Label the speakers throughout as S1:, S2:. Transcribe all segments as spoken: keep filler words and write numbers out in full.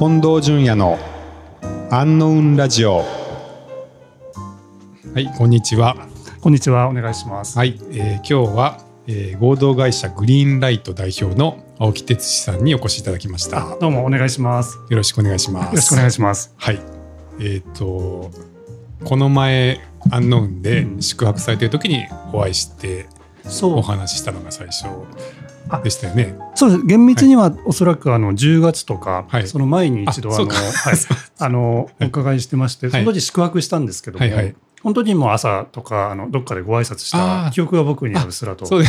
S1: 近藤淳也のアンノウンラジオ。はい、こんにちは。
S2: こんにちは、お願いします。
S1: はい、えー、今日は、えー、合同会社グリーンライト代表の青木哲司さんにお越しいただきました。
S2: どうもお願いします。
S1: よろしくお願いします。
S2: よろしくお願いします。
S1: はい、えーとこの前アンノウンで宿泊されている時にお会いしてお話ししたのが最初でしたよね。
S2: そうです。厳密にはおそらくあのじゅうがつとか、はい、その前に一度あの、はい、あのお伺いしてまして、その時宿泊したんですけども、はいはいはい、本当にもう朝とかあのどっかでご挨拶した記憶が僕にはうっすらと。
S1: そうです。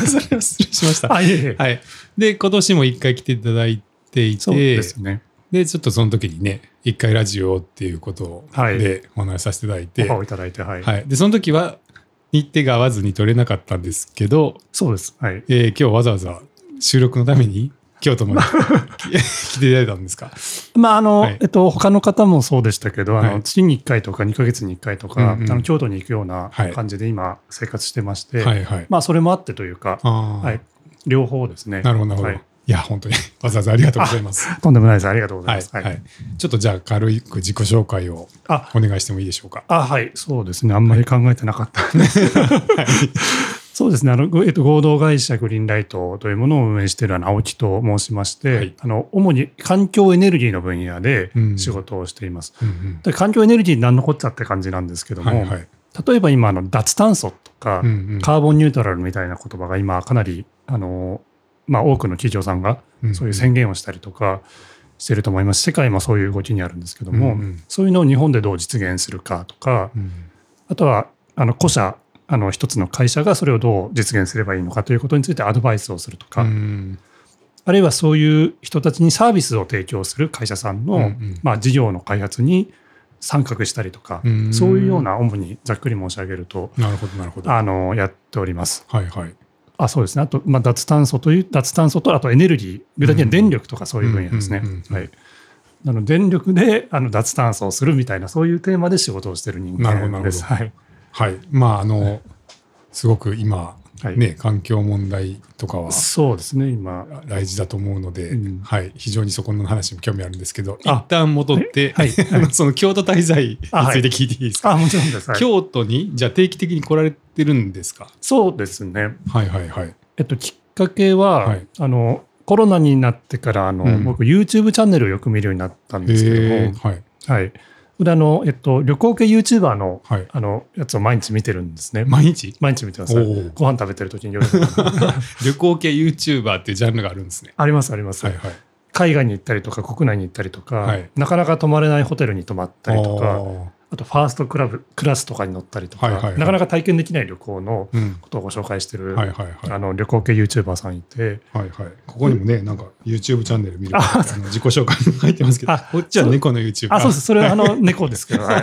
S1: それは失礼しました。
S2: あ、いえいえ。
S1: はい。で今年も一回来ていただいていて、
S2: そうですね。
S1: でちょっとその時にね一回ラジオっていうことでお話しさせていただいて、
S2: オファーをいただいて、はい
S1: はい、でその時は日程が合わずに取れなかったんですけど、
S2: そうです、はい、
S1: えー、今日わざわざ収録のために京都まで来ていただいたんですか。
S2: まああの、
S1: はい、
S2: えっと他の方もそうでしたけど、あの、はい、月にいっかいとかにかげつにいっかいとか、うんうん、あの京都に行くような感じで今生活してまして、はいはい、まあそれもあってというか、はい、両方ですね。
S1: なるほどなるほど。はい、いや本当にわざわざありがとうございます。
S2: とんでもないです。ありがとうございます。
S1: はいはい、ちょっとじゃあ軽く自己紹介をお願いしてもいいでしょうか。
S2: あ、はい、そうですね。あんまり考えてなかったんですけど、はい、そうですね。あの、えっと、合同会社グリーンライトというものを運営しているあの青木と申しまして、はい、あの主に環境エネルギーの分野で仕事をしています。うんうん、で環境エネルギー何のこっちゃって感じなんですけども、はいはい、例えば今あの脱炭素とか、うんうん、カーボンニュートラルみたいな言葉が今かなりあのまあ、多くの企業さんがそういう宣言をしたりとかしていると思います。世界もそういう動きにあるんですけども、うんうん、そういうのを日本でどう実現するかとか、うん、あとはあの個社あの一つの会社がそれをどう実現すればいいのかということについてアドバイスをするとか、うん、あるいはそういう人たちにサービスを提供する会社さんの、うんうん、まあ、事業の開発に参画したりとか、うん、そういうような主にざっくり申し上げると、
S1: なるほどなるほど、
S2: あのやっております。
S1: はいはい。
S2: あ、そうですね。あと、まあ、脱炭素という脱炭素とあとエネルギー、具体的には電力とかそういう分野ですね。はい。なので電力であの脱炭素をするみたいなそういうテーマで仕事をしている人間です。はい。
S1: はい。まああの、はい、すごく今ね、はい、環境問題とかは
S2: そうですね今
S1: 大事だと思うので、うん、はい、非常にそこの話も興味あるんですけど、一旦戻って、はいはいはい、その京都滞在について聞いていいですか。
S2: あ、はい、あ、もちろんです。はい、
S1: 京都にじゃあ定期的に来られてるんですか。
S2: そうですね。
S1: はいはいはい。
S2: えっときっかけは、はい、あのコロナになってからあの、うん、僕 YouTube チャンネルをよく見るようになったんですけども、はいはい、であのえっと、旅行系 YouTuber の、はい、あのやつを毎日見てるんですね。
S1: 毎日
S2: 毎日見てます。ご飯食べてる時に夜
S1: 旅行系 YouTuber っていうジャンルがあるんですね。
S2: ありますあります、はいはい、海外に行ったりとか国内に行ったりとか、はい、なかなか泊まれないホテルに泊まったりとか、あとファーストクラブクラスとかに乗ったりとか、はいはいはい、なかなか体験できない旅行のことをご紹介してる、うんはいはいはい、あの旅行系 YouTuber さんいて、はいはい、
S1: ここにもねなんか YouTube チャンネル見るとあの自己紹介に入ってますけど、こっちは猫の YouTuber。
S2: あ、そうです。それはあの猫ですけど、はい、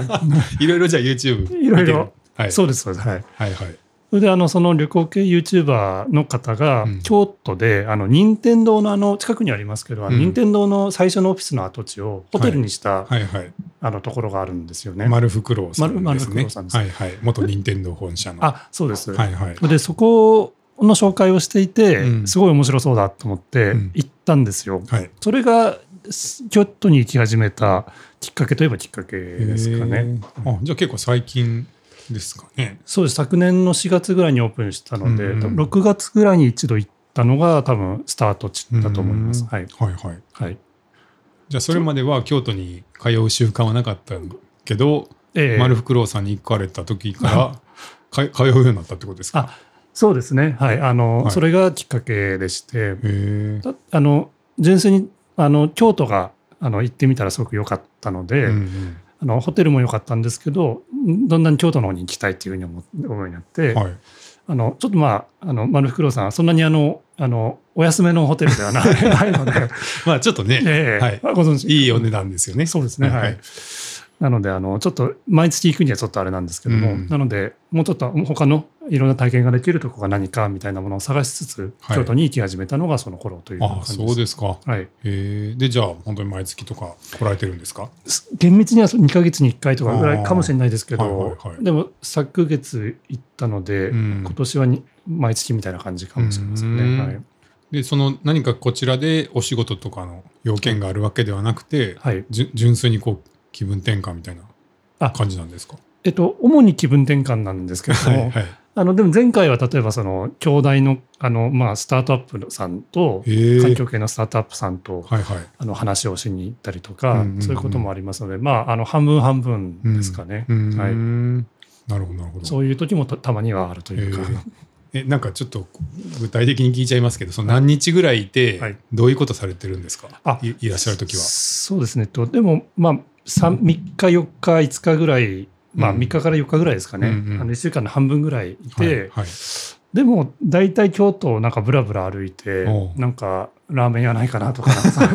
S1: いろいろじゃあ YouTube
S2: いろいろ、はい、そうですそうです、はい、はいはい。それであのその旅行系 YouTuber の方が京都で、うん、あの任天堂のあの近くにありますけど、うん、任天堂の最初のオフィスの跡地をホテルにした、はいはいはい、あのところがあるんですよね。
S1: 丸福楼さんですね。
S2: 丸福楼さんです。
S1: はいはい。元任天堂本社の。
S2: あ、そうです。
S1: はいはい。
S2: でそこの紹介をしていて、うん、すごい面白そうだと思って行ったんですよ。うんはい、それが京都に行き始めたきっかけといえばきっかけですかね。
S1: あ、じゃあ結構最近ですかね。
S2: そうです。昨年のしがつぐらいにオープンしたので、うんうん、ろくがつぐらいに一度行ったのが多分スタート地だと思います。はい、はいはいはい。
S1: じゃあそれまでは京都に通う習慣はなかったけど、ええ、丸福楼さんに行かれた時から通うようになったってことですか。
S2: あ、そうですね。はい。あの、はい、それがきっかけでして、あの純粋にあの京都があの行ってみたらすごく良かったので。うんうん、あのホテルも良かったんですけど、だんだん京都の方に行きたいというふうに思うようになって、はい、あのちょっとまああの丸福楼さんはそんなにあのあのお安めのホテルではないので
S1: まあちょっとね、えーはい、ご存知いいお値段ですよね。
S2: そうですね、はいはい、なのであのちょっと毎月行くにはちょっとあれなんですけども、うん、なのでもうちょっと他のいろんな体験ができるところが何かみたいなものを探しつつ、はい、京都に行き始めたのがその頃という感じです。
S1: あ、そうですか。
S2: はい、
S1: えー、でじゃあ本当に毎月とか来られてるんですか。
S2: 厳密にはにかげつにいっかいとかぐらいかもしれないですけど、はいはいはい、でも昨月行ったので、うん、今年はに毎月みたいな感じかもしれませんね。はい、
S1: でその何かこちらでお仕事とかの要件があるわけではなくて、はい、純粋にこう気分転換みたいな感じなんですか？
S2: えっと、主に気分転換なんですけども、はいはい、あのでも前回は例えばその兄弟の、あの、まあ、スタートアップさんと環境系のスタートアップさんと、はいはい、あの話をしに行ったりとか、うんうんうん、そういうこともありますので、まあ、あの半分半分ですかね。
S1: うんうん
S2: はい、
S1: なるほどなるほど。
S2: そういう時も た, たまにはあるというか。
S1: えなんかちょっと具体的に聞いちゃいますけど、その何日ぐらいいてどういうことされてるんですか？はい、い, いらっしゃる時は。
S2: そうですね。とでもまあみっかよっかいつかぐらい、まあ、みっかからよっかぐらいですかね、うんうん、あのいっしゅうかんの半分ぐらいいて、はいはい、でも大体京都をなんかブラブラ歩いて、なんかラーメン屋ないかなとか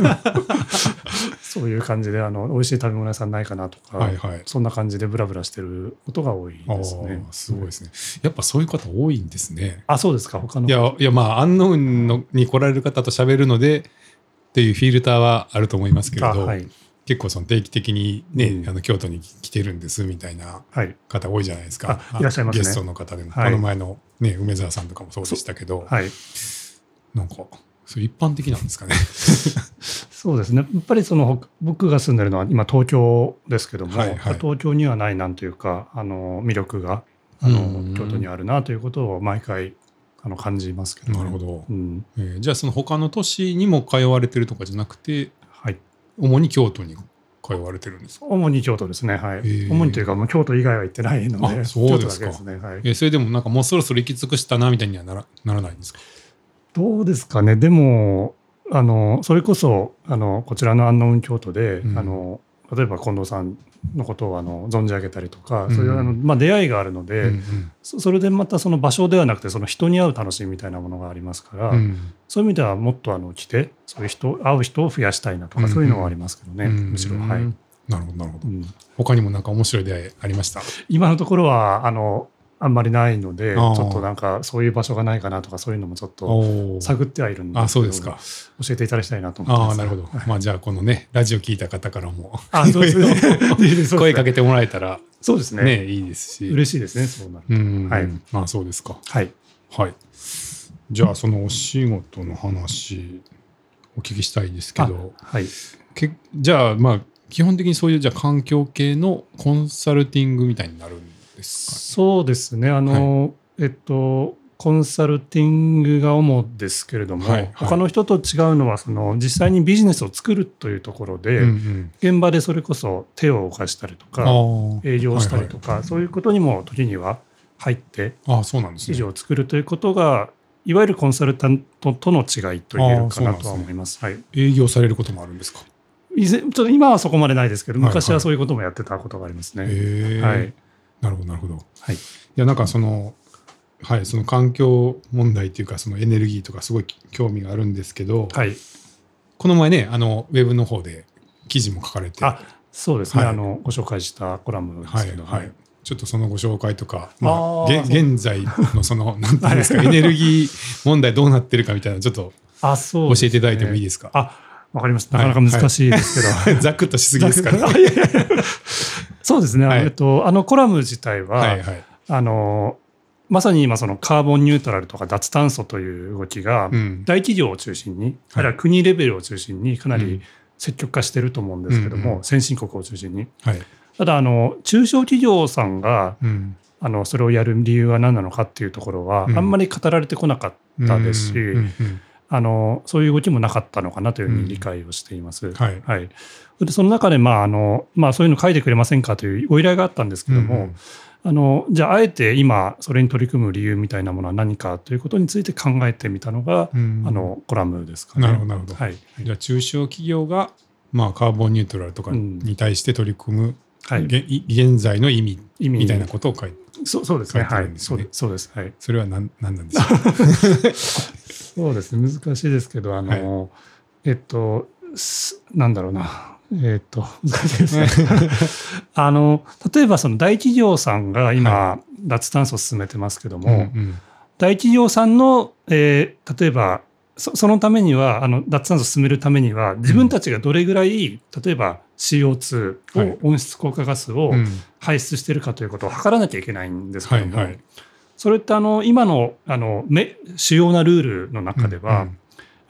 S2: そういう感じであの美味しい食べ物屋さんないかなとか、はいはい、そんな感じでブラブラしてることが多いですね。
S1: すごいですね。やっぱそういう方多いんですね。
S2: あ、そうですか。他の。
S1: いやいや、まあアンノウンのに来られる方と喋るのでっていうフィルターはあると思いますけれど、はい、結構その定期的にね、うん、あの京都に来てるんですみたいな方多いじゃないですか。
S2: はい、いらっしゃいますね。
S1: ゲストの方でも、はい、この前のね梅沢さんとかもそうでしたけど、はい、なんかそれ一般的なんですかね。
S2: そうですね。やっぱりその僕が住んでるのは今東京ですけども、はいはい、東京にはないなんというかあの魅力があの京都にあるなということを毎回あの感じますけど、ね、
S1: なるほど、うんえー、じゃあその他の都市にも通われてるとかじゃなくて、はい、主に京都に通われてるんですか？
S2: 主に京都ですね。はい。主にというかもう京都以外は行ってないので。
S1: あ、そうですか。
S2: 京都だけですね。はい。
S1: えー、それでもなんかもうそろそろ行き尽くしたなみたいにはな ら, ならないんですか？
S2: どうですかね。でもあのそれこそあのこちらのアンノウン京都で、うん、あの例えば近藤さんのことをあの存じ上げたりとか、うん、そういうあの、まあ、出会いがあるので、うんうん、そ, それでまたその場所ではなくてその人に会う楽しみみたいなものがありますから、うん、そういう意味ではもっとあの来てそういう人会う人を増やしたいなとか、うん、そういうのはありますけどね、うん、むしろ、はい。
S1: なるほどなるほど、うん、他にもなんか面白い出会いありました？
S2: 今のところはあのあんまりないので、ちょっとなんかそういう場所がないかなとかそういうのもちょっと探ってはいるんですけど、あ、そうですか。教えていただきたいなと思ってます。
S1: あ、なるほど。まあじゃあこのねラジオ聞いた方からも
S2: あ、そうですね、
S1: 声かけてもらえたら
S2: そうですね。
S1: ね、いいですし
S2: 嬉しいですね。そうなると。
S1: うん、はい。まあそうですか。
S2: はい
S1: はい。じゃあそのお仕事の話お聞きしたいですけど、
S2: はい。
S1: けじゃあまあ基本的にそういうじゃあ環境系のコンサルティングみたいになるんですかね？
S2: そうですね。あの、はい、えっとコンサルティングが主ですけれども、はいはい、他の人と違うのはその実際にビジネスを作るというところで、うんうん、現場でそれこそ手を動かしたりとか営業したりとか、はいはい、そういうことにも時には入って記事を作るということがいわゆるコンサルタントとの違いと言えるかなとは思います。はい、
S1: 営業されることもあるんですか？
S2: 以前ちょっと今はそこまでないですけど、昔はそういうこともやってたことがありますね。
S1: はいはい、なるほどなるほど。はい、いやなんかそのはい、その環境問題というかそのエネルギーとかすごい興味があるんですけど、はい、この前ねあのウェブの方で記事も書かれて、
S2: あ、そうですね、はい、あのご紹介したコラムですけど、はいはい、
S1: ちょっとそのご紹介とか、まあ、現在のその何ていうんですかエネルギー問題どうなってるかみたいなちょっと教えていただいてもいいですか？
S2: あ、わかりました。なかなか難しいですけど、
S1: はいはい、ざっくっとしすぎですから、ね、
S2: そうですね、はい、えっと、あのコラム自体は、はいはい、あのまさに今そのカーボンニュートラルとか脱炭素という動きが大企業を中心に、うん、あるいは国レベルを中心にかなり積極化していると思うんですけども、うんうん、先進国を中心に、はい、ただあの中小企業さんが、うん、あのそれをやる理由は何なのかっていうところはあんまり語られてこなかったですし、うんうんうん、あのそういう動きもなかったのかなというふうに理解をしています。うんはいはい、でその中で、まああのまあ、そういうの書いてくれませんかというご依頼があったんですけども、うんうんあのじゃああえて今それに取り組む理由みたいなものは何かということについて考えてみたのが、うん、あのコラムですかね。
S1: なるほどなるほど、はい、じゃあ中小企業が、まあ、カーボンニュートラルとかに対して取り組む、うんはい、現在の意味みたいなことを書いて
S2: そうそうですね。
S1: 書いてるんですね。
S2: はい、そうです。はい。
S1: それは何、何なんでしょう
S2: そうですね。難しいですけど、あの、はい、えっとなんだろうな。えー、っと難しいですねあの例えばその大企業さんが今、はい、脱炭素を進めてますけども、うんうん、大企業さんの、えー、例えば そ, そのためにはあの脱炭素を進めるためには自分たちがどれぐらい、うん、例えば シーオーツー を温室効果ガスを排出しているかということを測らなきゃいけないんですけども、はいはい、それってあの今の、あの主要なルールの中では、うんうん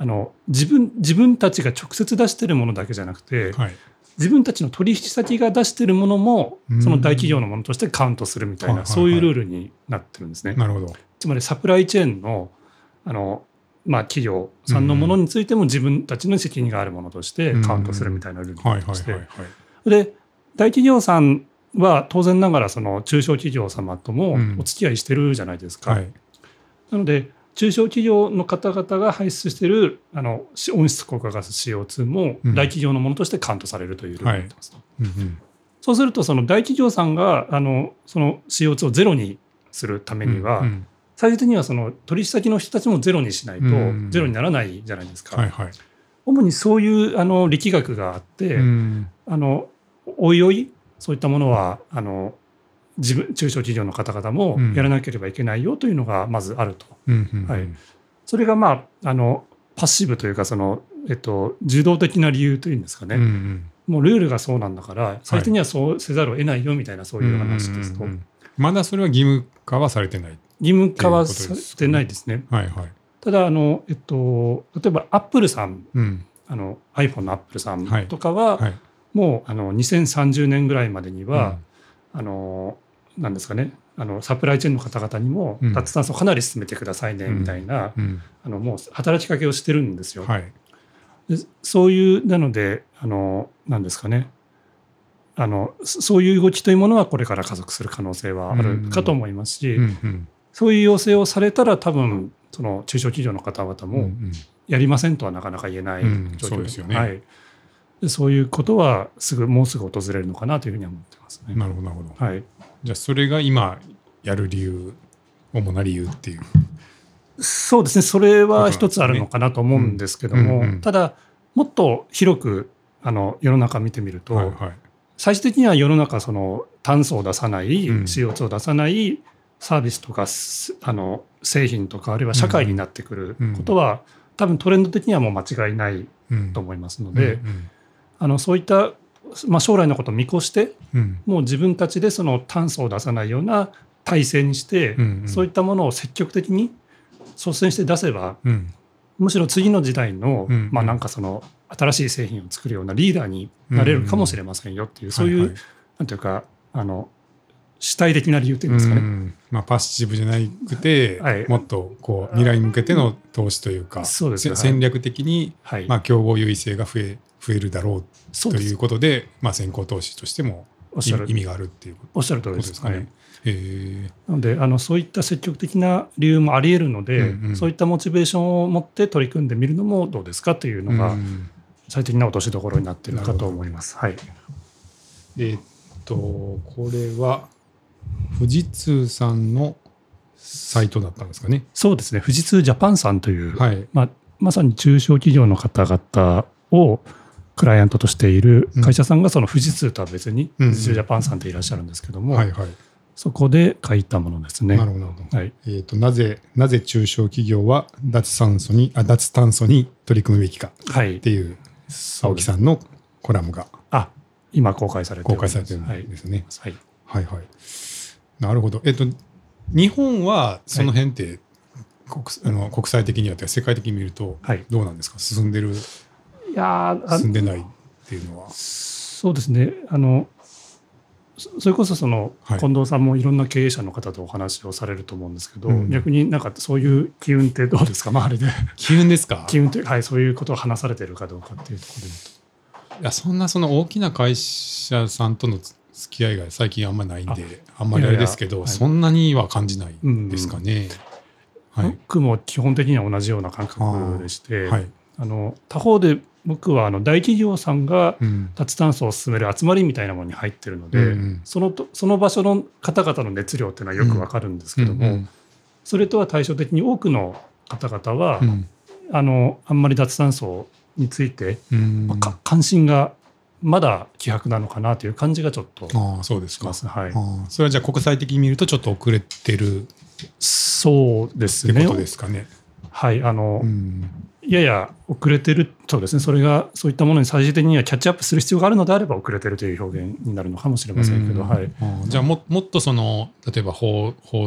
S2: あの自分自分たちが直接出してるものだけじゃなくて、はい、自分たちの取引先が出してるものもその大企業のものとしてカウントするみたいな、そういうルールになってるんですね。
S1: なるほど。
S2: つまりサプライチェーンの、あの、まあ、企業さんのものについても自分たちの責任があるものとしてカウントするみたいなルールになってまして、で大企業さんは当然ながらその中小企業様ともお付き合いしてるじゃないですか。うんはい、なので中小企業の方々が排出しているあの温室効果ガス シーオーツー も大企業のものとしてカウントされるというルールになってますと、はいうんうん、そうするとその大企業さんがあのその シーオーツー をゼロにするためには、うんうん、最終的にはその取引先の人たちもゼロにしないとゼロにならないじゃないですか。うんうんはいはい、主にそういうあの力学があって、うん、あのおいおいそういったものはあの自分中小企業の方々もやらなければいけないよというのがまずあると、うんうんうんはい、それが、まあ、あのパッシブというかその、えっと、受動的な理由というんですかね、うんうん、もうルールがそうなんだから最終的にはそうせざるを得ないよみたいなそういう話ですと、はいうんうんうん、
S1: まだそれは義務化はされてない
S2: 義務化はされてないですね。はいはい、ただあの、えっと、例えばアップルさん、うん、あの iPhone のアップルさんとかは、はいはい、もうあのにせんさんじゅうねんぐらいまでには、うん、あのなんですかね、あのサプライチェーンの方々にも脱炭素をかなり進めてくださいねみたいな、うんうん、あのもう働きかけをしてるんですよ。はい、でそういうなのであのなんですかね、あのそういう動きというものはこれから加速する可能性はあるかと思いますし、うんうん、そういう要請をされたら多分その中小企業の方々もやりませんとはなかなか言えない状況ですよね。はい、でそういうことはすぐもうすぐ訪れるのかなというふうには思ってますね。
S1: なるほどなるほど。はい、じゃあそれが今やる理由、主な理由っていう。
S2: そうですね、それは一つあるのかなと思うんですけども、うんうんうん、ただもっと広くあの世の中見てみると、はいはい、最終的には世の中その炭素を出さない、うん、シーオーツー を出さないサービスとかあの製品とかあるいは社会になってくることは、うんうん、多分トレンド的にはもう間違いないと思いますので、うんうんうん、あのそういった、まあ、将来のことを見越して、うん、もう自分たちでその炭素を出さないような体制にして、うんうん、そういったものを積極的に率先して出せば、うん、むしろ次の時代の、うんうんまあ、なんかその新しい製品を作るようなリーダーになれるかもしれませんよっていう、うんうん、そういう、はいはい、なんていうかあの主体的な理由というんですかね、うん
S1: まあ、パッシブじゃなくて、はい、もっとこう未来に向けての投資というか、そうですね、戦略的に、はいまあ、競合優位性が増え、増えるだろうということで、まあ、先行投資としても意味があるっていうことですかね。
S2: おっしゃる通りですかね。へなのであのそういった積極的な理由もあり得るので、うんうん、そういったモチベーションを持って取り組んでみるのもどうですかというのが最適な落としどころになっているかと思います。はい、
S1: えー、っとこれは富士通さんのサイトだったんですかね。
S2: そうですね、富士通ジャパンさんという、はいまあ、まさに中小企業の方々をクライアントとしている会社さんがその富士通とは別に富士通ジャパンさんっていらっしゃるんですけども、うんうんはいはい、そこで書いたものですね。
S1: なるほど、はいえー、となぜなぜ中小企業は脱炭素にあ脱炭素に取り組むべきかっていう、はい、青木さんのコラムが
S2: あ今公開されて
S1: 公開されてるんですね。はい、はいはいはい、なるほど。えっ、ー、と日本はその辺って、はい、国, あの国際的には世界的に見るとどうなんですか、はい、進んでるいや進んでないっていうのは。
S2: そうですね、あのそれこそその近藤さんもいろんな経営者の方とお話をされると思うんですけど、うん、逆になんかそういう機運ってどうですか、周りで。
S1: 機運ですか。
S2: 機運って、はい、そういうことを話されているかどうかっていうところで。
S1: いやそんなその大きな会社さんとの付き合いが最近あんまりないんで あ, あんまりあれですけど、いやいや、はい、そんなには感じないですかね。
S2: うんはい、僕も基本的には同じような感覚でして、はい、あの他方で僕はあの大企業さんが脱炭素を進める集まりみたいなものに入っているので、うん、そのその場所の方々の熱量っていうのはよくわかるんですけども、うんうん、それとは対照的に多くの方々は、うん、あのあんまり脱炭素について、うんまあ、関心がまだ希薄なのかなという感じがちょっとします。
S1: あ、そうですか。はい、あそれはじゃあ国際的に見るとちょっと遅れてる
S2: そうですね。
S1: ってことですかね。
S2: はい、あの、うんやや遅れてる、そうですね、それがそういったものに最終的にはキャッチアップする必要があるのであれば遅れてるという表現になるのかもしれませんけど、はい、
S1: じゃあ も, もっとその例えば法法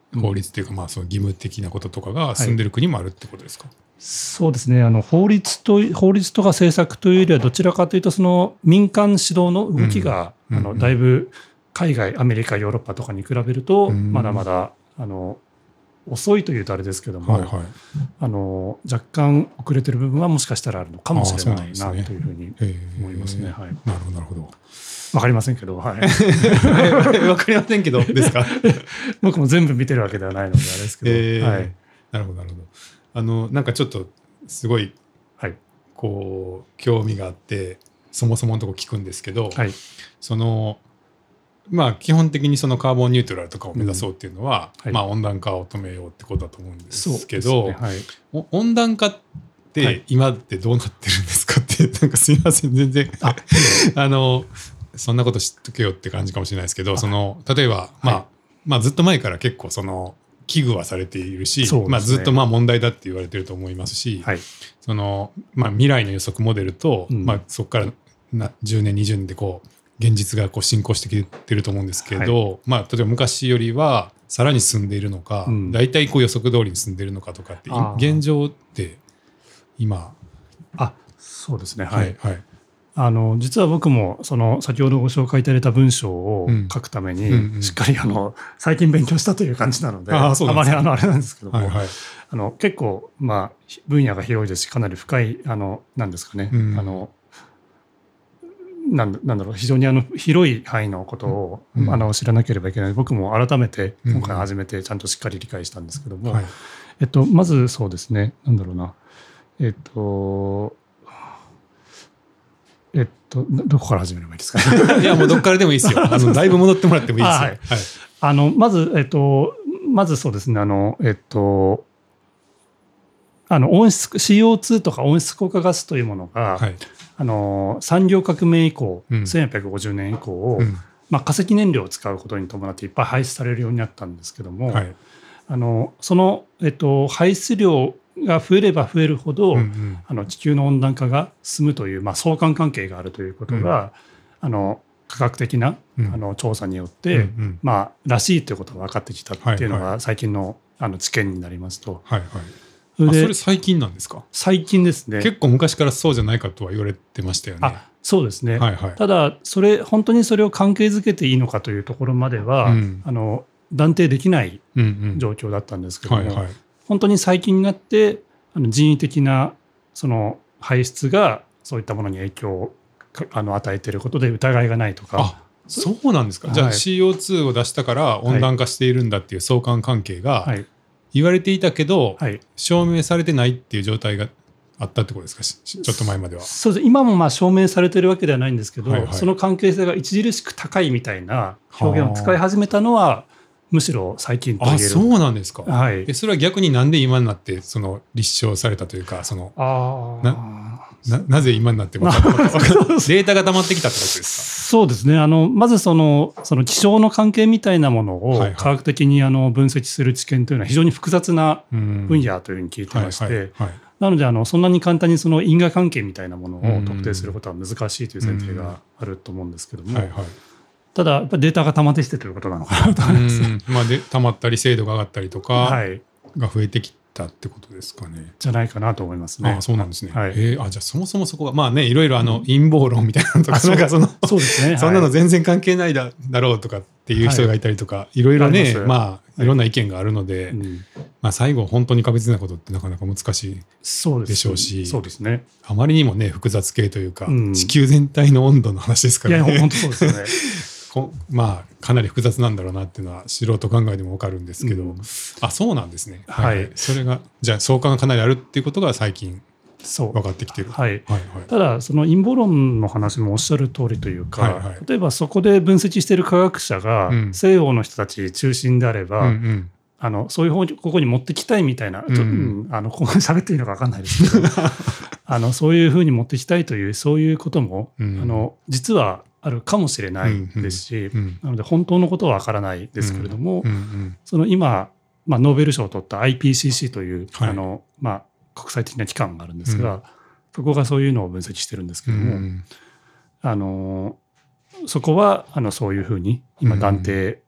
S1: 法律というか、まあその義務的なこととかが進んでる国もあるってことですか？はい、
S2: そうですね、あの法律と法律とか政策というよりはどちらかというとその民間主導の動きが、うん、あのだいぶ海外アメリカヨーロッパとかに比べるとまだまだあの遅いというとあれですけども、はいはい、あの若干遅れてる部分はもしかしたらあるのかもしれないな、ね、というふうに思いますね。はい、
S1: なるほどなるほど。
S2: わかりませんけど、はい。
S1: わかりませんけどですか？
S2: 僕も全部見てるわけではないのであれですけど、えーはい、
S1: なるほどなるほど。あのなんかちょっとすごい、はい、こう興味があってそもそものとこ聞くんですけど、はい、そのまあ基本的にそのカーボンニュートラルとかを目指そうっていうのは、うんはい、まあ温暖化を止めようってことだと思うんですけど、ねはい、温暖化って今ってどうなってるんですかってなんかすいません全然ああのそんなこと知っとけよって感じかもしれないですけど、その例えば、まあはい、まあずっと前から結構その危惧はされているし、ねまあ、ずっとまあ問題だって言われてると思いますし、はいそのまあ、未来の予測モデルと、うんまあ、そこからなじゅうねんにじゅうねんでこう現実がこう進行してきてると思うんですけど、はいまあ、例えば昔よりはさらに進んでいるのか、うん、大体こう予測通りに進んでいるのかとかって現状って今
S2: あそうですねはい、はい、あの実は僕もその先ほどご紹介いただいた文章を書くためにしっかりあの最近勉強したという感じなので、あまりあのあれなんですけども、はいはい、あの結構まあ分野が広いですしかなり深いあのなんですかね、うん、あのなんなんだろう非常にあの広い範囲のことを、うん、あの知らなければいけない。僕も改めて今回初めてちゃんとしっかり理解したんですけども、うんはいえっと、まずそうですねなんだろうなえっとえっと、どこから始めればいいですか？
S1: いやもうどこからでもいいですよ。あのだいぶ戻ってもらってもいいですよ。はいはい、
S2: あのまずえっとまずそうですねあのえっとあの温室 シーオーツー とか温室効果ガスというものが、はい、あの産業革命以降、うん、せんはっぴゃくごじゅうねん以降、うんまあ、化石燃料を使うことに伴っていっぱい排出されるようになったんですけども、はい、あのその、えっと、排出量が増えれば増えるほど、うんうん、あの地球の温暖化が進むという、まあ、相関関係があるということが、うん、あの科学的な、うん、あの調査によって、うんうんまあ、らしいということが分かってきたっていうのが最近 の,、はいはい、あの知見になりますと。はいはい
S1: それであそれ最近なんですか？
S2: 最近ですね。
S1: 結構昔からそうじゃないかとは言われてましたよね。
S2: あそうですね、はいはい、ただそれ本当にそれを関係づけていいのかというところまでは、うん、あの断定できない状況だったんですけども、うんうんはいはい、本当に最近になってあの人為的なその排出がそういったものに影響をあの与えていることで疑いがないとか。
S1: あそうなんですか、はい、じゃあ シーオーツー を出したから温暖化しているんだっていう相関関係が、はい言われていたけど、はい、証明されてないっていう状態があったってことですか？ちょっと前までは。
S2: そうです今もまあ証明されているわけではないんですけど、はいはい、その関係性が著しく高いみたいな表現を使い始めたのはむしろ最近と言える。
S1: あそうなんですか、
S2: はい、
S1: えそれは逆になんで今になってその立証されたというかそのあ な, な, なぜ今になって分かったデータが溜まってきたってことですか？
S2: そうですねあのまずそのその気象の関係みたいなものを科学的にあの分析する知見というのは非常に複雑な分野というふうに聞いてまして、なのであのそんなに簡単にその因果関係みたいなものを特定することは難しいという前提があると思うんですけども、はいはい、ただやっぱりデータが溜まってきてということなのかなと思います。
S1: まあ、で溜まったり精度が上がったりとかが増えてきたってことですかね。
S2: じゃないかなと思いますね。
S1: ああそうなんですね、はいえー、あじゃあそもそもそこがまあねいろいろあの陰謀論みたいなのとか、うん、なんかそのそうですね、そんなの全然関係ないだろうとかっていう人がいたりとか、はい、いろいろねまあいろんな意見があるので、はいうんまあ、最後本当に確実なことってなかなか難しいでしょうし
S2: そうですね
S1: あまりにもね複雑系というか、うん、地球全体の温度の話ですからね。
S2: いや本当そうですよね
S1: まあかなり複雑なんだろうなっていうのは素人考えでも分かるんですけど、うん、あそうなんですね、はいはい、それがじゃあ相関がかなりあるっていうことが最近分かってきてる。
S2: はいはいはい、ただその陰謀論の話もおっしゃる通りというか、はいはい、例えばそこで分析している科学者が西洋の人たち中心であれば、うんうんあのそういう方にここに持ってきたいみたいな、うん、あのここで喋っていいのか分かんないですけどあのそういうふうに持ってきたいというそういうことも、うん、あの実はあるかもしれないですし、うんうん、なので本当のことは分からないですけれども、うんうん、その今、まあ、ノーベル賞を取った アイピーシーシー という、はいあのまあ、国際的な機関があるんですが、うん、そこがそういうのを分析してるんですけども、うん、あのそこはあのそういうふうに今断定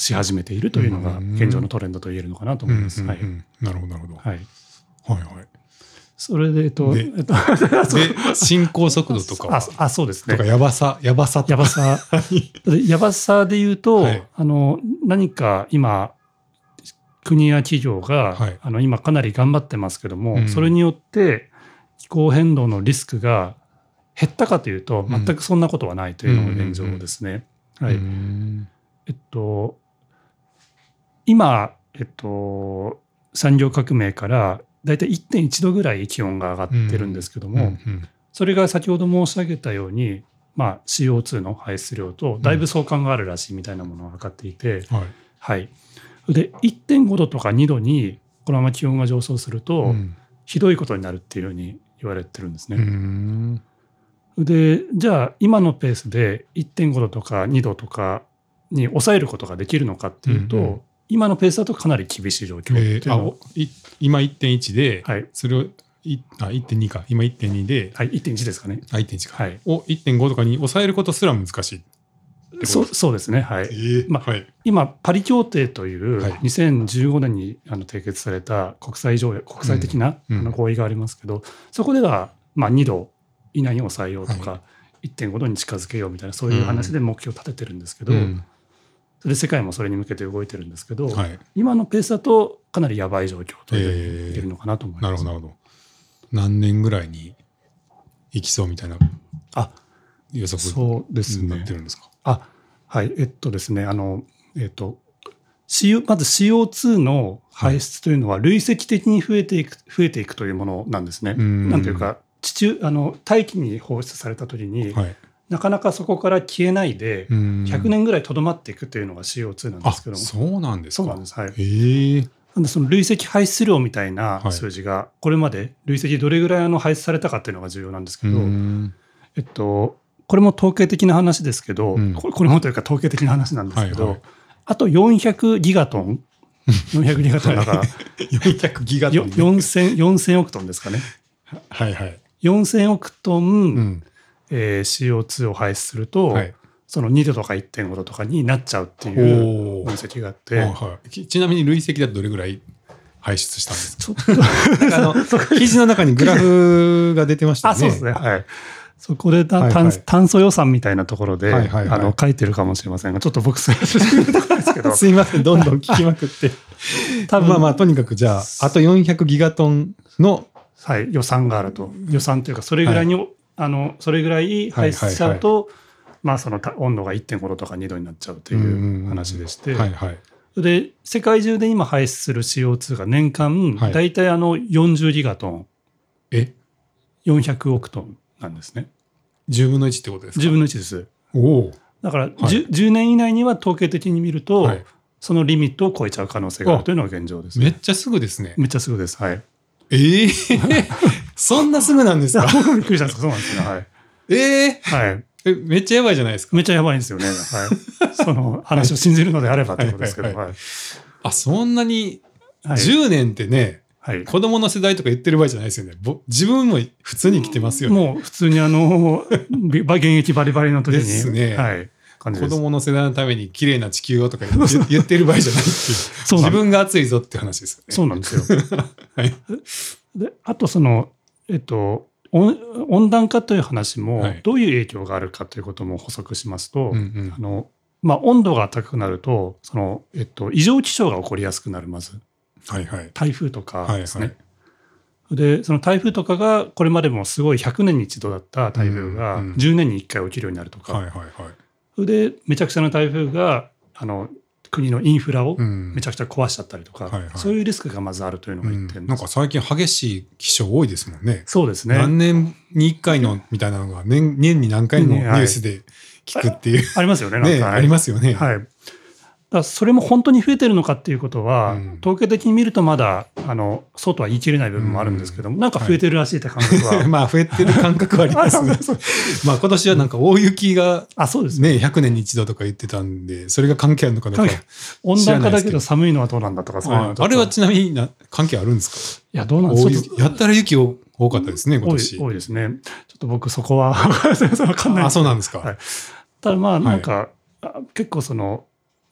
S2: し始めているというのが現状のトレンドと言えるのかなと思います。
S1: なるほどなるほど。
S2: はい。
S1: はいはい。
S2: それで、えっと、
S1: で、えっと、で進行速度とかは
S2: ああ、そうですね。
S1: とか、やばさ、やばさとか。
S2: やばさ。やばさで言うと、はい、あの、何か今、国や企業が、はい、あの今かなり頑張ってますけども、うん、それによって気候変動のリスクが減ったかというと、全くそんなことはないというのが現状ですね。はい。えっと、今、えっと、産業革命からだいたい いってんいち 度ぐらい気温が上がってるんですけども、それが先ほど申し上げたように、まあ、シーオーツー の排出量とだいぶ相関があるらしいみたいなものが分かっていて、うん、はい。はい。で いってんご 度とかにどにこのまま気温が上昇すると、うん、ひどいことになるっていうふうに言われてるんですね。うんでじゃあ今のペースで いってんご 度とかにどとかに抑えることができるのかっていうと、うんうん、今のペースだとかなり厳しい状況っていうのを、
S1: えー、今 いってんいち で、はい、それをいあ いってんに か今 いってんに で、
S2: はい、いってんいち ですかね。
S1: あ いってんいち か、はい、を いってんご とかに抑えることすら難しい。
S2: そう、そうですね。はい。えーまあはい、今、パリ協定というにせんじゅうごねんにあの締結された国際条約、国際的なあの合意がありますけど、うん、そこではまあにど以内に抑えようとか、はい、いってんご 度に近づけようみたいな、そういう話で目標を立ててるんですけど、うん、それで世界もそれに向けて動いてるんですけど、はい、今のペースだとかなりやばい状況と言えるのかなと思います。
S1: えー、なるほど、なるほど。何年ぐらいにいきそうみたいな予測になってるんですか？
S2: あ、はい、えっとですね、あの、えっと、シー、まず シーオーツー の排出というのは累積的に増えていく、増えていくというものなんですね。なんというか、地中、あの、大気に放出されたときに、はい、なかなかそこから消えないで、ひゃくねんぐらいとどまっていくというのが シーオーツー なんですけども。
S1: そうなんですか。
S2: そうなんです。はい。
S1: へー。
S2: なんでその累積排出量みたいな数字が、これまで累積どれぐらいあの排出されたかっていうのが重要なんですけど、えっと、これも統計的な話ですけど、うん、これもというか統計的な話なんですけど、はいはい、あとよんひゃくギガトン、よんひゃくギガトンだから、よ
S1: んひゃくギガトン、ね、
S2: よんせん、よんせんおくトンですかね。
S1: はいはい。
S2: よんせんおくトン、うんえー、シーオーツー を排出すると、はい、そのにどとか いってんご 度とかになっちゃうっていう分析があって、
S1: はい、ちなみに累積だとどれぐらい排出したんですか？ちょっとあの記事の中にグラフが出てましたね。
S2: あ、そうですね。はい。そこで、はいはい、炭素予算みたいなところで、はいはいはい、あの書いてるかもしれませんが、ちょっと僕それですけど
S1: すいません、どんどん聞きまくって多分まあまあとにかくじゃああとよんひゃくギガトンの、
S2: はい、予算があると、予算というかそれぐらいに、はい、あのそれぐらい排出しちゃうと、はいはいはい、まあその温度が いってんご 度とかにどになっちゃうという話でして、はいはい、で世界中で今排出する シーオーツー が年間だいたいあのよんじゅうギガトン、
S1: え
S2: よんひゃくおくトンなんですね。
S1: じゅうぶんのいちってことですか？
S2: じゅうぶんのいちです。
S1: お
S2: だから 10,、はい、じゅうねん以内には統計的に見ると、はい、そのリミットを超えちゃう可能性があるというのが現状です、ね。
S1: めっちゃすぐですね。
S2: めっちゃすぐです。はい。
S1: えー、そんなすぐなんですか？
S2: びっくりしたんですか？そうなんですね。はい。
S1: え
S2: ー、はい。
S1: えめっちゃやばいじゃないですか。
S2: めっちゃやばいんですよね。はい。その話を信じるのであればということですけど。
S1: あ、そんなにじゅうねんってね、はい、子供の世代とか言ってる場合じゃないですよね。自分も普通に生きてますよね。
S2: もう普通にあの現役バリバリの時に
S1: ですね。
S2: はい。
S1: 子供の世代のために綺麗な地球をとか言ってる場合じゃないっていう。そう自分が熱いぞって話ですよね。
S2: そうなんですよ。はい。で、あとそのえっと温暖化という話もどういう影響があるかということも補足しますと、はいうんうん、あのまあ温度が高くなるとそのえっと異常気象が起こりやすくなるまず。
S1: はいはい、
S2: 台風とかですね、はいはい、でその台風とかがこれまでもすごいひゃくねんに一度だった台風がじゅうねんにいっかい起きるようになるとか、うんうんはいはいはい、それでめちゃくちゃな台風があの国のインフラをめちゃくちゃ壊しちゃったりとか、うんはいはい、そういうリスクがまずあるというのがいってんです、うん、
S1: なんか最近激しい気象多いですもんね。
S2: そうですね。
S1: 何年にいっかいのみたいなのが 年, 年に何回のニュースで聞くっていう、はい、
S2: あ, ありますよね。なんか、
S1: ね、ありますよね。
S2: はい。だそれも本当に増えてるのかっていうことは、うん、統計的に見るとまだあのそうとは言い切れない部分もあるんですけども、うん、なんか増えてるらしいって感覚は、
S1: はい、まあ増えてる感覚はありますね。まあ今年はなんか大雪が、
S2: あ、そうですね、
S1: ひゃくねんに一度とか言ってたんで、それが関係あるのかどうか
S2: 温暖化だけど寒いのはどうなんだとか、そういうのとか、
S1: あれはちなみにな関係あるんですか？
S2: いや、どうなんですか？
S1: やったら雪多かったですね、今年。
S2: 多い、多いですね。ちょっと僕そこは分かんない。
S1: あ、そうなんですか。
S2: はい、ただまあなんか、はい、結構その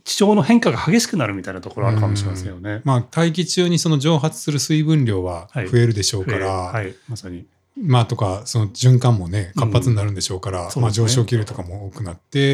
S2: 気象の変化が激しくなるみたいなところあるかもしれませんよね。
S1: まあ、大気中にその蒸発する水分量は増えるでしょうから、
S2: はいはい、まさに。
S1: まあ、とかその循環もね活発になるんでしょうから、うん、まあ、上昇気流とかも多くなって、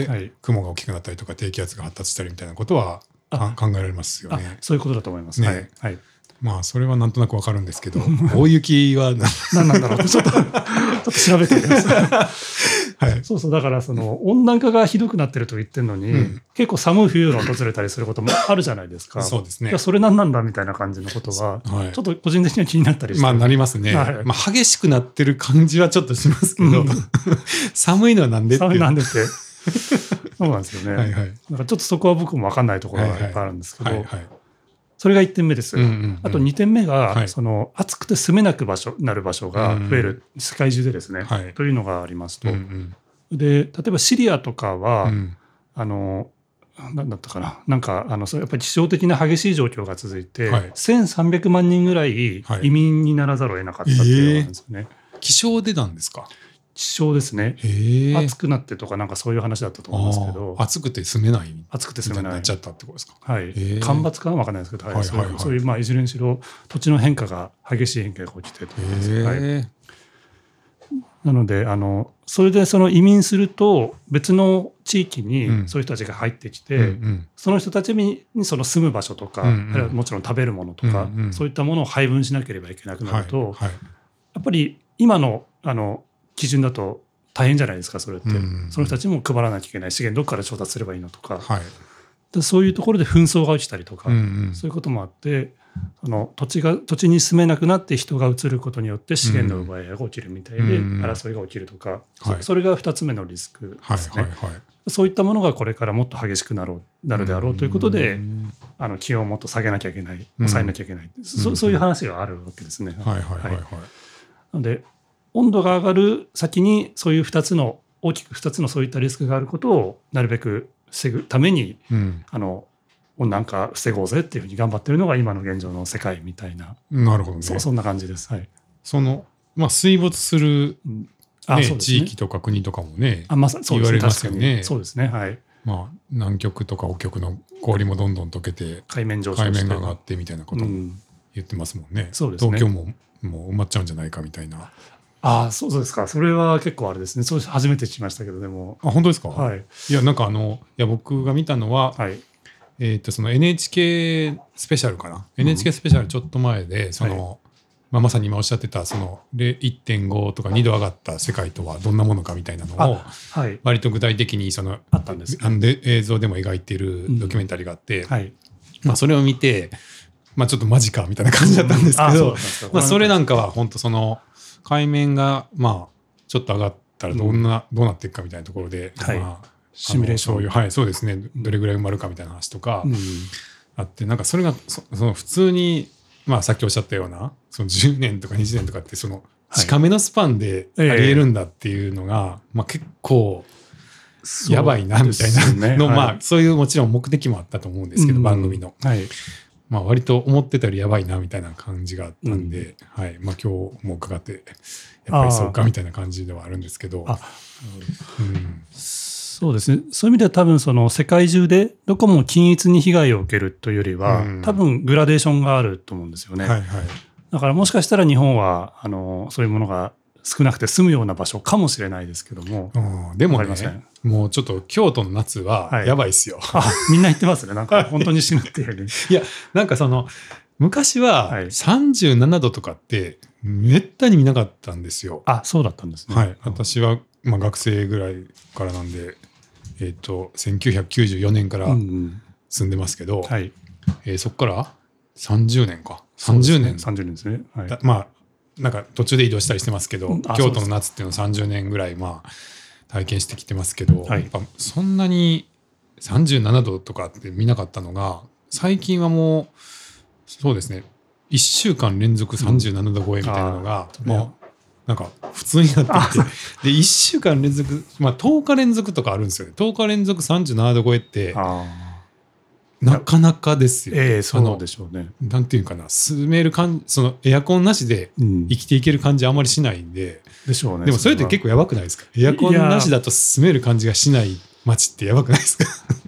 S1: はい、雲が大きくなったりとか低気圧が発達したりみたいなことは考えられますよね。
S2: そういうことだと思いますね。はいはい、
S1: まあそれはなんとなくわかるんですけど大雪は
S2: 何なんだろうってちょっとちょっと調べてみます。はい、そうそう、だからその温暖化がひどくなってると言ってるのに、うん、結構寒い冬が訪れたりすることもあるじゃないですか。
S1: そうですね。
S2: いやそれ何なんだみたいな感じのことは、はい、ちょっと個人的には気になったりして。
S1: まあなりますね。はい、まあ激しくなってる感じはちょっとしますけど、うん、寒いのはなんでっていう。
S2: 寒いなんでって。そうなんですよね。はいはい、なんかちょっとそこは僕も分かんないところがいっぱいあるんですけど、はいはいはいはい、それがいってんめです。うんうんうん、あとにてんめが、はい、その暑くて住めなく場所なる場所が増える、うん、世界中でですね、はい、というのがありますと、うんうん、で例えばシリアとかは、うん、あの何だったかな、なんかあのそれやっぱり気象的な激しい状況が続いて、はい、せんさんびゃくまんにんぐらい移民にならざるを得なかったっていうのがあるんですよね。
S1: はい、えー、気象でなんですか。
S2: 気象ですね。暑くなってとかなんかそういう話だったと思いますけど、
S1: 暑くて住めない
S2: 暑くて住めない
S1: なっちゃったってことですか。
S2: はい、干ばつかは分からないですけど、はいはいはいはい、そういう、まあ、いずれにしろ土地の変化が激しい変化が起きてると思います。はい、なのであのそれでその移民すると別の地域にそういう人たちが入ってきて、うんうん、その人たちにその住む場所とか、うんうん、あるいはもちろん食べるものとか、うんうん、そういったものを配分しなければいけなくなると、はいはい、やっぱり今のあの基準だと大変じゃないですか、それって、うんうんうん、その人たちも配らなきゃいけない資源どこから調達すればいいのとか、はい、でそういうところで紛争が起きたりとか、うんうん、そういうこともあってあの土地が土地に住めなくなって人が移ることによって資源の奪い合いが起きるみたいで、うんうん、争いが起きるとか、はい、それがふたつめのリスクですね。はいはいはい、そういったものがこれからもっと激しくなろうなるであろうということで、うん、あの気温をもっと下げなきゃいけない、抑えなきゃいけない、うん、そ, そういう話があるわけですね。はいはいはいはい、なので温度が上がる先にそういうふたつの大きくふたつのそういったリスクがあることをなるべく防ぐために、うん、あの温暖化防ごうぜっていうふうに頑張ってるのが今の現状の世界みたいな。
S1: なるほどね。
S2: そ, そんな感じです。はい、
S1: その、まあ、水没する、ねあね、地域とか国とかもね、
S2: あ、まさ
S1: 言われますよね。
S2: そうですね。はい。
S1: まあ、南極とか北極の氷もどんどん溶けて
S2: 海面上昇して
S1: 海面が上がってみたいなことも言ってますもんね。うん、
S2: そうですね。
S1: 東京ももう埋まっちゃうんじゃないかみたいな。
S2: ああ、そうですか。それは結構あれですね。そう初めて聞きましたけど、でも。
S1: あ、本当ですか。
S2: はい。
S1: いや、なんかあの、いや、僕が見たのは、はい、えっと、その エヌエイチケー スペシャルかな。うん、エヌエイチケー スペシャルちょっと前で、その、はい、まあ、まさに今おっしゃってた、その、いってんごとかにど上がった世界とはどんなものかみたいなのを、はい、割と具体的に、その、
S2: あったんです、
S1: あので映像でも描いているドキュメンタリーがあって、うん、はい、まあ、それを見て、まあ、ちょっとマジかみたいな感じだったんですけど、うん、そまあ、それなんかは本当その、海面が、まあ、ちょっと上がったらどんな、うん、どうなっていくかみたいなところで、はい、まあ、
S2: シミュレーション、
S1: そういう、はい、そうですね、どれぐらい埋まるかみたいな話とかあって、うん、なんかそれが そ, その普通に、まあ、さっきおっしゃったようなそのじゅうねんとかにじゅうねんとかってその近めのスパンでありえるんだっていうのが、はい、まあ、結構やばいなみたいなの、ね、まあ、そういうもちろん目的もあったと思うんですけど、うん、番組の、はい、まあ、割と思ってたよりやばいなみたいな感じがあったんで、うん、はい、まあ、今日も伺ってやっぱりそうかみたいな感じではあるんですけど、あ、
S2: うん、そうですね。そういう意味では多分その世界中でどこも均一に被害を受けるというよりは、うん、多分グラデーションがあると思うんですよね。はいはい、だからもしかしたら日本はあのそういうものが少なくて済むような場所かもしれないですけども、
S1: うん、でもね、もうちょっと京都の夏はやばいっすよ。
S2: はい、あ、みんな言ってますね。なんか本当に死ぬっていうより
S1: いや、なんかその昔はさんじゅうななどとかってめったに見なかったんですよ。
S2: あ、そうだったんですね。
S1: はい、私は、まあ、学生ぐらいからなんで、えー、とせんきゅうひゃくきゅうじゅうよねんから住んでますけど、うんうん、はい、えー、そこからさんじゅうねんかさんじゅうねん、
S2: さんじゅうねんですね。はい、
S1: まあなんか途中で移動したりしてますけど、うん、京都の夏っていうのはさんじゅうねんぐらいまあ体験してきてますけど、はい、やっぱそんなにさんじゅうななどとかって見なかったのが最近はもうそうですね、いっしゅうかん連続さんじゅうななど超えみたいなのが、うん、もうなんか普通になってきてでいっしゅうかん連続、まあ、とおか連続とかあるんですよね。とおか連続さんじゅうななど超えってなかなかですよ。
S2: ええ、そうでしょうね。
S1: なんていうかな、住める感じ、そのエアコンなしで生きていける感じあんまりしないんで、
S2: うん、でしょうね。
S1: でもそれって結構やばくないですか。エアコンなしだと住める感じがしない街ってやばくないですか。
S2: い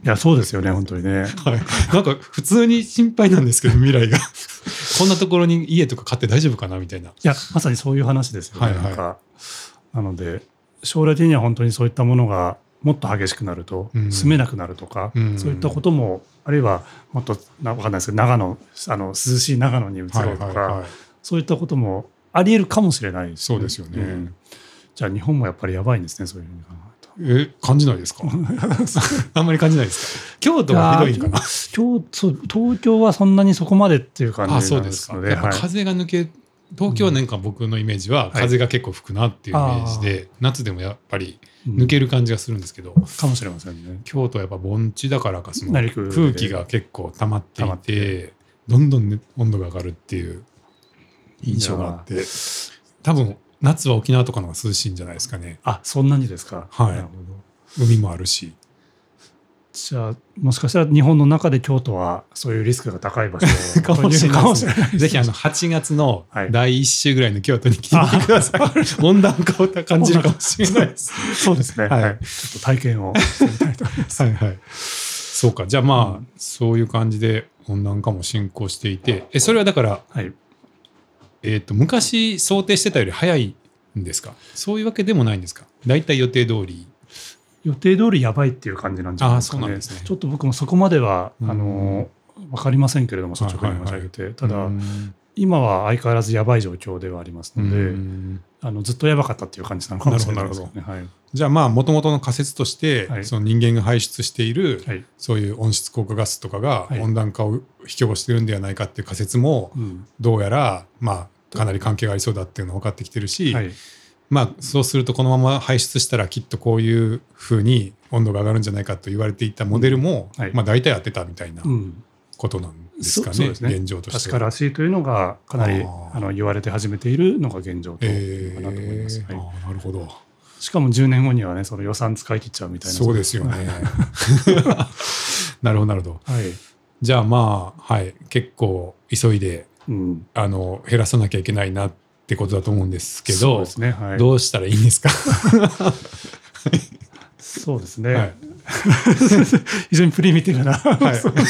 S2: いやそうですよね本当にね、はい、
S1: なんか普通に心配なんですけど未来がこんなところに家とか買って大丈夫かなみたいな。い
S2: やまさにそういう話ですよね、はいはい、なんかなので将来的には本当にそういったものがもっと激しくなると、うん、住めなくなるとか、うん、そういったこともあるいはもっと分かんないですけど長野あの涼しい長野に移ろうとか、はいはいはい、そういったこともありえるかもしれないですね。
S1: そうですよね、うん、
S2: じゃあ日本もやっぱりやばいんですねそういうふうに考えると。
S1: え感じないですかあんまり感じないですか。京都はひどいかな。
S2: 京都東京はそんなにそこまでっていう感じなんですので。あそうですか。
S1: やっぱ風が抜け東京はなんか僕のイメージは風が結構吹くなっていうイメージで、はい、夏でもやっぱり抜ける感じがするんですけど、うん、
S2: かもしれませんね。
S1: 京都はやっぱ盆地だからかその空気が結構溜まっていてどんどん、ね、温度が上がるっていう印象があって、多分夏は沖縄とかの方が涼しいんじゃないですかね。
S2: あそんなにですか。
S1: はい、なるほど。海もあるし。
S2: じゃあもしかしたら日本の中で京都はそういうリスクが高い場所
S1: かもしれないですね。ぜひあのはちがつのだいいっ週ぐらいの京都に来てみてください。温暖化を感じるかもしれないです。
S2: そうですね、はいはい、ちょっと体験をしてみたいと思います。はい、はい、
S1: そうか。じゃあまあ、うん、そういう感じで温暖化も進行していて、えそれはだから、はいえー、と昔想定してたより早いんですか。そういうわけでもないんですか。だいたい予定通り
S2: 予定通りやばいっていう感じなんじゃないですかね。あ、そうなんですね。ちょっと僕もそこまではあの分かりませんけれども率直に申し上げて、はいはいはい、ただ今は相変わらずやばい状況ではありますので、あのずっとやばかったっていう感じなのかもしれないですね。なるほど、はい、じゃあまあ元々の仮説として、はい、その人間が排出している、はい、そういう温室効果ガスとかが温暖化を引き起こしているんではないかっていう仮説も、はい、どうやらまあかなり関係がありそうだっていうのが分かってきてるし、はいまあ、そうするとこのまま排出したらきっとこういうふうに温度が上がるんじゃないかと言われていたモデルも、うんはいまあ、大体合ってたみたいなことなんですかね、うん、そうですね現状としては。 確からしいというのがかなりああの言われて始めているのが現状というのかなと思います、えーはい、
S1: あなるほど。
S2: しかもじゅうねんごにはねその予算使い切っちゃうみたいな。
S1: そうですよねなるほどなるほど、はい、じゃあまあ、はい、結構急いで、うん、あの減らさなきゃいけないなってことだと思うんですけど、そうですね、はい、どうしたらいいんですか
S2: そうですね、はい、非常にプリミティブな、はい、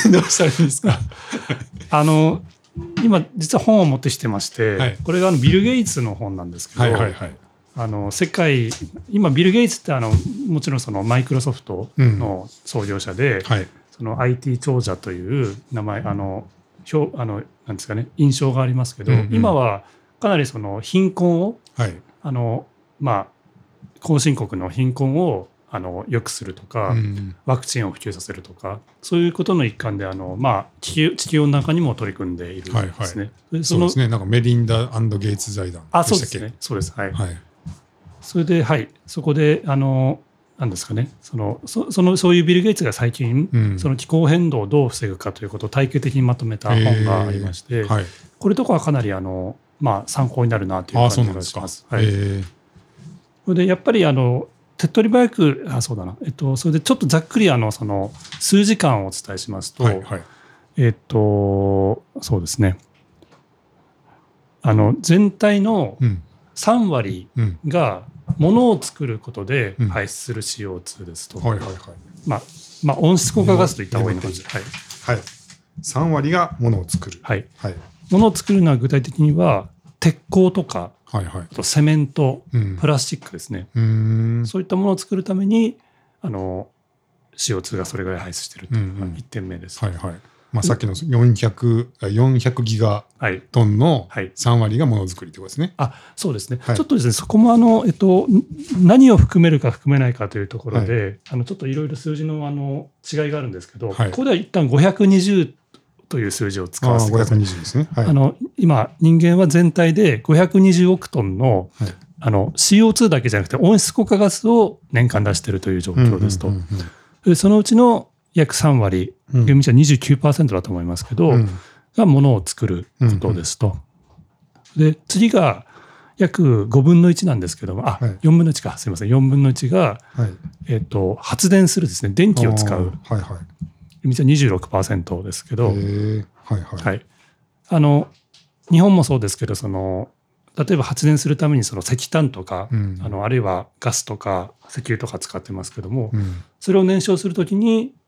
S1: どうしたらいいんですか
S2: あの今実は本を持ってきてまして、はい、これがあのビル・ゲイツの本なんですけど、はいはいはい、あの世界今ビル・ゲイツってあのもちろんそのマイクロソフトの創業者で、うんはい、その アイティー 長者という名前あの表あのなんですかね印象がありますけど、うんうん、今はかなりその貧困を、はい、あのまあ後進国の貧困をあの良くするとか、うん、ワクチンを普及させるとかそういうことの一環であの、まあ、地球、地球温暖化にも取り組んでいるんですね。はいはい、
S1: そうですね。なんかメリンダ・ゲイツ財団でしたっけ。
S2: あ、そうですね。そうです。はい。はい、それで、はい、そこであのなんですかね、そのそそのそういうビル・ゲイツが最近、うん、その気候変動をどう防ぐかということを体系的にまとめた本がありまして、はい、これとかはかなりあのまあ、参考になるなという感じがします。はい、それでやっぱりあの手っ取り早くあそうだな、えっと、それでちょっとざっくりあのその数時間をお伝えしますと、はいはい、えっとそうですねあの全体のさん割が物を作ることで排出する シーオーツー ですと、まあまあ、温室効果ガスといった方がいいのかもしれない。
S1: はいはい、さん割が物を作る。
S2: はいはい物を作るのは具体的には鉄鋼とか、はいはい、あとセメント、うん、プラスチックですね。うーんそういったものを作るためにあの シーオーツー がそれぐらい排出しているというのがいってんめです。
S1: はいはいまあ、さっきのよんひゃく、よんひゃくギガトンのさん割がものづくりということですね。
S2: はいはい、あそうですね、はい、ちょっとですねそこもあの、えっと、何を含めるか含めないかというところで、はい、あのちょっといろいろ数字のあの違いがあるんですけど、はい、ここでは一旦ごひゃくにじゅうという数字を使わせてください。
S1: ごひゃくにじゅうですね。はい、
S2: あの今人間は全体でごひゃくにじゅうおくトンの、はい、あの シーオーツー だけじゃなくて温室効果ガスを年間出しているという状況ですと。でそのうちの約さん割、厳密には にじゅうきゅうパーセント だと思いますけど、うん、が物を作ることですと。うんうん、で次が約ごぶんのいちなんですけども、あ、はい、よんぶんのいちか、すみません、よんぶんのいちが、はいえー、と発電するですね、電気を使う。はいはい厳密には にじゅうろくパーセント ですけど、はいはいはい、あの日本もそうですけどその例えば発電するためにその石炭とか、うん、あのあるいはガスとか石油とか使ってますけども、うん、それを燃焼するときに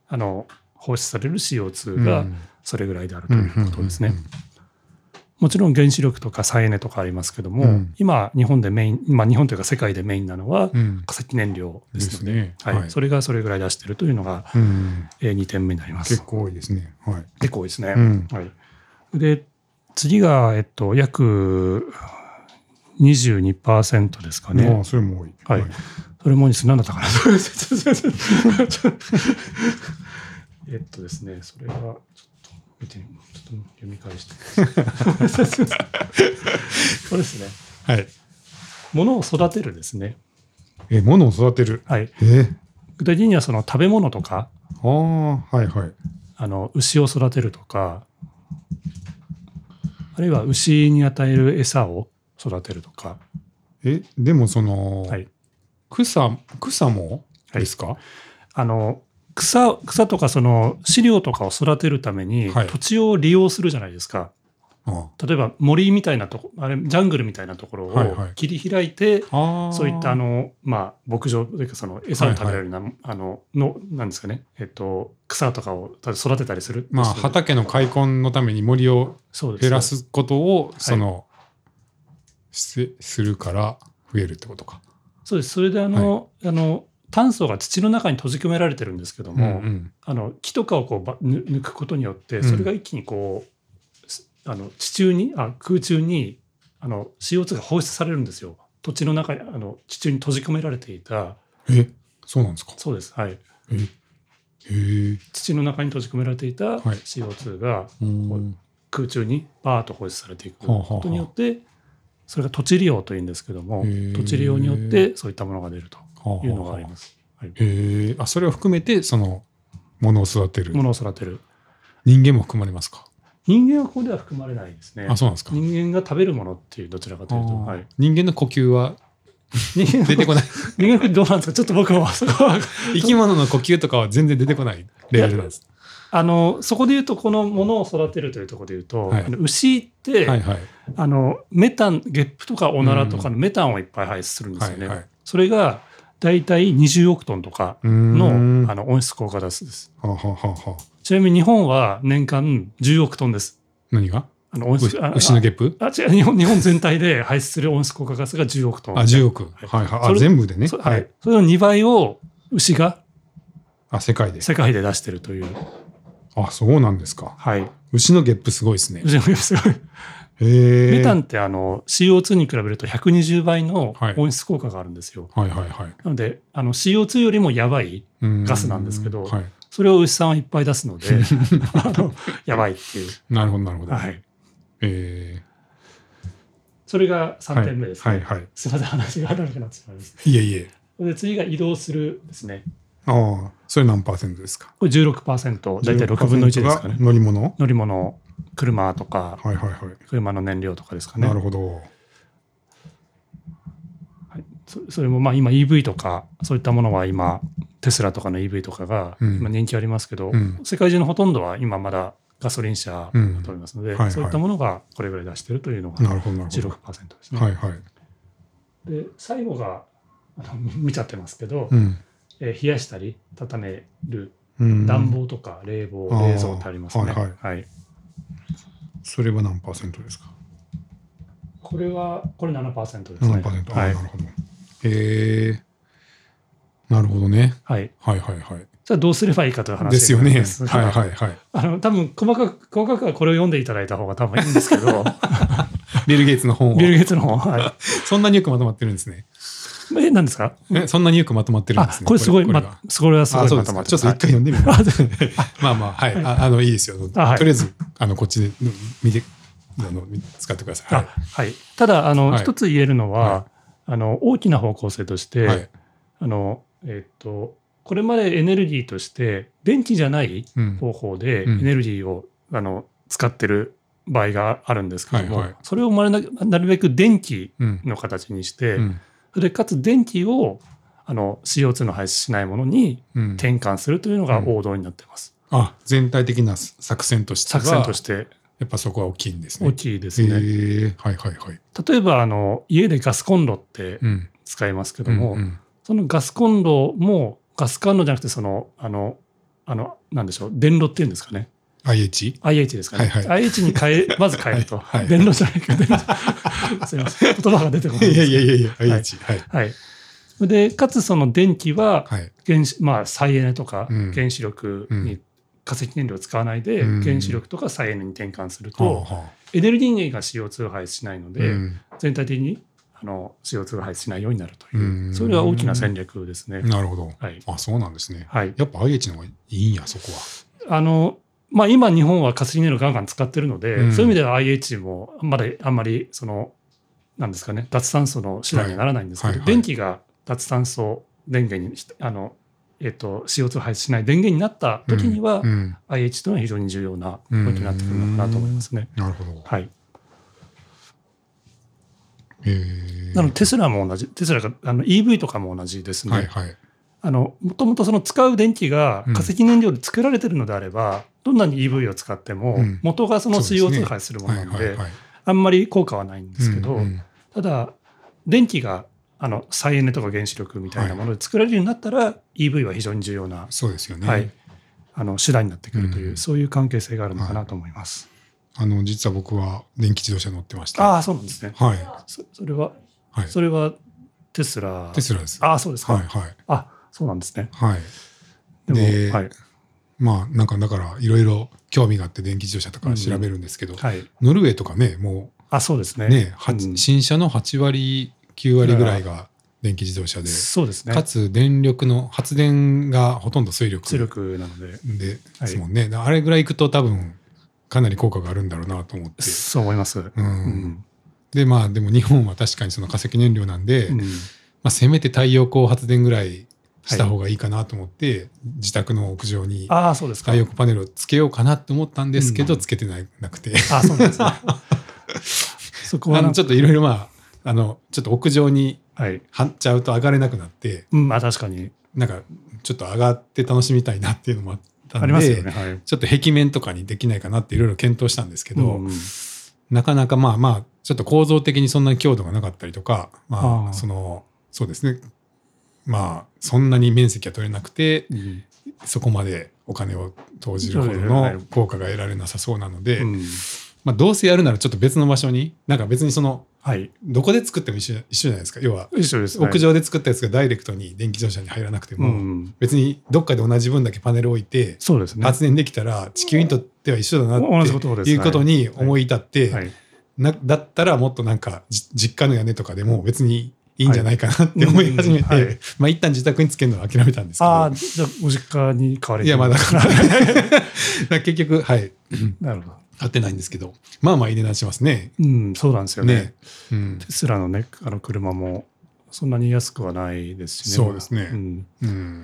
S2: あの放出される シーオーツー がそれぐらいであるということですね。もちろん原子力とか再エネとかありますけども、うん、今日本でメイン、まあ、日本というか世界でメインなのは化石燃料ですので、うんですねはいはい、それがそれぐらい出しているというのが、うんえー、にてんめになります。
S1: 結構多いですね。はい、
S2: 結構多いですね。うんはい、で次が、えっと、約 にじゅうにパーセント ですかね。
S1: ああ、それも多い。
S2: はい。はい、それも多いです。何だったかな。えっとですね、それはちょっと見て、ちょっと読み返してそうですね。
S1: はい。
S2: 物を育てるですね。
S1: え、物を育てる。
S2: はい。
S1: え
S2: 具体的にはその食べ物とか、
S1: ああ、はいはい。
S2: あの牛を育てるとか、あるいは牛に与える餌を育てるとか。
S1: え、でもその、
S2: はい、
S1: 草、草もですか？
S2: はい、あの草、草とかその飼料とかを育てるために土地を利用するじゃないですか。はい、例えば森みたいなとこ、あれジャングルみたいなところを切り開いて、はいはい、そういったあの、まあ、牧場というかその餌を食べるような、はいはい、あののなんですかね、えっと、草とかを育てたりする。
S1: まあ、畑の開墾のために森を減らすことをその、はい、するから増えるってことか。
S2: そうです。それであの、はい、あの炭素が土の中に閉じ込められてるんですけども、うんうん、あの木とかをこうば抜くことによってそれが一気にこう、うん、あの地中にあ空中にあの シーオーツー が放出されるんですよ。土地の中にあの地中に閉じ込められていた。
S1: え、そうなんですか？
S2: そうです。はい。
S1: えへ
S2: 土の中に閉じ込められていた シーオーツー が、はい、空中にバーッと放出されていくことによって、はあはあ、それが土地利用というんですけども、土地利用によってそういったものが出るというのがあります。
S1: はあはあはい、へあ、それを含めてそのものを育てる。
S2: ものを育てる。
S1: 人間も含まれますか？
S2: 人間はここでは含まれないですね。
S1: あ、そうなんですか。
S2: 人間が食べるものっていうどちらかというと、はい、
S1: 人間の呼吸は出てこない。
S2: 人間どうなんですか？ちょっと僕もそこは
S1: 生き物の呼吸とかは全然出てこないレベルなんです。
S2: あのそこでいうとこのものを育てるというところでいうと、はい、あの牛って、はいはい、あのメタンゲップとかオナラとかのメタンをいっぱい排出するんですよね。はいはい、それがだいたいにじゅうおくトンとか の, あの温室効果ガスです。ははははちなみに日本は年間じゅうおくトンです。
S1: 何が？
S2: あの温室
S1: 牛のゲップ？
S2: あ違う日本、日本全体で排出する温室効果ガスがじゅうおくトン。
S1: あ、じゅうおく。はいはい。あ、全部でね。
S2: そ, はい、それのにばいを牛が
S1: あ世界で
S2: 世界で出してるという。
S1: あ、そうなんですか。
S2: はい。
S1: 牛のゲップすごいですね。
S2: 牛のゲップすごい。へメタンってあの シーオーツー に比べるとひゃくにじゅうばいの温室効果があるんですよ。
S1: はい、はいはいはい。
S2: なのであの シーオーツー よりもやばいガスなんですけど、はい、それを牛さんはいっぱい出すのであのやばいっていう。
S1: なるほどなるほど。
S2: はい。
S1: えー、
S2: それこれがさんてんめですね。
S1: はいはいはい、
S2: すみません話が長くなってしまいます。
S1: いえいえ。
S2: で次が移動するですね。
S1: ああ、それ何パーセントですか？
S2: これ じゅうろくパーセント、だいたいろくぶんのいちですかね。
S1: 乗り物？
S2: 乗り物、車とか、
S1: はいはいはい、
S2: 車の燃料とかですかね。
S1: なるほど。
S2: はい、そ, それもまあ今 イーブイ とかそういったものは今テスラとかの イーブイ とかが今人気ありますけど、うん、世界中のほとんどは今まだガソリン車だと思いますので、うんはいはい、そういったものがこれぐらい出しているというのが じゅうろくパーセント ですね。
S1: はいはい、
S2: で最後があの見ちゃってますけど、
S1: うん
S2: えー、冷やしたり温める暖房とか冷房、うん、冷蔵ってありますね。はいはいはい、
S1: それは何パーセントですか？
S2: これはこれ ななパーセント ですね。
S1: ななパーセント、はい、あなるほど。へえ、なるほどね。
S2: はい、
S1: はいはいはい。
S2: じゃあどうすればいいかという話
S1: ですよね。はいはいはい。
S2: あの多分細かく細かくはこれを読んでいただいた方が多分いいんですけど。
S1: ビル・ゲイツの本を。
S2: ビル・ゲイツの本、はい。
S1: そんなによくまとまってるんですね。
S2: え、何ですか？
S1: え、そんなによくまとまってるんですね。
S2: あ、これすごい、これま、それはすごいまとまってる。
S1: ちょっと一回読んでみます。まあまあ、はい。はい、あ, あの、いいですよ。はい、とりあえず、あの、こっちで見て、あの、使ってください。はい。
S2: はい、ただ、あの、はい、一つ言えるのは、はい、あの、大きな方向性として、はい、あの、えっと、これまでエネルギーとして電気じゃない方法でエネルギーを、うん、あの使ってる場合があるんですけども、はいはい、それをなるべく電気の形にして、うん、それでかつ電気をあの シーオーツー の排出しないものに転換するというのが王道になっています。
S1: うんうん、あ、全体的な作戦としては
S2: 作戦として
S1: やっぱそこは大きいんですね。
S2: 大きいですね。
S1: へー、はいはいはい。
S2: 例えばあの家でガスコンロって使いますけども、うんうんうん、そのガスコンロもガスコンロじゃなくてそのあのあのなんでしょう、電路っていうんですかね。
S1: アイエイチ？
S2: アイエイチ ですかね。
S1: はいはい、
S2: アイエイチ に変え、まず変えると。
S1: はいはい、
S2: 電路じゃないか、電路。すみません。言葉が出てこないんですけど。
S1: いやいやいやいや、アイエイチ。はい。
S2: はい。で、かつその電気は、原子、まあ、再エネとか原子力に化石燃料を使わないで、原子力とか再エネに転換すると、エネルギーが シーオーツー を排出しないので、全体的にあの シーオーツー を排出しないようになるという、それが大きな戦略ですね。
S1: なるほど。
S2: はい、
S1: あ、そうなんですね。
S2: はい、
S1: やっぱ アイエイチ の方がいいんや、そこは。
S2: あのまあ、今、日本は化石燃料ガンガン使ってるので、うん、そういう意味では アイエイチ もまだあんまりそのなんですかね、脱炭素の手段にはならないんですけど、はいはいはい、電気が脱炭素電源にあの、えー、と シーオーツー を排出しない電源になった時には、うんうん、アイエイチ というのは非常に重要なポイントになってくるのかなと思いますね。
S1: なるほど。
S2: はい。
S1: えー、
S2: なのでテスラも同じ、テスラがあの イーブイ とかも同じですね。
S1: はいはい、
S2: あのもともとその使う電気が化石燃料で作られているのであれば、うん、どんなに イーブイ を使っても元がその シーオーツー を排出するものなので、あんまり効果はないんですけど、うんうん、ただ電気があの再エネとか原子力みたいなもので作られるようになったら、はい、イーブイ は非常に重要な、
S1: そうですよね、
S2: はい、あの手段になってくるという、うん、そういう関係性があるのかなと思います。
S1: はい、あの実は僕は電気自動車乗ってました。
S2: ああ、そうなんですね。
S1: はい。
S2: そ, それは、
S1: はい、
S2: それはテスラ。
S1: テスラです。
S2: ああ、そうですか。
S1: はいはい。
S2: あ、そうなんですね。
S1: はい。でも、ではい、まあなんかだからいろいろ興味があって電気自動車とか調べるんですけど、うんはい、ノルウェーとかね、もう
S2: あ、そうですね。
S1: ね、うん、新車のはちわりきゅうわりぐらいが電気自動車で、
S2: そうですね、
S1: かつ電力の発電がほとんど水力
S2: 水力なので
S1: でですもんね、はい、あれぐらいいくと多分かなり効果があるんだろうなと思って。
S2: そう思います、
S1: うんうん、でまあでも日本は確かにその化石燃料なんで、うん、まあ、せめて太陽光発電ぐらいした方がいいかなと思って、はい、自宅の屋上に太陽光パネルをつけようかなと思ったんですけど、うん、つけて な, なくて
S2: あそうなんですねそこは
S1: あのちょっといろいろまああのちょっと屋上に張っちゃうと上がれなくなって、
S2: はい、うん、まあ確かに
S1: なんかちょっと上がって楽しみたいなっていうのもあったんで、
S2: ありますよね、はい、
S1: ちょっと壁面とかにできないかなっていろいろ検討したんですけど、うん、なかなかまあまあちょっと構造的にそんなに強度がなかったりとか、まあ、あそのそうですね、まあそんなに面積が取れなくて、うん、そこまでお金を投じるほどの効果が得られなさそうなので、うん、まあ、どうせやるならちょっと別の場所に、なんか別にその、はい、どこで作っても一緒、一緒じゃないですか。要は
S2: 一緒です、ね、
S1: 屋上で作ったやつがダイレクトに電気自動車に入らなくても、うん、別にどっかで同じ分だけパネル置いて、
S2: そうですね、
S1: 発電できたら地球にとっては一緒だなっていうことに思い至って、はいはい、なだったらもっとなんか実家の屋根とかでも別にいいんじゃないかなって思い始めて、はい、うん、まあ一旦自宅につけるのは諦めたんですけど。
S2: ああ、じゃあご実家に買われてる。
S1: いや、まあだから結局、はい。
S2: なるほど。
S1: 買ってないんですけど、まあまあいい値段しますね。
S2: うん、そうなんですよね。
S1: ね、うん、
S2: テスラのね、あの車もそんなに安くはないですしね。
S1: そうですね。
S2: うん
S1: うん、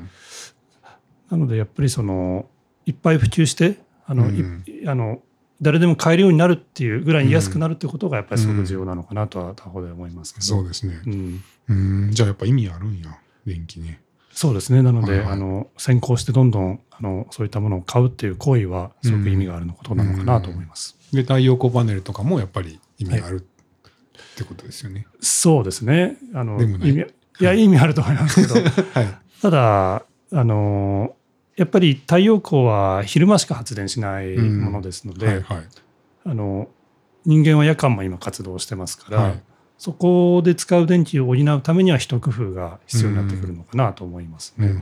S2: なのでやっぱりそのいっぱい普及してあの、うん、あの誰でも買えるようになるっていうぐらいに安くなるっていうことがやっぱりすごく重要なのかなとは他方で思いますけど、
S1: そうですね、
S2: うん、
S1: うんじゃあやっぱ意味あるんや電気ね。
S2: そうですね。なので、はいはい、あの先行してどんどんあのそういったものを買うっていう行為はすごく意味があることなのかなと思います、
S1: うん、で太陽光パネルとかもやっぱり意味がある、はい、ってことですよね。
S2: そうですね。あの
S1: でもない、
S2: 意味いや、はい、意味あると思いますけど、
S1: はい、
S2: ただあのやっぱり太陽光は昼間しか発電しないものですので、うんはいはい、あの人間は夜間も今活動してますから、はい、そこで使う電気を補うためには一工夫が必要になってくるのかなと思いますね。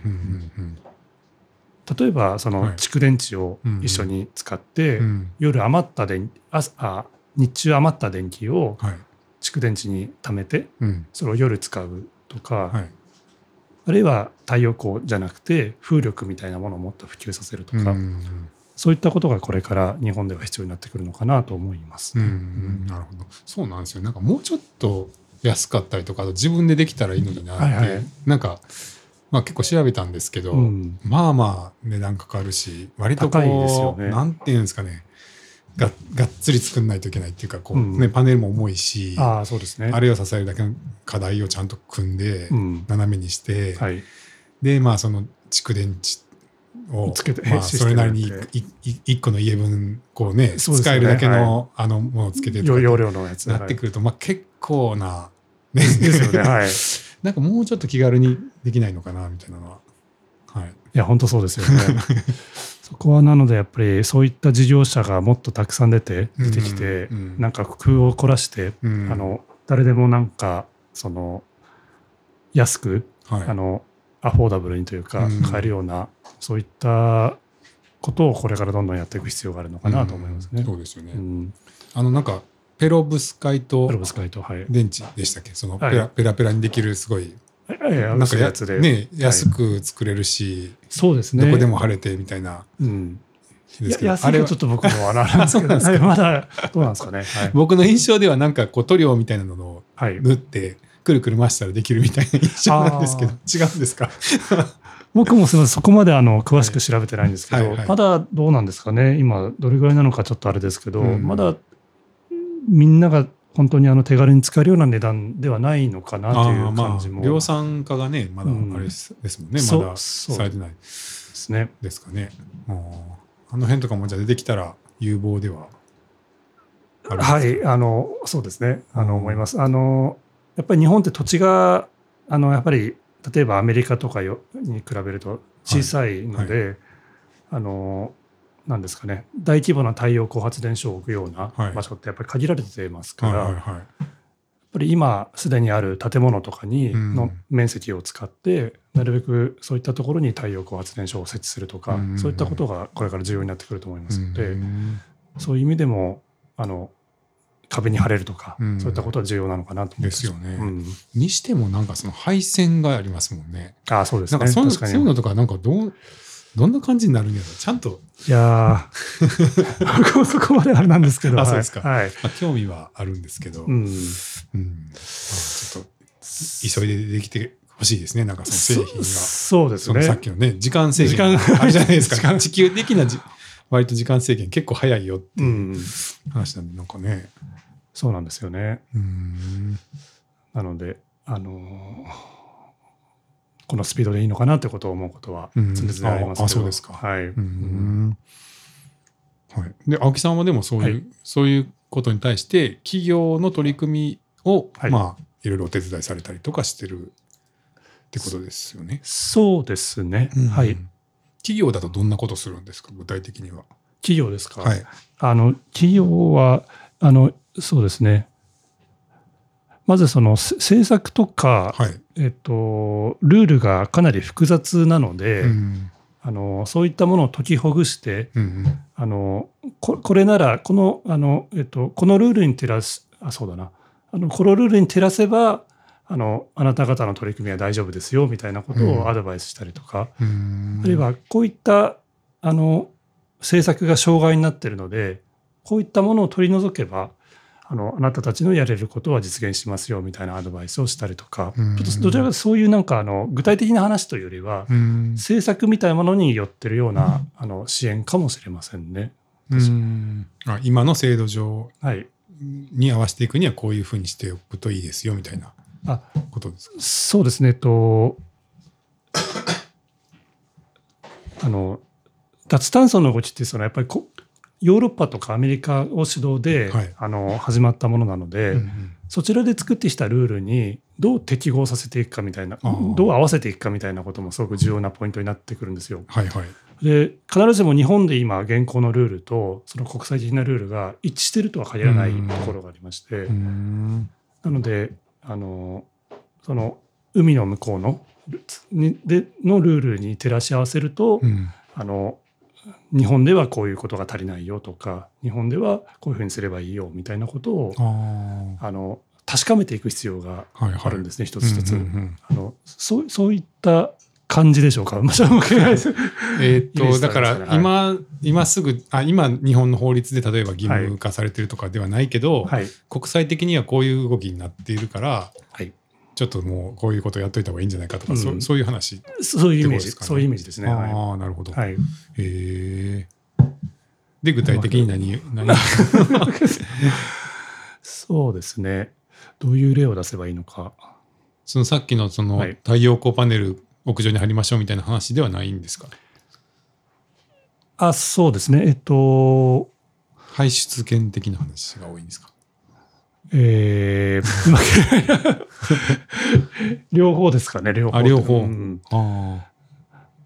S2: 例えばその蓄電池を一緒に使って、はい、夜余った電あ日中余った電気を蓄電池に貯めて、はい、それを夜使うとか、はい、あるいは太陽光じゃなくて風力みたいなものをもっと普及させるとか、うん、そういったことがこれから日本では必要になってくるのかなと思います。
S1: うんうん、なるほど。そうなんですよ。なんかもうちょっと安かったりとか自分でできたらいいのになって、はいはい、なんか、まあ、結構調べたんですけど、うん、まあまあ値段かかるし割とこう
S2: 高いですよね。
S1: なんていうんですかね、が, がっつり作んないといけないっていうかこう、ね、うん、パネルも重いし、
S2: あ, そうですね、
S1: あれを支えるだけの課題をちゃんと組んで、うん、斜めにして、
S2: はい、
S1: でまあその蓄電池を
S2: つけて、
S1: まあ、それなりにいっこの家分こうね、ね使えるだけの、はい、あのものをつけて
S2: とか容量のやつ
S1: なってくると、はい、まあ、結構な、
S2: ね、ですよね、はい、
S1: なんかもうちょっと気軽にできないのかなみたいなのははい、い
S2: や本当そうですよね。そこはなのでやっぱりそういった事業者がもっとたくさん出て出てきて、うんうん、なんか工夫を凝らして、うん、あの誰でもなんかその安く、はい、あのアフォーダブルにというか買えるような、うん、そういったことをこれからどんどんやっていく必要があるのかなと思いますね。
S1: うん、そうですよね。うん、あのなんかペロブスカイト電池でしたっけ、そのペラ、はい、ペラペラにできるすごい、はい、なんかやつで、ね、安く作れるし、はい、
S2: そうですね、
S1: どこでも貼れてみたいな。うん、
S2: ですけど、安いとちょっと僕もあれなんですけど、はい、まだどうなんですかね。はい、
S1: 僕の印象ではなんかこう塗料みたいなのを塗って、はい、くるくる回したらできるみたいな印象なんですけど、違うんですか？
S2: 僕もそこまであの詳しく調べてないんですけど、はいはいはい、まだどうなんですかね、今どれぐらいなのかちょっとあれですけど、うん、まだみんなが本当にあの手軽に使えるような値段ではないのかなという感じも、
S1: まあ、量産化がねまだあれですもんね、うん、まだされてないですね。ですかね。あの辺とかもじゃあ出てきたら有望ではあるんですか？
S2: はい、あのそうですね、あの思います。あのやっぱり日本って土地があのやっぱり例えばアメリカとかよに比べると小さいので、はいはい、あのなんですかね、大規模な太陽光発電所を置くような場所ってやっぱり限られてますから、はいはいはい、やっぱり今すでにある建物とかにの面積を使って、うん、なるべくそういったところに太陽光発電所を設置するとか、うん、そういったことがこれから重要になってくると思いますので、うん、そういう意味でもあの壁に貼れるとか、うん、そういったことは重要なのかなと思います。
S1: ですよね。うん、にしてもなんかその配線がありますもんね。
S2: ああ、そうですね。
S1: なんかそういうの、そういうのとかなんかどうどんな感じになるんやろ、ちゃんと。
S2: いやー僕もそこまであれなんですけど。
S1: あ、そうですか。
S2: はい、
S1: まあ、興味はあるんですけど、うんうん、まあ、ちょっと急いでできてほしいですね。なんかその製品が。
S2: そうですね。
S1: そのさっきのね、時間制限あるじゃないですか。地球的なじ割と時間制限結構早いよっていう話なんで、なんかね。
S2: そうなんですよね。うんなので、あのーこのスピードでいいのかなってことを思うことは常々ありますけど、うん、ああそうですか。
S1: はい。うんはい。で、青木さんはでもそういう、はい、そういうことに対して企業の取り組みを、はい、まあいろいろお手伝いされたりとかしてるってことですよね。
S2: そうですね。うん、はい。
S1: 企業だとどんなことするんですか、具体的には。
S2: 企業ですか。
S1: はい。
S2: あの企業はあのそうですね。まずその政策とか、はい、えっと、ルールがかなり複雑なので、うん、あのそういったものを解きほぐして、うんうん、あの こ, これならこのあの、えっと、このルールに照らすあそうだなあのこのルールに照らせばあのあなた方の取り組みは大丈夫ですよみたいなことをアドバイスしたりとか、うん、あるいはこういったあの政策が障害になっているのでこういったものを取り除けばあのあなたたちのやれることは実現しますよみたいなアドバイスをしたりとか、ちょっとどちらかというとそういうなんかあの具体的な話というよりは政策みたいなものに寄ってるようなあの支援かもしれませんね。
S1: うんあ今の制度上に合わせていくにはこういうふうにしておくといいですよみたいなことですか。
S2: そうですね、えっとあの脱炭素の動きってそのやっぱりこヨーロッパとかアメリカを主導で、はい、あの始まったものなので、うんうん、そちらで作ってきたルールにどう適合させていくかみたいな、どう合わせていくかみたいなこともすごく重要なポイントになってくるんですよ。はいはい、で必ずしも日本で今現行のルールとその国際的なルールが一致しているとは限らないところがありまして、うんなのであのその海の向こうのでのルールに照らし合わせると、うん、あの日本ではこういうことが足りないよとか日本ではこういうふうにすればいいよみたいなことをあの確かめていく必要があるんですね、はいはい、一つ一つ、うんうんうん、あのそう、そういった感じでしょうか。
S1: えっとだから今、はい、今すぐあ今日本の法律で例えば義務化されてるとかではないけど、はい、国際的にはこういう動きになっているから、はい、ちょっともうこういうことやっといた方がいいんじゃないかとか、うん、そ, そういう話、ね、
S2: そういうイメージそういうイメージですね。
S1: ああ、はい、なるほど。はい、へえ。で具体的に何何
S2: そうですね。どういう例を出せばいいのか。
S1: そのさっきのその太陽光パネル屋上に貼りましょうみたいな話ではないんですか。
S2: あ、そうですね。えっと
S1: 排出権的な話が多いんですか。
S2: えー、両方ですかね。両方。
S1: あ、両方。うん、あ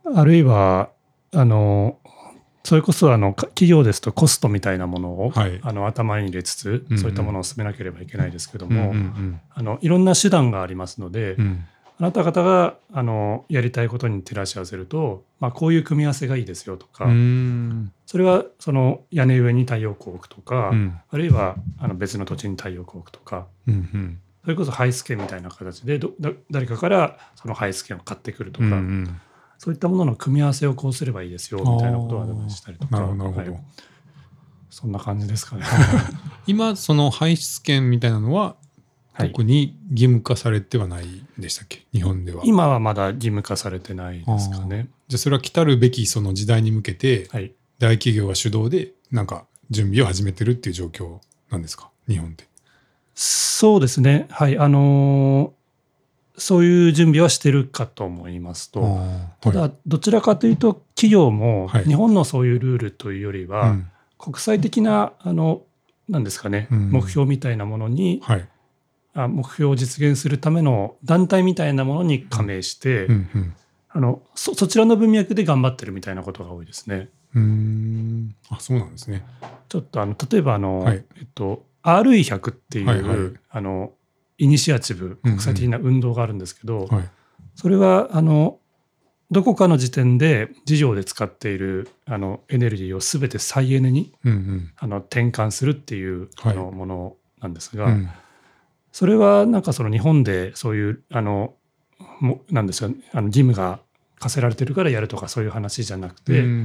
S2: あるいはあのそれこそあの企業ですとコストみたいなものを、はい、あの頭に入れつつ、うんうん、そういったものを進めなければいけないですけども、うんうんうん、あのいろんな手段がありますので、うん、あなた方があのやりたいことに照らし合わせると、まあ、こういう組み合わせがいいですよとか、それはその屋根上に太陽光を置くとか、うん、あるいはあの別の土地に太陽光を置くとか、うんうん、それこそハイスケみたいな形でど誰かからそのハイスケを買ってくるとか、うんうん、そういったものの組み合わせをこうすればいいですよみたいなことをアドバイスしたりとか。なるほどなるほど、はい、そんな感じですかね。
S1: 今その排出権みたいなのは特に義務化されてはないんでしたっけ、はい、日本では。
S2: 今はまだ義務化されてないですかね。
S1: じゃあそれは来たるべきその時代に向けて、はい、大企業が主導でなんか準備を始めてるっていう状況なんですか、日本って。
S2: そうですね、はい、あのー、そういう準備はしてるかと思いますと、はい、ただどちらかというと企業も日本のそういうルールというよりは、はい、うん、国際的なあのなんですかね、うん、目標みたいなものに、はい、あ目標を実現するための団体みたいなものに加盟して、うんうんうん、あの そ, そちらの文脈で頑張ってるみたいなことが多いですね。
S1: うーん、あ、そうなんですね。
S2: ちょっとあの例えばあの、はい、えっと、アールイーひゃく っていう、はいはい、あのイニシアチブ国際的な運動があるんですけど、うんうん、はい、それはあのどこかの時点で事業で使っているあのエネルギーをすべて再エネに、うんうん、あの転換するっていう、はい、あのものなんですが、うん、それはなんかその日本でそういうあのもなんですよ、あの義務が課せられてるからやるとかそういう話じゃなくて、うん、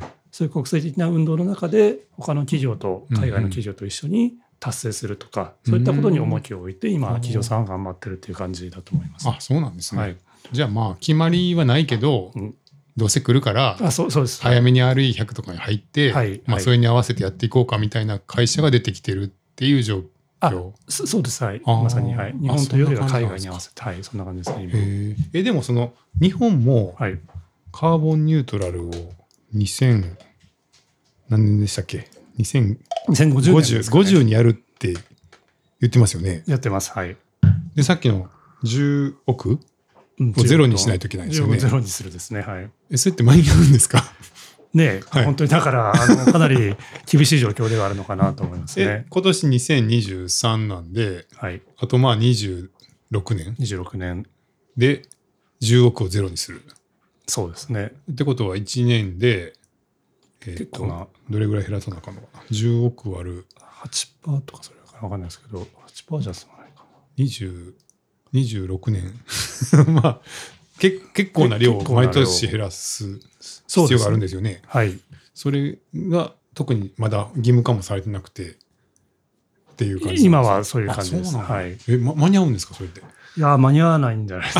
S2: そういう国際的な運動の中で他の企業と海外の企業と一緒に達成するとか、うん、そういったことに重きを置いて今企業さんは頑張ってるっていう感じだと思います。
S1: あ、そうなんですね。はい、じゃあまあ決まりはないけど、うん、どうせ来るから
S2: あ、そう、そうです、
S1: 早めに アールイーひゃく とかに入って、はい、まあ、それに合わせてやっていこうかみたたいな会社が出てきてるっていう状況。
S2: あ、そ、そうです、はい、まさに、はい、日本というよりは海外に合わせて、はい、そんな感じですね。今
S1: へえ、でもその日本もカーボンニュートラルをにせん何年でしたっけ、にせんごじゅうねんですかね、ごじゅうにやるって言ってますよね。
S2: やってます、はい。
S1: でさっきのじゅうおくをゼロにしないといけないですよね。
S2: ゼロにするですね、はい。
S1: え、それって間に合うんですか。
S2: ね、はい、本当にだからあのかなり厳しい状況ではあるのかなと思いますね。
S1: え、今年にせんにじゅうさんなんで、はい、あとまあにじゅうろくねん
S2: にじゅうろくねん
S1: でじゅうおくをゼロにする。
S2: そうですね。
S1: ってことはいちねんで、えー、
S2: 結構な
S1: どれぐらい減らさなあかんのかな。じゅうおく割る
S2: はちパーセント とかそれか分かんないですけど はちパーセント じゃ済まないかな。
S1: にじゅう、にじゅうろくねんまあけ結構な量を毎年減らす必要があるんですよね。
S2: はい。
S1: それが特にまだ義務化もされてなくてっていう感じ。
S2: 今はそういう感じです。はい。
S1: え、ま、間に合うんですかそれって。
S2: いや間に合わないんじゃないです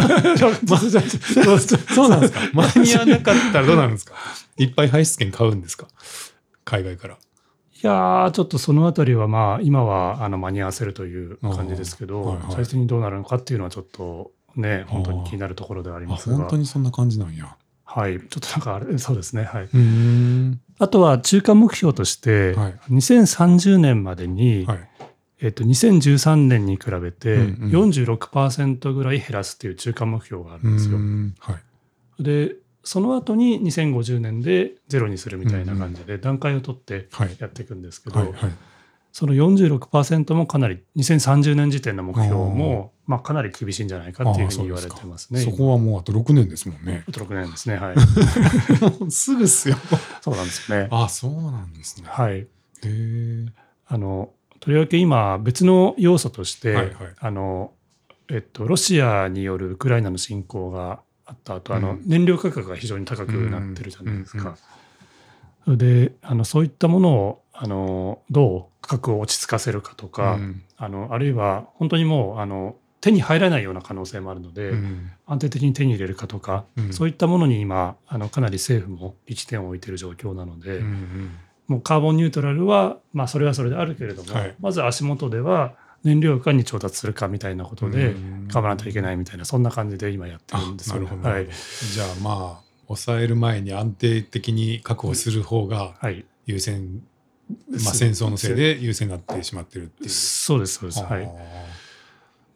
S1: か。そうなんですか。間に合わなかったらどうなるんですか。いっぱい排出権買うんですか、海外から。
S2: いやちょっとそのあたりはまあ今はあの間に合わせるという感じですけど、はいはい、最終的にどうなるのかっていうのはちょっとね本当に気になるところではありますが。
S1: 本当にそんな感じなんや。
S2: はい、ちょっとなんかあれそうですね。はい。うーん、あとは中間目標として、はい、にせんさんじゅうねんまでに、はい、えっと、にせんじゅうさんねんに比べて よんじゅうろくパーセント ぐらい減らすという中間目標があるんですよ。はい、でその後ににせんごじゅうねんでゼロにするみたいな感じで段階を取ってやっていくんですけど、はいはいはい、その よんじゅうろくパーセント もかなりにせんさんじゅうねん時点の目標もまあかなり厳しいんじゃないかっていうふうに言われてますね。
S1: そこはもうあとろくねんですもんね。
S2: あとろくねんですね。はい。
S1: すぐっすよ。
S2: そうなんですね。
S1: あ、そうなんですね。
S2: はい。へ
S1: え。
S2: あのとりわけ今別の要素として、はいはい、あのえっとロシアによるウクライナの侵攻があった後、うん、あの燃料価格が非常に高くなってるじゃないですか。うんうんうん、であのそういったものをあのどう価格を落ち着かせるかとか、うん、あのあるいは本当にもうあの手に入らないような可能性もあるので、うん、安定的に手に入れるかとか、うん、そういったものに今あのかなり政府も力点を置いている状況なので、うんうん、もうカーボンニュートラルは、まあ、それはそれであるけれども、はい、まず足元では燃料価に調達するかみたいなことで頑張らないといけないみたいな、そんな感じで今やってるんですよね。なるほど、はい、
S1: じゃあまあ抑える前に安定的に確保する方が優先、はい、まあ、戦争のせいで優先になってしまってるっていう。
S2: そうですそうです。はい。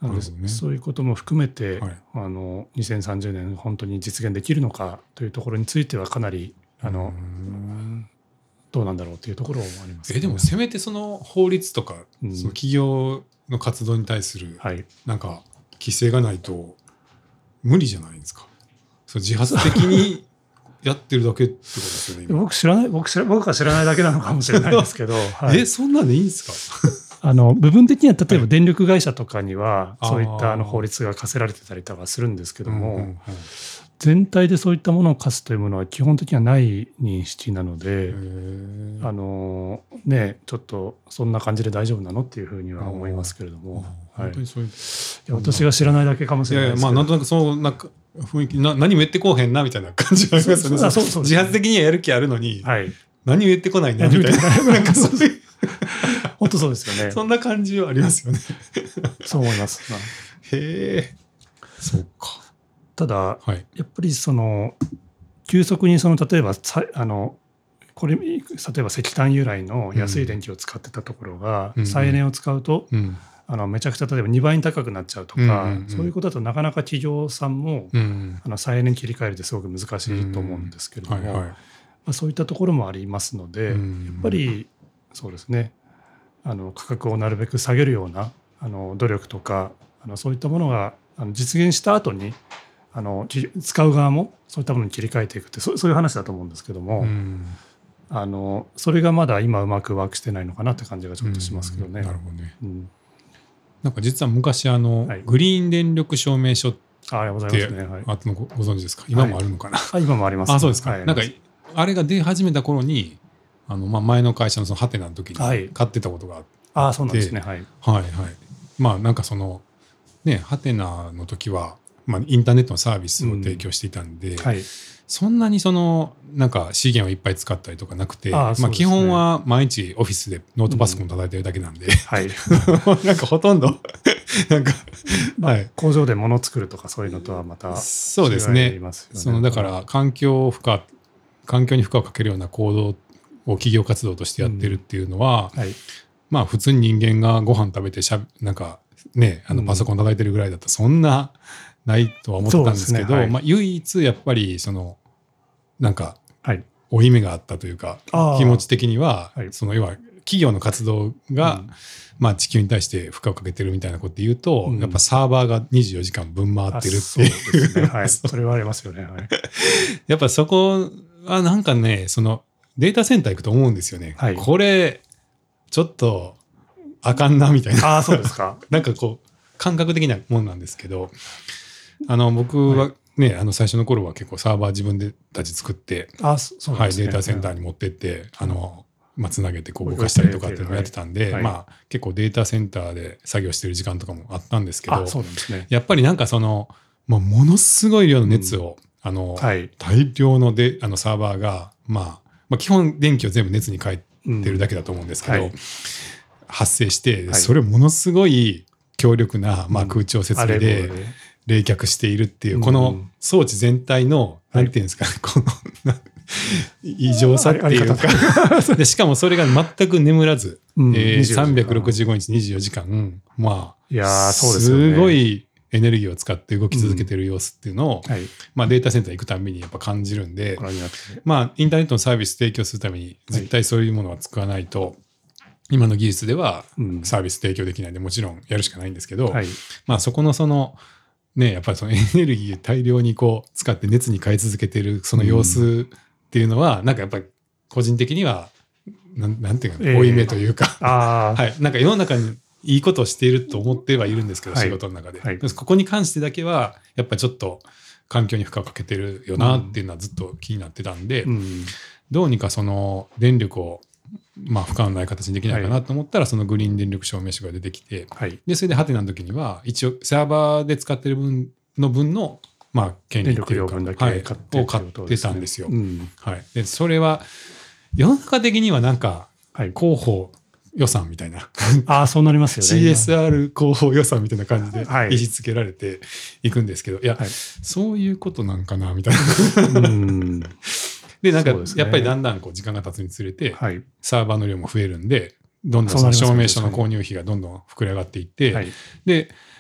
S2: なので、ね、そういうことも含めて、はい、あのにせんさんじゅうねん本当に実現できるのかというところについてはかなりあのどうなんだろうというところもあります、ね、
S1: えでもせめてその法律とか、うん、その企業の活動に対するなんか規制がないと無理じゃないですか。そう自発的にやってるだけってことですよね。
S2: 僕知らない僕知ら僕が知らないだけなのかもしれないですけど、
S1: はい、えそんなんでいいんですか？
S2: あの部分的には例えば電力会社とかにはそういったあの法律が課せられてたりとかするんですけども、うんうんうん、全体でそういったものを課すというものは基本的にはない認識なので、あのねちょっとそんな感じで大丈夫なのっていうふうには思いますけれども、はい、本当にそういういや私が知らないだけかもしれないですけど、
S1: いやいやまあなんとなくそうなんか雰囲気な何も言ってこうへんなみたいな感じがありますよね。そうそうそう自発的にはやる気あるのに、はい、何も言ってこないなみたいななんかそういう
S2: 本当そうですよね。
S1: そんな感じはありますよね。
S2: そう思います。
S1: へえ、そうか。
S2: ただ、はい、やっぱりその急速にその例えばあのこれ例えば石炭由来の安い電気を使ってたところが、うん、再エネを使うと、うん、あのめちゃくちゃ例えばにばいに高くなっちゃうとか、うんうんうん、そういうことだとなかなか企業さんも、うんうん、あの再エネに切り替えるってすごく難しいと思うんですけれども、うんはいはいまあ、そういったところもありますので、うんうん、やっぱりそうですねあの価格をなるべく下げるようなあの努力とかあのそういったものがあの実現した後にあの使う側もそういったものに切り替えていくってそ う, そういう話だと思うんですけども、うん、あのそれがまだ今うまくワークしてないのかなって感じがちょっとしますけどね。
S1: うん、なるほどね、うん、なんか実は昔あの、はい、グリーン電力証明書ってああございますね、はい、あの ご, ご存知ですか？今もあるのかな、
S2: はい、今もあります、ね、
S1: あそうですか、はい、なんかあれが出始めた頃にあのまあ前の会社のそのハテナの時に買ってたことがあって、
S2: はい、あそうなんですね、はい、
S1: はいはいまあなんかそのねハテナの時は、まあ、インターネットのサービスを提供していたんで、うんはい、そんなにそのなんか資源をいっぱい使ったりとかなくて、ああまあ、基本は毎日オフィスでノートパソコン叩いてるだけなんで、うんはい、なんかほとんどなんか、
S2: はい、工場で物を作るとかそういうのとはまた違いますよね。そうですね。
S1: そのだから環境負荷環境に負荷をかけるような行動を企業活動としてやってるっていうのは、うんはい、まあ普通に人間がご飯食べてしゃなんかねあのパソコン叩いてるぐらいだったらそんなないとは思ってたんですけど、ねはいまあ、唯一やっぱりそのなんか負い目があったというか、はい、気持ち的には、はい、その要は企業の活動が、うんまあ、地球に対して負荷をかけてるみたいなことで言うと、うん、やっぱサーバーがにじゅうよじかんぶん回ってるっていう、そうですね
S2: はい、それはありますよね、はい、
S1: やっぱそこはなんかねそのデータセンター行くと思うんですよね、はい、これちょっとあかんなみたいな
S2: あそうですか
S1: なんかこう感覚的なもんなんですけどあの僕はね、はい、あの最初の頃は結構サーバー自分でたち作ってあそうなんですね、はい、データセンターに持ってって、うん、あのまあ、つなげてこう動かしたりとかっていうのをやってたんで、はいまあ、結構データセンターで作業してる時間とかもあったんですけど、そうなんですね、やっぱりなんかその、まあ、ものすごい量の熱を、うんあのはい、大量のであのサーバーが、まあまあ、基本電気を全部熱に変えてるだけだと思うんですけど、うんはい、発生して、はい、それをものすごい強力な、まあ、空調設備で冷却しているっていう、うん、この装置全体の、うん、なんていうんですかね、この異常さっていうかでしかもそれが全く眠らず、うんえー、さんびゃくろくじゅうごにちにじゅうよじかんまあいやそうですよね、すごいエネルギーを使って動き続けてる様子っていうのを、うんはいまあ、データセンター行くたびにやっぱ感じるんで、まあ、インターネットのサービス提供するために絶対そういうものは使わないと、はい、今の技術ではサービス提供できないんでもちろんやるしかないんですけど、はいまあ、そこのそのねやっぱりそのエネルギー大量にこう使って熱に変え続けてるその様子、うんっていうのはなんかやっぱり個人的にはな ん, なんていうか負い目というか、えーあはい、なんか世の中にいいことをしていると思ってはいるんですけど、はい、仕事の中で、はい、ここに関してだけはやっぱりちょっと環境に負荷をかけてるよなっていうのはずっと気になってたんで、うん、どうにかその電力をまあ負荷のない形にできないかなと思ったら、はい、そのグリーン電力証明書が出てきて、はい、でそれでハテナの時には一応サーバーで使ってる分の分のまあ、権利っていうか、はい、を買ってたんですよ、うんはい、でそれは世の中的にはなんか広報予算みたいな、
S2: ああそうなりますよね
S1: シーエスアール 広報予算みたいな感じで位置づけられていくんですけど、はい、いや、はい、そういうことなんかなみたいなうんでなんかやっぱりだんだんこう時間が経つにつれて、はい、サーバーの量も増えるんでどんどんその証明書の購入費がどんどん膨れ上がっていって、はい、で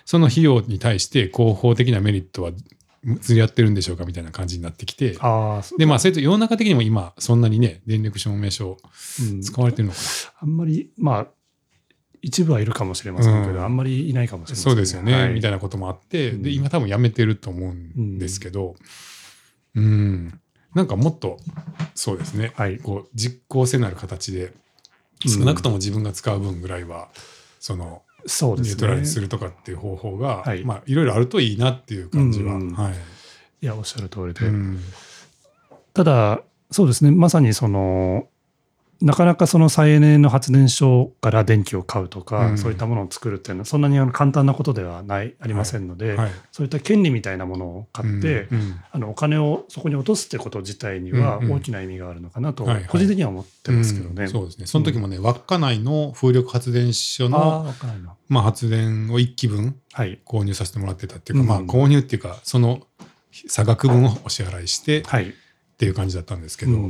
S1: その費用に対して広報的なメリットは釣り合ってるんでしょうかみたいな感じになってきて、あでまあそれと世の中的にも今そんなにね電力証明書使われてるのかな、
S2: うん、あんまりまあ一部はいるかもしれませんけど、うん、あんまりいないかもしれません、ね、
S1: そうですよね、
S2: はい、
S1: みたいなこともあって、で今多分やめてると思うんですけど、うん、うん、なんかもっとそうですね、はい、こう実効性のある形で少なくとも自分が使う分ぐらいはその
S2: そうですね、
S1: ニュートラルにするとかっていう方法が、はい、まあいろいろあるといいなっていう感じは、うんはい、
S2: いやおっしゃる通りで、うん、ただそうですね、まさにそのなかなかその再エネの発電所から電気を買うとか、うん、そういったものを作るっていうのはそんなに簡単なことではないありませんので、はいはい、そういった権利みたいなものを買って、うんうん、あのお金をそこに落とすってこと自体には大きな意味があるのかなと個人的には思ってますけどね、はいはい、
S1: うん、そうですね。その時もね、うん、稚内の風力発電所のあまあ、発電をいっきぶん購入させてもらってたっていうか、はい、まあ購入っていうかその差額分をお支払いしてっていう感じだったんですけど、うんうん、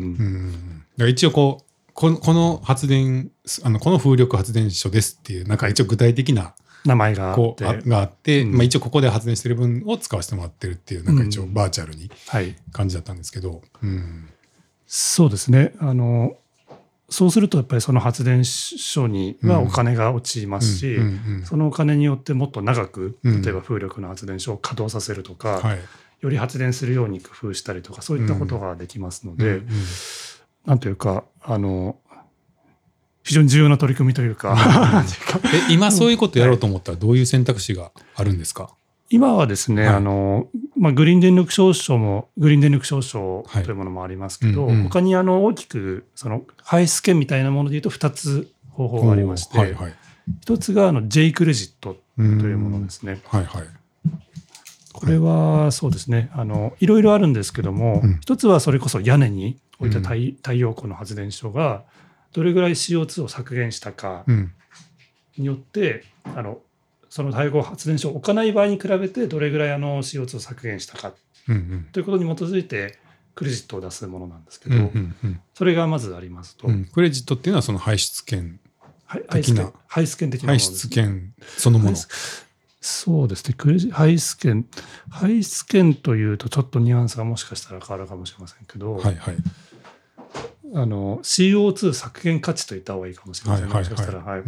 S1: だから一応こうこの、この発電あのこの風力発電所ですっていうなんか一応具体的な
S2: 名前があって、
S1: があって、うん、まあ、一応ここで発電してる分を使わせてもらってるっていうなんか一応バーチャルに感じだったんですけど、うんうん、
S2: そうですね、あのそうするとやっぱりその発電所にはお金が落ちますし、うんうんうんうん、そのお金によってもっと長く例えば風力の発電所を稼働させるとか、うんはい、より発電するように工夫したりとかそういったことができますので、うんうんうん、なんというかあの非常に重要な取り組みというか、うん、
S1: え今そういうことやろうと思ったらどういう選択肢があるんですか？
S2: 今はですね、はい、あのまあ、グリーン電力証書もグリーン電力証書というものもありますけど、はいうんうん、他にあの大きくその排出権みたいなものでいうとふたつ方法がありまして、はいはい、ひとつがあの J クレジットというものですね。はいはい、これはそうですね、あのいろいろあるんですけども、うん、ひとつはそれこそ屋根に置いた 太,、うん、太陽光の発電所がどれぐらい シーオーツー を削減したかによって、うん、あのその太陽光発電所を置かない場合に比べてどれぐらいあの シーオーツー を削減したかということに基づいてクレジットを出すものなんですけど、うんうんうん、それがまずありますと、うん、
S1: クレジットっていうのはその排出権的な
S2: 排出権的なものです、ね、
S1: 排出権そのもの。
S2: そうですね、クレジ排出権排出権というとちょっとニュアンスがもしかしたら変わるかもしれませんけど、はいはい、あの シーオーツー 削減価値と言った方がいいかもしれません、はいはいはい、もしかしたら、はい、うん、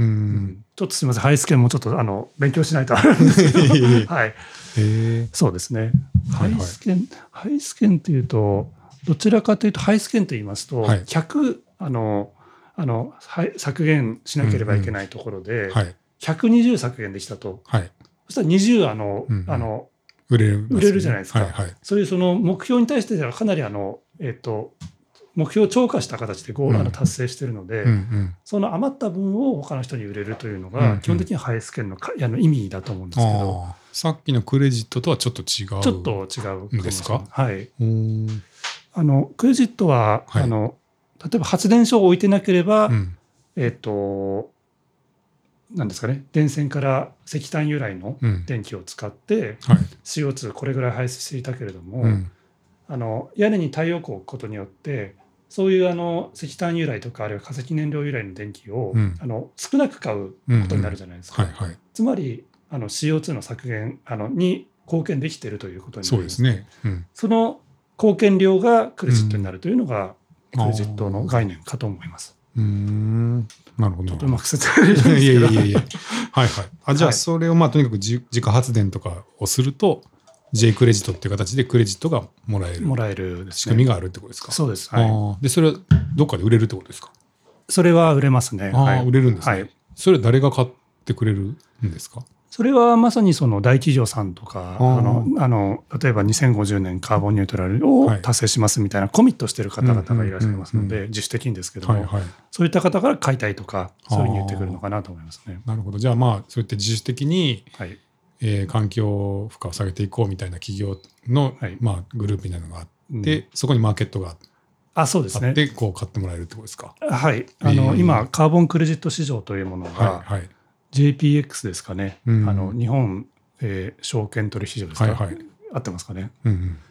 S2: ちょっとすみません、排出権もちょっとあの勉強しないとあるんですけど、はい、へそうですね、排出権、はいはい、排出権というとどちらかというと排出権と言いますと、はい、ひゃくあのあの削減しなければいけないところで、うんうんはい、ひゃくにじゅう削減できたと、はい、そしたらにじゅうあの、うんうん、あの売れる、ね、売れるじゃないですか、はいはい、そういうその目標に対してはかなりあの、えーと目標を超過した形でゴール、うん、達成しているので、うんうん、その余った分を他の人に売れるというのが基本的には排出権のか、あの意味だと思うんですけど、
S1: さっきのクレジットとはちょっと違う
S2: ちょっと違うん
S1: ですか？
S2: はい、あのクレジットは、はい、あの例えば発電所を置いてなければ、うん、えっとなんですかね、電線から石炭由来の電気を使って、うんはい、シーオーツー これぐらい排出していたけれども、うん、あの屋根に太陽光を置くことによってそういうあの石炭由来とかあるいは化石燃料由来の電気を、うん、あの少なく買うことになるじゃないですか。つまりあの シーオーツー の削減あのに貢献できているということになります。そうですね。うん、その貢献量がクレジットになるというのが、うん、クレジットの概念かと思います。
S1: うーんなるほど。
S2: ちょっとうまく説明できないですけど。いやいやいやいや。はいはい。あじゃあそれをまあとにかく自家発電とかをすると。J クレジットっていう形でクレジットがもらえるもらえる
S1: 仕組みがあるってことですか？
S2: そうです、
S1: はい、あでそれはどっかで売れるってことですか？
S2: それは売れますね。
S1: あ、はい、売れるんですね、はい、それは誰が買ってくれるんですか？
S2: それはまさにその大企業さんとかあのあの例えばにせんごじゅうねんカーボンニュートラルを達成しますみたいなコミットしてる方々がいらっしゃいますので自主的にですけども、はいはい、そういった方から買いたいとかそういうふうに言ってくるのかなと思いますね。
S1: なるほど。じゃあまあそうやって自主的に、はいえー、環境負荷を下げていこうみたいな企業の、はいまあ、グループみたいなのがあって、うん、そこにマーケットが
S2: あそうですね、
S1: あってこう買ってもらえるってことですか？
S2: はいあの、えー、今カーボンクレジット市場というものが、はいはい、ジェーピーエックス ですかね、うん、あの日本、えー、証券取引所ですか、はいはい、合ってますかね、うんうん、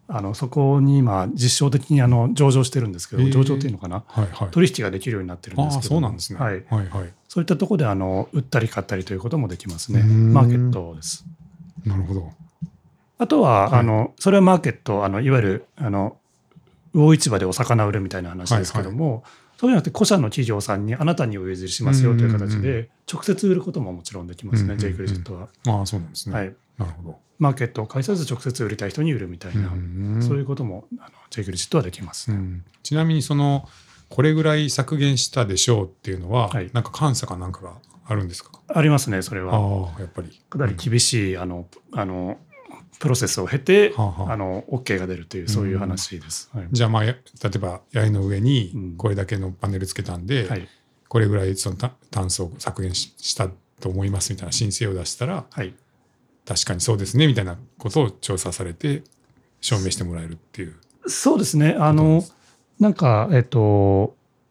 S2: あのそこに今実証的にあの上場してるんですけど、
S1: えー
S2: 上場っていうのかな、
S1: はいはい、
S2: 取引ができるようになってるんですけど、
S1: あそうなんですね、
S2: はい
S1: はいはい、
S2: そういったところであの売ったり買ったりということもできますね。
S1: うん
S2: マーケットです。
S1: なるほど。
S2: あとは、
S1: はい、
S2: あのそれはマーケット、あのいわゆるあの魚市場でお魚売るみたいな話ですけども、はいはい、そうじゃなくて古社の企業さんにあなたにお譲りしますよという形で直接売ることももちろんできますね、うんうんうん、J クレジットは。
S1: ああそうなんですね、
S2: はい、
S1: なるほど。
S2: マーケットを介さず直接売りたい人に売るみたいな、うんうん、そういうこともあの J クレジットはできます、ね、うん、
S1: ちなみにそのこれぐらい削減したでしょうっていうのは、はい、なんか監査かなんかがあるんですか？
S2: ありますね、それは。
S1: あやっぱり
S2: かなり厳しい、うん、あのあのプロセスを経て、はあはあ、あの OK が出るというそういう話です、
S1: うん
S2: はい、
S1: じゃあまあ例えば八重の上にこれだけのパネルつけたんで、うんはい、これぐらいその炭素を削減したと思いますみたいな申請を出したら、はい、確かにそうですねみたいなことを調査されて証明してもらえるっていう。
S2: そうですね、あのなんかえっと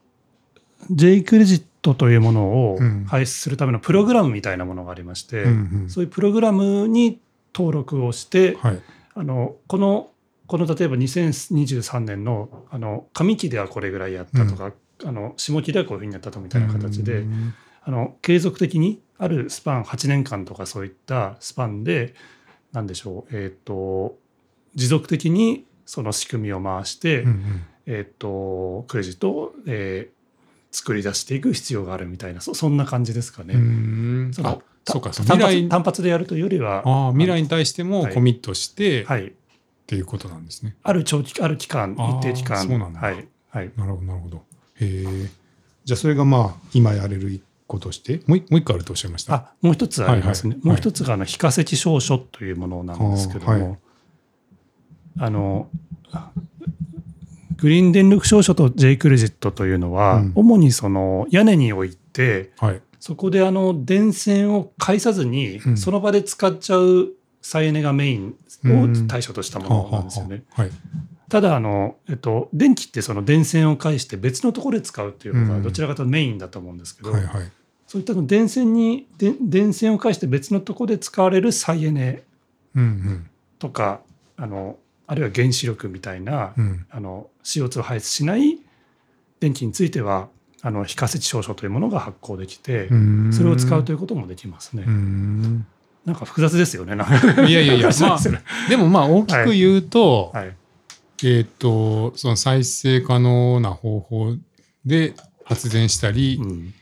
S2: J クレジットというものを排出するためのプログラムみたいなものがありまして、うんうんうん、そういうプログラムに登録をして、はい、あのこのこの例えばにせんにじゅうさんねん の, あの上期ではこれぐらいやったとか、うん、あの下期ではこういうふうにやったとみたいな形で、うん、あの継続的にあるスパンはちねんかんとかそういったスパンで何でしょう、えー、と持続的にその仕組みを回して、うんうんえー、とクレジットを、えー、作り出していく必要があるみたいな そ, そんな感じですかね。
S1: うん
S2: その
S1: そうか
S2: 単発、単発でやるというよりは
S1: あ未来に対してもコミットして、
S2: はいはい、
S1: っていうことなんですね。
S2: ある長期ある期間一定期間。
S1: そうなんだ、
S2: はいはい、
S1: なるほどなるほど。へえ。じゃあそれがまあ今やれる一個としてもう一個あるとおっしゃいました。
S2: あもう一つありますね、はいはい、もう一つがあの非化石証書というものなんですけども、はい、あのグリーン電力証書と J クレジットというのは、うん、主にその屋根に置いて、はい、そこであの電線を介さずにその場で使っちゃう再エネがメインを対象としたものなんですよね。ただあの、えっと、電気ってその電線を介して別のところで使うっていうのがどちらかというとメインだと思うんですけど、うんはいはい、そういったの電線にで電線を介して別のところで使われる再エネとか、うんうん、あのあるいは原子力みたいな、うん、あの シーオーツー を排出しない電気についてはあの非化石証書というものが発行できてそれを使うということもできますね。うーんなんか複雑ですよね。
S1: いやいやいや、まあ、でもまあ大きく言うと、はいはい、えっとその再生可能な方法で発電したり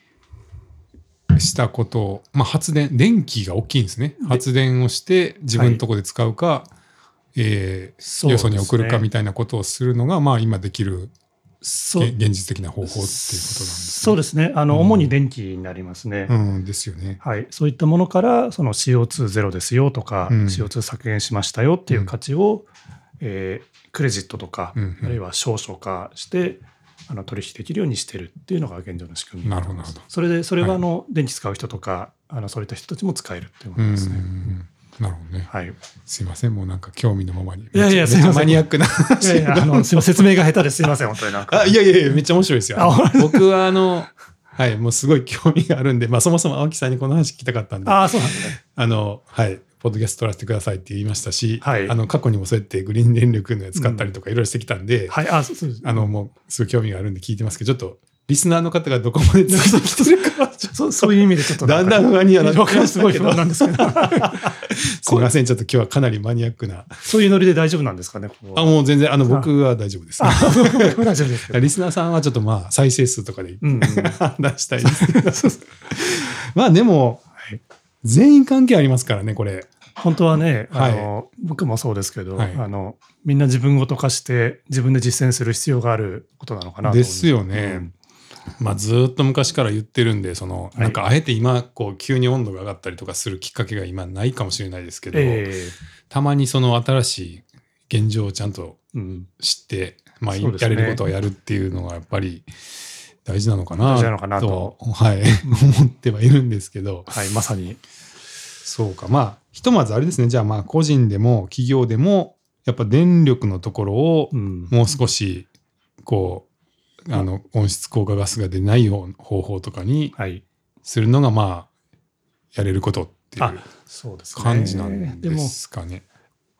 S1: したことを、うん、まあ発電電気が大きいんですね。発電をして自分のところで使うか、はいえー、よそに送るかみたいなことをするのが、まあ今できる現実的な方法っていうことなんですね。
S2: そうですね。あの、うん、主に電気になりますね。
S1: うん、ですよね。
S2: はい。そういったものからその シーオーツー ゼロですよとか、うん、シーオーツー 削減しましたよっていう価値を、うんえー、クレジットとか、うんうん、あるいは証書化してあの取引できるようにしてるっていうのが現状の仕組みになります。なるほど。それでそれはあの、はい、電気使う人とかあのそういった人たちも使えるっていうものですね。うん
S1: なるほどね。
S2: はい。
S1: すいません、もうなんか興味のままに。
S2: いやいや、すいません。
S1: マニアックな。
S2: いやいや、あの、すいません、説明が下手ですいません、本当になんか。
S1: あ、いやいやいや、めっちゃ面白いですよ。僕はあの、はい、もうすごい興味があるんで、まあそもそも青木さんにこの話聞きたかったんで。
S2: ああ、そうなんですね。
S1: あの、はい、ポッドキャスト撮らせてくださいって言いましたし、はい、あの、過去にもそうやってグリーン電力のやつ使ったりとかいろいろしてきたんで、
S2: うん、はい、あ、そうそうです。
S1: あの、もうすごい興味があるんで聞いてますけど、ちょっと、リスナーの方がどこまでついてきてるか
S2: そ, そういう意味でちょっと
S1: だんだん不安にはなってきましたけど
S2: すごい不安なんですけど
S1: すみませんちょっと今日はかなりマニアックな
S2: そういうノリで大丈夫なんですかね。ここ
S1: あもう全然あの僕は大丈夫です、
S2: あ僕大丈夫です
S1: リスナーさんはちょっとまあ再生数とかで判断したいですけどまあでも、はい、全員関係ありますからねこれ
S2: 本当はねあの、はい、僕もそうですけど、はい、あのみんな自分ごと化して自分で実践する必要があることなのかなと思うんです。
S1: ですよね、うんまあ、ずっと昔から言ってるんでそのなんかあえて今こう急に温度が上がったりとかするきっかけが今ないかもしれないですけど、えー、たまにその新しい現状をちゃんと知って、うんまあ、やれることはやるっていうのがやっぱり大事なのかな
S2: と, なのかなと、
S1: はい、思ってはいるんですけど、
S2: はい、まさに
S1: そうかまあひとまずあれですねじゃあまあ個人でも企業でもやっぱ電力のところをもう少しこうあの温室効果ガスが出ないような方法とかにするのがまあやれることっていう感じなんですかね。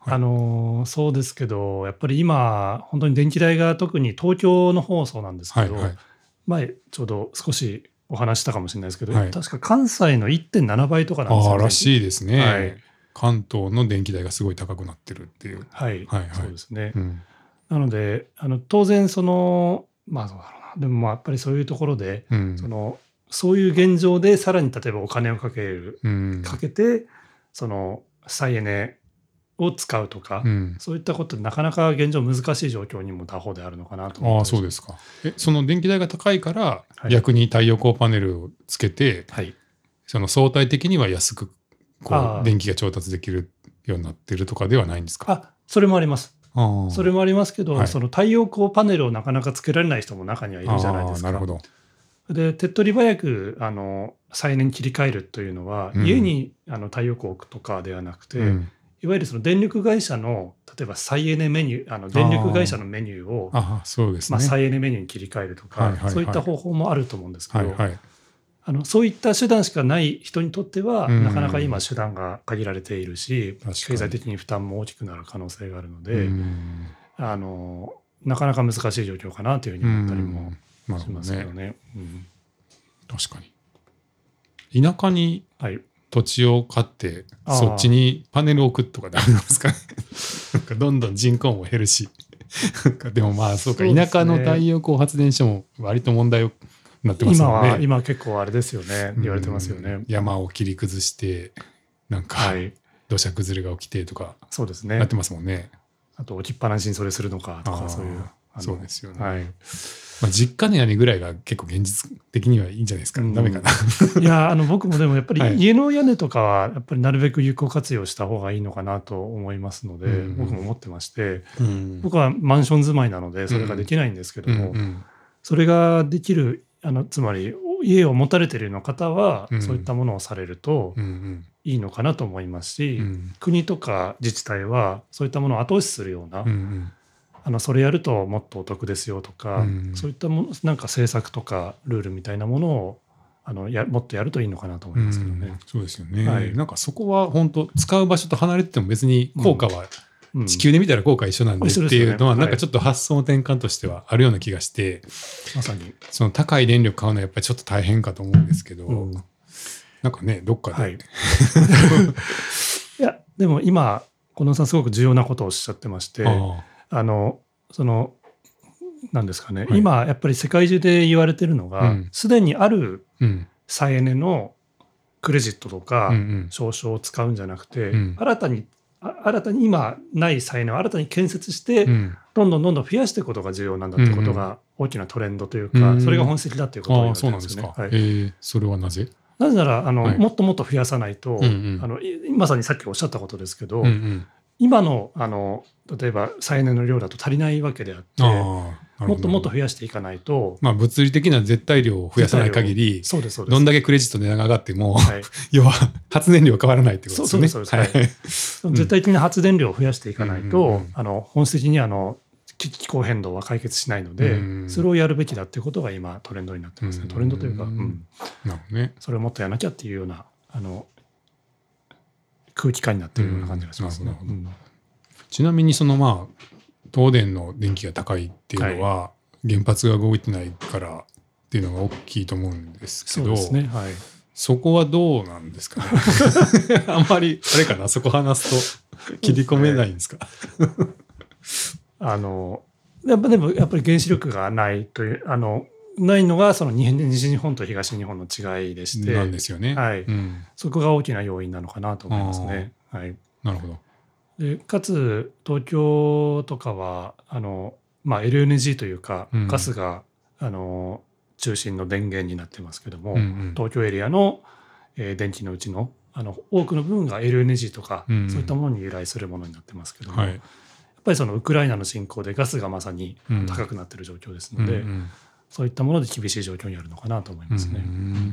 S2: はい、あのそうですけど、やっぱり今、本当に電気代が特に東京の方そうなんですけど、はいはい、前、ちょうど少しお話したかもしれないですけど、はい、確か関西の いってんなな 倍とかなんですよね。
S1: あらしいですね、はい。関東の電気代がすごい高くなってるっていう。
S2: はい、はいはい、そうですね。うん、なので、あの当然その、まあそうだろうな、でもまあやっぱりそういうところで、うん、そのそういう現状でさらに例えばお金をかける、うん、かけて、その再エネを使うとか、うん、そういったことなかなか現状難しい状況にも他方であるのかなと思って。
S1: ああ、そうですか。え、その電気代が高いから、はい、逆に太陽光パネルをつけて、はい、その相対的には安くこう電気が調達できるようになってるとかではないんですか？
S2: あ、それもあります。それもありますけど、はい、その太陽光パネルをなかなかつけられない人も中にはいるじゃないですか。
S1: なるほど。
S2: で手っ取り早くあの再エネに切り替えるというのは、うん、家にあの太陽光を置くとかではなくて、うん、いわゆるその電力会社の例えば再エネメニュー、あの電力会社のメニューを
S1: ああそうですね、
S2: まあ、再エネメニューに切り替えるとか、はいはいはい、そういった方法もあると思うんですけど、
S1: はいはい、
S2: あのそういった手段しかない人にとっては、うん、なかなか今手段が限られているし、経済的に負担も大きくなる可能性があるので、うん、あのなかなか難しい状況かなというふうに思ったりもしますけどね。うん、
S1: 確かに田舎に土地を買って、はい、そっちにパネルを置くとかでありますかね。なんかどんどん人口も減るしでもまあそうか、そうですね、田舎の太陽光発電所も割と問題をなってますもんね。
S2: 今は今結構あれですよね、言われてますよね。
S1: 山を切り崩してなんか、はい、土砂崩れが起きてとか
S2: そうですね、
S1: なってますもんね。
S2: あと置きっぱなしにそれするのかとか、そういう
S1: そうですよね。
S2: はい、
S1: まあ、実家の屋根ぐらいが結構現実的にはいいんじゃないですか。うん、ダメかな。
S2: いやあの僕もでもやっぱり家の屋根とかはやっぱりなるべく有効活用した方がいいのかなと思いますので、うん、僕も思ってまして、うん、僕はマンション住まいなのでそれができないんですけども、うんうん、それができるあのつまり家を持たれているような方は、うん、そういったものをされるといいのかなと思いますし、うん、国とか自治体はそういったものを後押しするような、うんうん、あのそれやるともっとお得ですよとか、うん、そういったものなんか政策とかルールみたいなものをあのやもっとやるといいのかなと思いますけどね。うん、
S1: そうですよね、はい、なんかそこは本当使う場所と離れてても別に効果は、うん、地球で見たら効果一緒なんでっていうのはなんかちょっと発想の転換としてはあるような気がして、
S2: まさに
S1: その高い電力買うのはやっぱりちょっと大変かと思うんですけど、うん、なんかねどっかで、はい、い
S2: やでも今近藤さんすごく重要なことをおっしゃってまして、ああのそのなんですかね、はい、今やっぱり世界中で言われてるのがすで、うん、にある再エネのクレジットとか証書を使うんじゃなくて、うん、新たに新たに今ない再エネを新たに建設して、うん、どんどんどんどん増やしていくことが重要なんだということが大きなトレンドというか、うんうん、それが本質的だということを言われてるんですね。
S1: はい、えー、それはなぜ？
S2: なぜならあの、はい、もっともっと増やさないと、うんうん、あのまさにさっきおっしゃったことですけど、うんうん、今 の, あの例えば再エネの量だと足りないわけであって、もっともっと増やしていかないと、
S1: まあ、物理的な絶対量を増やさない限り、そうですそうです、どんだけクレジット値段が上がっても、はい、要は発電量は変わらないってことですよね。そうですそうです、
S2: はい、絶対的な発電量を増やしていかないと、うんうんうん、あの本質的にあの気候変動は解決しないので、うん、それをやるべきだっていうことが今トレンドになってますね。うん、トレンドというか、うん、
S1: なるほどね、
S2: それをもっとやらなきゃっていうようなあの空気感になっているような感じがしますね。うん、
S1: ちなみにそのまあ東電の電気が高いっていうのは、はい、原発が動いてないからっていうのが大きいと思うんですけど、そうですね、はい、そこはどうなんですかね。あんまりあれかな、そこ話すと切り込めないんですか。
S2: あのやっぱでもやっぱり原子力がないというあのないのがその西日本と東日本の違いでして、
S1: なんですよね、
S2: はい、うん、そこが大きな要因なのかなと思いますね。はい、
S1: なるほど。
S2: でかつ東京とかはあの、まあ、エルエヌジー というか、うん、ガスがあの中心の電源になってますけども、うんうん、東京エリアの、えー、電気のうちの、あの多くの部分が エルエヌジー とか、うんうん、そういったものに由来するものになってますけども、はい、やっぱりそのウクライナの侵攻でガスがまさに高くなっている状況ですので、うんうんうん、そういったもので厳しい状況にあるのかなと思いますね。うんうん、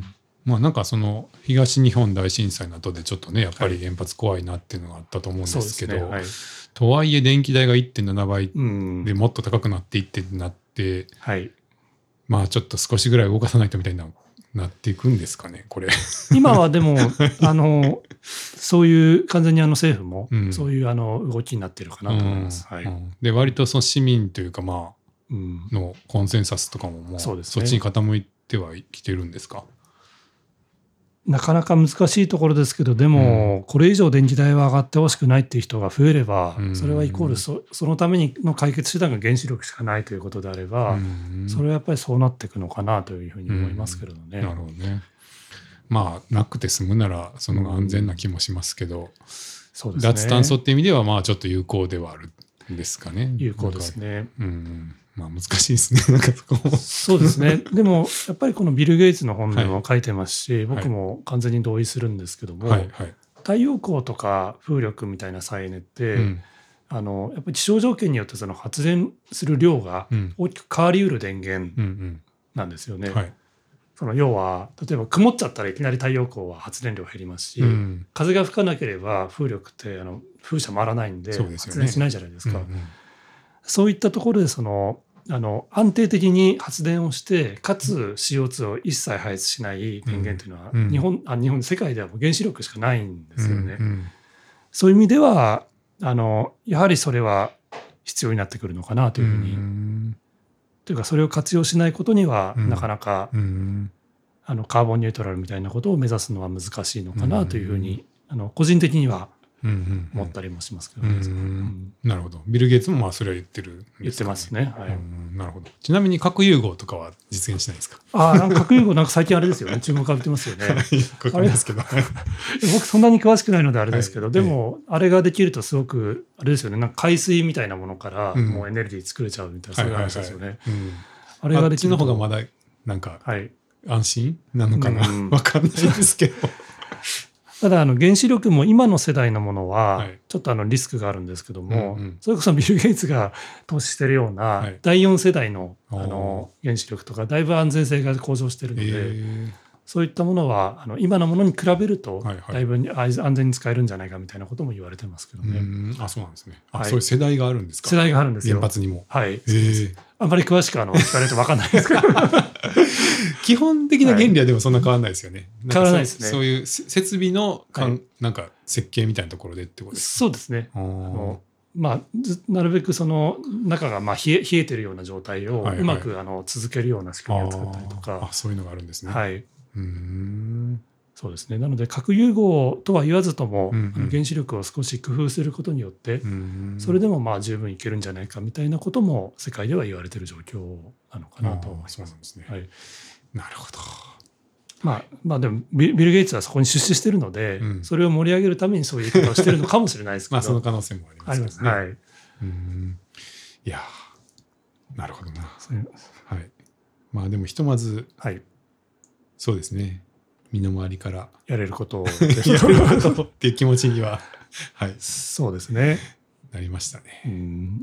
S1: まあ、なんかその東日本大震災の後でちょっとねやっぱり原発怖いなっていうのがあったと思うんですけど、はい、はい、とはいえ電気代が いってんなな 倍でもっと高くなっていってなって、はい、まあちょっと少しぐらい動かさないとみたいななっていくんですかねこれ
S2: 今はでもあのそういう完全にあの政府もそういうあの動きになっているかなと思います。
S1: うんはいうん、で割とその市民というかまあ、うん、のコンセンサスとかももうそうです、ね、そっちに傾いてはきてるんですか？
S2: なかなか難しいところですけどでも、うん、これ以上電気代は上がってほしくないっていう人が増えれば、うん、それはイコール そ, そのためにの解決手段が原子力しかないということであれば、うん、それはやっぱりそうなっていくのかなというふうに思いますけれどね。
S1: なるほどね。まあなくて済むならその安全な気もしますけど、うんそうですね、脱炭素っていう意味ではまあちょっと有効ではあるんですかね。
S2: 有効ですね。
S1: うんまあ難しいですねなんかそこも
S2: そうですねでもやっぱりこのビル・ゲイツの本でも書いてますし、はい、僕も完全に同意するんですけども、はいはい、太陽光とか風力みたいな再エネって、うん、あのやっぱり気象条件によってその発電する量が大きく変わりうる電源なんですよね。うんうんはいその要は例えば曇っちゃったらいきなり太陽光は発電量減りますし、うん、風が吹かなければ風力ってあの風車回らないんで発電しないじゃないですか。そうですよね。うんうん、そういったところでそのあの安定的に発電をしてかつ シーオーツー を一切排出しない電源というのは日本、うん、あ日本世界ではもう原子力しかないんですよね。うんうん、そういう意味ではあのやはりそれは必要になってくるのかなというふうに。うんというかそれを活用しないことにはなかなか、うん、あのカーボンニュートラルみたいなことを目指すのは難しいのかなというふうに、うん、あの個人的には思ったりもしますけどね。うんうん、
S1: なるほど。ビル・ゲイツもまあそれは言ってるんですかね。
S2: 言ってますね。はい、
S1: うんなるほど。ちなみに核融合とかは実現しないですか？
S2: ああ核融合なんか最近あれですよね注目浴びてますよね。
S1: あれですけど
S2: 僕そんなに詳しくないのであれですけど、はい、でもあれができるとすごくあれですよねなんか海水みたいなものからもうエネルギー作れちゃうみたいな、うん、そういう話ですよね。
S1: あれができるとあっちの方がまだなんか安心なのかな、はいうん、分かんないですけど
S2: ただあの原子力も今の世代のものはちょっとあのリスクがあるんですけども、はいうんうん、それこそビル・ゲイツが投資しているようなだいよん世代 の, あの原子力とかだいぶ安全性が向上しているので、えー、そういったものはあの今のものに比べるとだいぶ安全に使えるんじゃないかみたいなことも言われてますけどね。
S1: うんあそうなんですね。あ、はい、そういう世代があるんですか？
S2: 世代があるんですよ。
S1: 原発にも。
S2: はい、えー、あんまり詳しくあの聞かれると分かんないですけど
S1: 基本的な原理はでもそんな変わらないですよね。
S2: 変わらないですね。
S1: そういう設備のかん、はい、なんか設計みたいなところでってことですか？
S2: そうですね。あのまあ、なるべくその中がまあ冷え、冷えてるような状態をうまくあの続けるような仕組みを作ったりとか、
S1: はいはい、あそういうのがあるんですね。
S2: はい、うーんそうですね。なので核融合とは言わずとも、うんうん、原子力を少し工夫することによって、うんうん、それでもまあ十分いけるんじゃないかみたいなことも世界では言われている状況なのかなと思います。
S1: そうなんですね。はい、なるほど。
S2: まあ、まあでもビル・ゲイツはそこに出資してるので、うん、それを盛り上げるためにそういう言い方をしてるのかもしれないですけど
S1: まあその可能性もありますけどね。
S2: はい、
S1: うんいやなるほどな。はい、まあでもひとまず、はい、そうですね身の回りから
S2: やれることを
S1: やれることっていう気持ちには、はい、
S2: そうですね
S1: なりましたね。
S2: うん、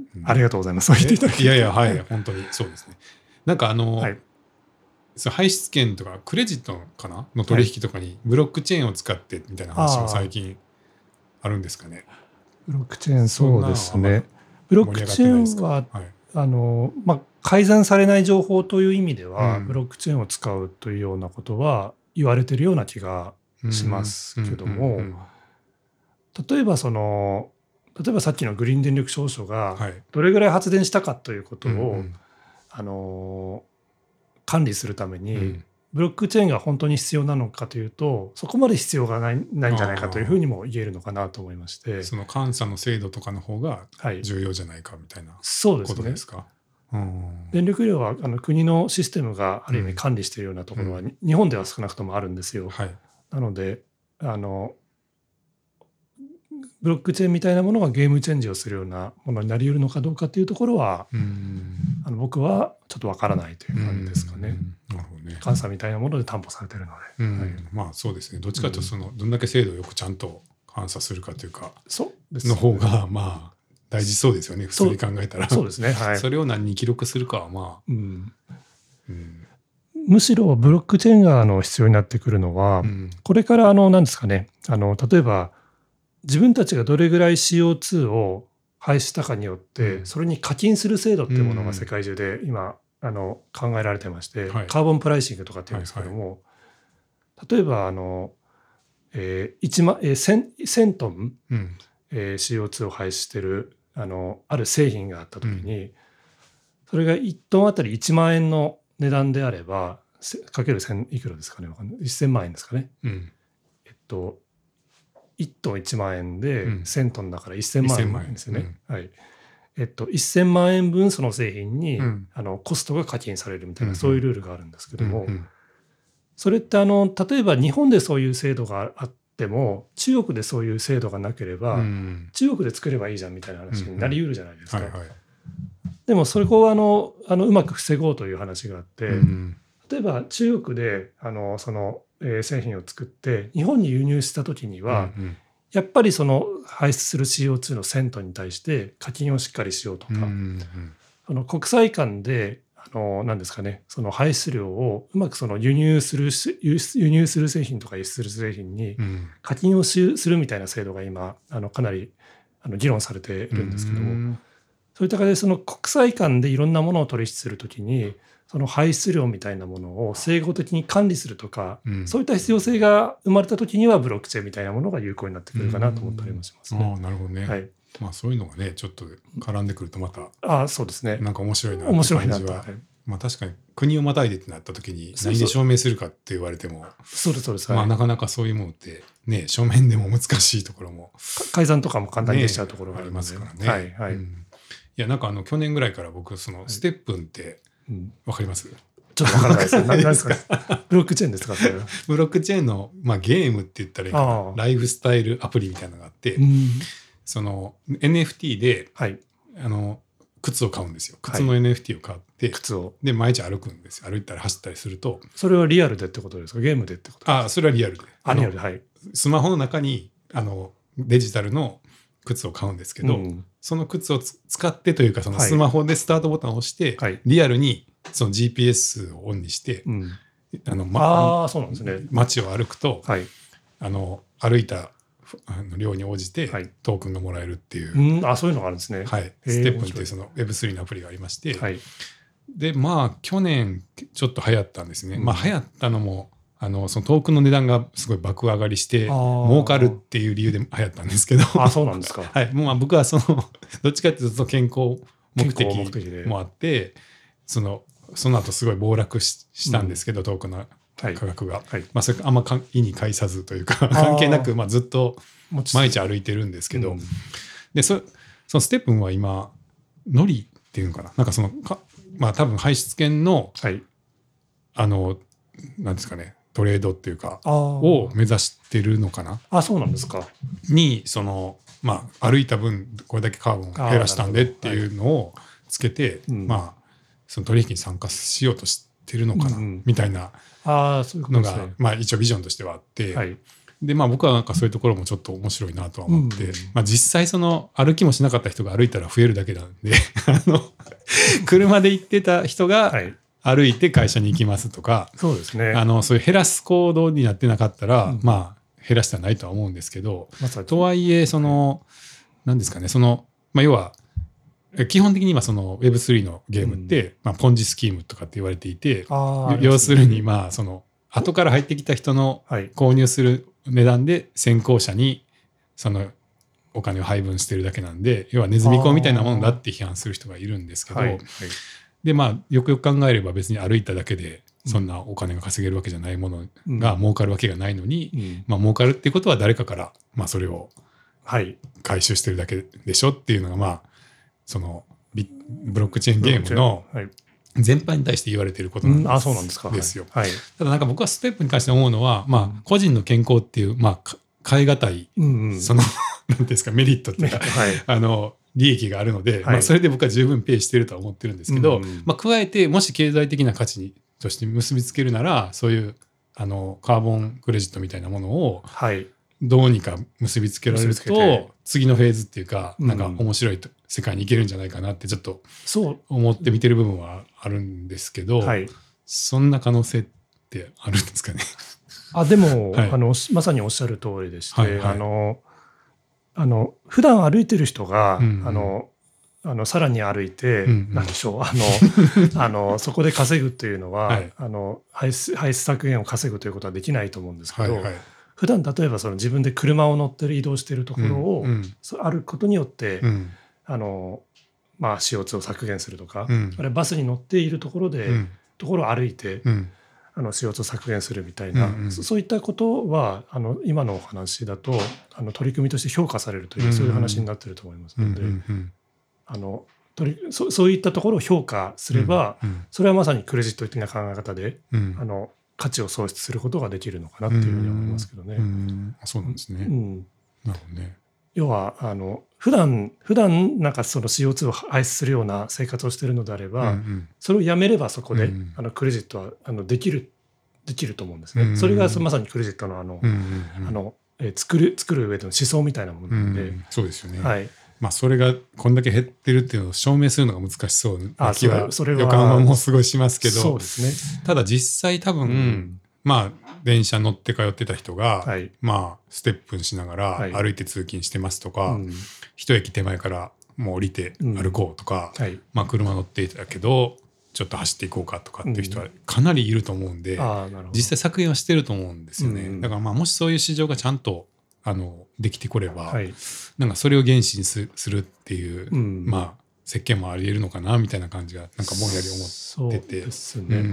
S2: うん、ありがとうございます。そう言っていただき
S1: いやいやはい本当にそうですね。なんかあの、はい、排出権とかクレジットかなの取引とかにブロックチェーンを使ってみたいな話も最近あるんですかね。
S2: ブロックチェーンそうですね。ブロックチェーンは、はい、あのまあ、改ざんされない情報という意味では、うん、ブロックチェーンを使うというようなことは言われているような気がしますけども、例えばその例えばさっきのグリーン電力証書がどれぐらい発電したかということを、はい、あの管理するために、うん、ブロックチェーンが本当に必要なのかというとそこまで必要がない、ないんじゃないかというふうにも言えるのかなと思いまして、
S1: その監査の制度とかの方が重要じゃないかみたいなことですか？
S2: はい、そうですね。うん、電力量はあの国のシステムがある意味管理しているようなところは、うん、日本では少なくともあるんですよ。はい、なのであのブロックチェーンみたいなものがゲームチェンジをするようなものになり得るのかどうかというところは、うん、あの僕はちょっとわからないという感じですかね。なるほどね。監査みたいなもので担保されているので、
S1: うんはい、まあそうですね。どっちかというとそのどんだけ精度をよくちゃんと監査するかというか、そうですね、の方がまあ大事そうですよね。普通に考えたら。
S2: そうですね。はい。
S1: それを何に記録するかはまあ、うん
S2: うん、むしろブロックチェーンがあの必要になってくるのは、うん、これからあの何ですかね。あの例えば自分たちがどれぐらい シーオーツー を排出したかによって、うん、それに課金する制度っていうものが世界中で今あの考えられてまして、はい、カーボンプライシングとかっていうんですけども、はいはい、 例えばあの、えーいちまんえー、せん, せんトン、
S1: うん
S2: えー、シーオーツー を排出してるあのある製品があったときに、
S1: うん、
S2: それがいちトンあたりいちまん円の値段であれば、かけるせんいくらですかね、せんまん円ですかね。
S1: うん
S2: えっと、いちトンいちまん円で
S1: うん
S2: せんトンだからせんまん円ですよね。
S1: うん
S2: はい。えっと、せんまん円分その製品に、
S1: うん、
S2: あのコストが課金されるみたいな、
S1: うん、
S2: そういうルールがあるんですけども、
S1: うんうん、
S2: それってあの例えば日本でそういう制度があっても中国でそういう制度がなければ、
S1: うん、
S2: 中国で作ればいいじゃんみたいな話になりうるじゃないですか。
S1: はいはい、
S2: でもそれをあのあのうまく防ごうという話があって、
S1: うん、
S2: 例えば中国であのその、えー製品を作って日本に輸入した時には、
S1: うん
S2: やっぱりその排出する シーオーツー のせんトンに対して課金をしっかりしようとか、
S1: うんうん
S2: あの国際間であの何ですかね、その排出量をうまくその輸入する輸出輸入する製品とか輸出する製品に
S1: うん
S2: 課金をしするみたいな制度が今あのかなりあの議論されているんですけども、
S1: うん
S2: そういった形でその国際間でいろんなものを取引するときにその排出量みたいなものを整合的に管理するとか、
S1: うん
S2: そういった必要性が生まれたときにはブロックチェーンみたいなものが有効になってくるかなと思ったりもしますね。
S1: ああ、なるほどね。
S2: はい、
S1: まあそういうのがね、ちょっと絡んでくるとまた、
S2: あそうですね。
S1: なんか面白いなって
S2: 面
S1: 感じは。
S2: 白いなと。はい、
S1: まあ確かに国をまたいでってなった時に
S2: そうそう
S1: 何で証明するかって言われても、
S2: そうですそうです。
S1: まあ
S2: はい、
S1: なかなかそういうものってね、書面でも難しいところも
S2: 改ざんとかも簡単にできちゃうところが
S1: あり
S2: あるので、
S1: ますからね。
S2: はいはい。
S1: うん、いやなんかあの去年ぐらいから僕そのステップンって
S2: うん
S1: わかります？
S2: ちょっとわからないですね。何ですか？ブロックチェーンですか？それは。
S1: ブロックチェーンの、まあ、ゲームって言ったらいいか
S2: あ
S1: な、
S2: あ
S1: ライフスタイルアプリみたいなのがあって、
S2: うん
S1: その エヌエフティー で
S2: はい。
S1: あの靴を買うんですよ。靴の エヌエフティー を買って、
S2: 靴を。
S1: で毎日歩くんですよ。歩いたり走ったりすると、
S2: それはリアルでってことですか？ゲームでってことですか？
S1: あそれはリアルで、
S2: あ、
S1: あの
S2: リアルで、はい。
S1: スマホの中にあのデジタルの靴を買うんですけど、
S2: うん
S1: その靴をつ使ってというかその
S2: はい
S1: スマホでスタートボタンを押して、
S2: はい
S1: リアルにその ジーピーエス をオンにして、
S2: うん、
S1: あのま
S2: ああ、そうなんですね。
S1: 街を歩くと、
S2: はい。
S1: あの歩いたあの量に応じて
S2: はい
S1: トークンがもらえるっていう、
S2: うん、あ、そういうのがあるんですね。
S1: はい、
S2: へー
S1: ステップンって
S2: 面白い
S1: いうその ウェブスリー のアプリがありまして、
S2: はい。
S1: でまあ去年ちょっと流行ったんですね、
S2: うん
S1: まあ流行ったのもあのそのトークンの値段がすごい爆上がりして
S2: あー
S1: 儲かるっていう理由で流行ったんですけど
S2: あ、そうなんですか。
S1: はい、もうまあ僕はそのどっちかというと健康目
S2: 健康目的で
S1: 的もあってそのその後すごい暴落 し, したんですけど、トークンの
S2: はい。
S1: 価格が、
S2: はい。
S1: まあ、それあんまか意に介さずというか関係なく、まあ、ずっと
S2: 持ち
S1: 毎日歩いてるんですけど、
S2: うん
S1: でそそのステップンは今ノリっていうのかななんかそのかまあ多分排出権の
S2: はい。
S1: あのなんですかねトレードっていうか
S2: あ
S1: を目指してるのかな
S2: あ。あ、そうなんですか。
S1: にそのまあ歩いた分これだけカーボンを減らしたんでっていうのをつけて、
S2: うん
S1: まあその取引に参加しようとしてるのかな、
S2: うんうん
S1: みたいな
S2: ああ、そういうこと
S1: のが、
S2: ですね。
S1: まあ一応ビジョンとしてはあって、
S2: はい。
S1: でまあ僕はなんかそういうところもちょっと面白いなとは思って、
S2: うん
S1: まあ実際その歩きもしなかった人が歩いたら増えるだけなんであの車で行ってた人が
S2: はい。
S1: 歩いて会社に行きますとか、
S2: そうですね。
S1: あのそういう減らす行動になってなかったら、
S2: うん
S1: まあ減らしてはないとは思うんですけど、
S2: まさに。
S1: とはいえその何ですかねその、まあ、要は基本的に今その ウェブスリー のゲームって、
S2: うん
S1: まあ、ポンジスキームとかって言われていて、
S2: ああ、
S1: 要するにまあその後から入ってきた人の
S2: はい。
S1: 購入する値段で先行者にそのお金を配分してるだけなんで、要はネズミ講みたいなものだって批判する人がいるんですけど、
S2: はい。はい。
S1: でまあよくよく考えれば別に歩いただけでそんなお金が稼げるわけじゃないものが儲かるわけがないのに、
S2: うん
S1: まあ儲かるっていうことは誰かからまあそれを
S2: はい。
S1: 回収してるだけでしょっていうのがまあそのビブロックチェーンゲームの
S2: はい。
S1: 全般に対して言われてることなん
S2: うん、
S1: です,、
S2: あ、そうなんですか。
S1: ですよ。
S2: はい。
S1: ただなんか僕はステップに関して思うのは、まあ個人の健康っていうまあか変え難い
S2: うんうん。
S1: その何ていうんですかメリットっていうか、
S2: はい。
S1: あの利益があるので、
S2: はい
S1: まあ、それで僕は十分ペイしてるとは思ってるんですけど、
S2: うんうん
S1: まあ、加えてもし経済的な価値にとして結びつけるならそういうあのカーボンクレジットみたいなものを
S2: はい。
S1: どうにか結びつけられる
S2: 結びつけて
S1: と次のフェーズっていうか、
S2: うん
S1: なんか面白いと世界に行けるんじゃないかなってちょっと
S2: そう。
S1: 思って見てる部分はあるんですけど、
S2: はい。
S1: そんな可能性ってあるんですかね。
S2: あ、でも、
S1: はい
S2: あの、まさにおっしゃる通りでして、
S1: はいはい
S2: あの、あの、普段歩いてる人が、
S1: うんうん
S2: あの、 あのさらに歩いて、うんうん、なんでしょうあのあのそこで稼ぐっていうのは、はい、あの排出排出削減を稼ぐということはできないと思うんですけど、はいはい、普段例えばその自分で車を乗ってる移動しているところを、うんうん、あることによって、うん、あのまあ、シーオーツー を削減するとか、うん、あれバスに乗っているところで、うん、ところを歩いて、うん、あの シーオーツー を削減するみたいな、うんうん、そ, そういったことはあの今のお話だとあの取り組みとして評価されるという、うんうん、そういう話になっていると思いますので、うんうんうん、あの取り そ, そういったところを評価すれば、うんうん、それはまさにクレジット的な考え方で、うん、あの価値を創出することができるのかなというふうに思いますけどね。
S1: うんうん、あ、そうなんですね。うん、なるほどね。
S2: 要はあの普段普段なんかその シーオーツー を排出するような生活をしているのであれば、うんうん、それをやめればそこで、うんうん、あのクレジットはあのできるできると思うんですね。うんうん、それがまさにクレジットのあの、うんうんうん、あのえー、作る作る上での思想みたいなものなので、うん、
S1: そうですよね。はい。まあそれがこんだけ減ってるっていうのを証明するのが難しそうな気は予感はもうすごいしますけど、
S2: そうですね。
S1: ただ実際多分、うん、まあ電車乗って通ってた人が、はい、まあステップしながら歩いて通勤してますとか、はい、一駅手前からもう降りて歩こうとか、うんはい、まあ車乗っていたけどちょっと走っていこうかとかっていう人はかなりいると思うんで、うん、実際削減はしてると思うんですよね。うん、だからまあもしそういう市場がちゃんとあのできてこれば、はい、なんかそれを原資にするっていう、うん、まあ設計もあり得るのかなみたいな感じがなんかぼんやり思ってて、
S2: そうですね。うん、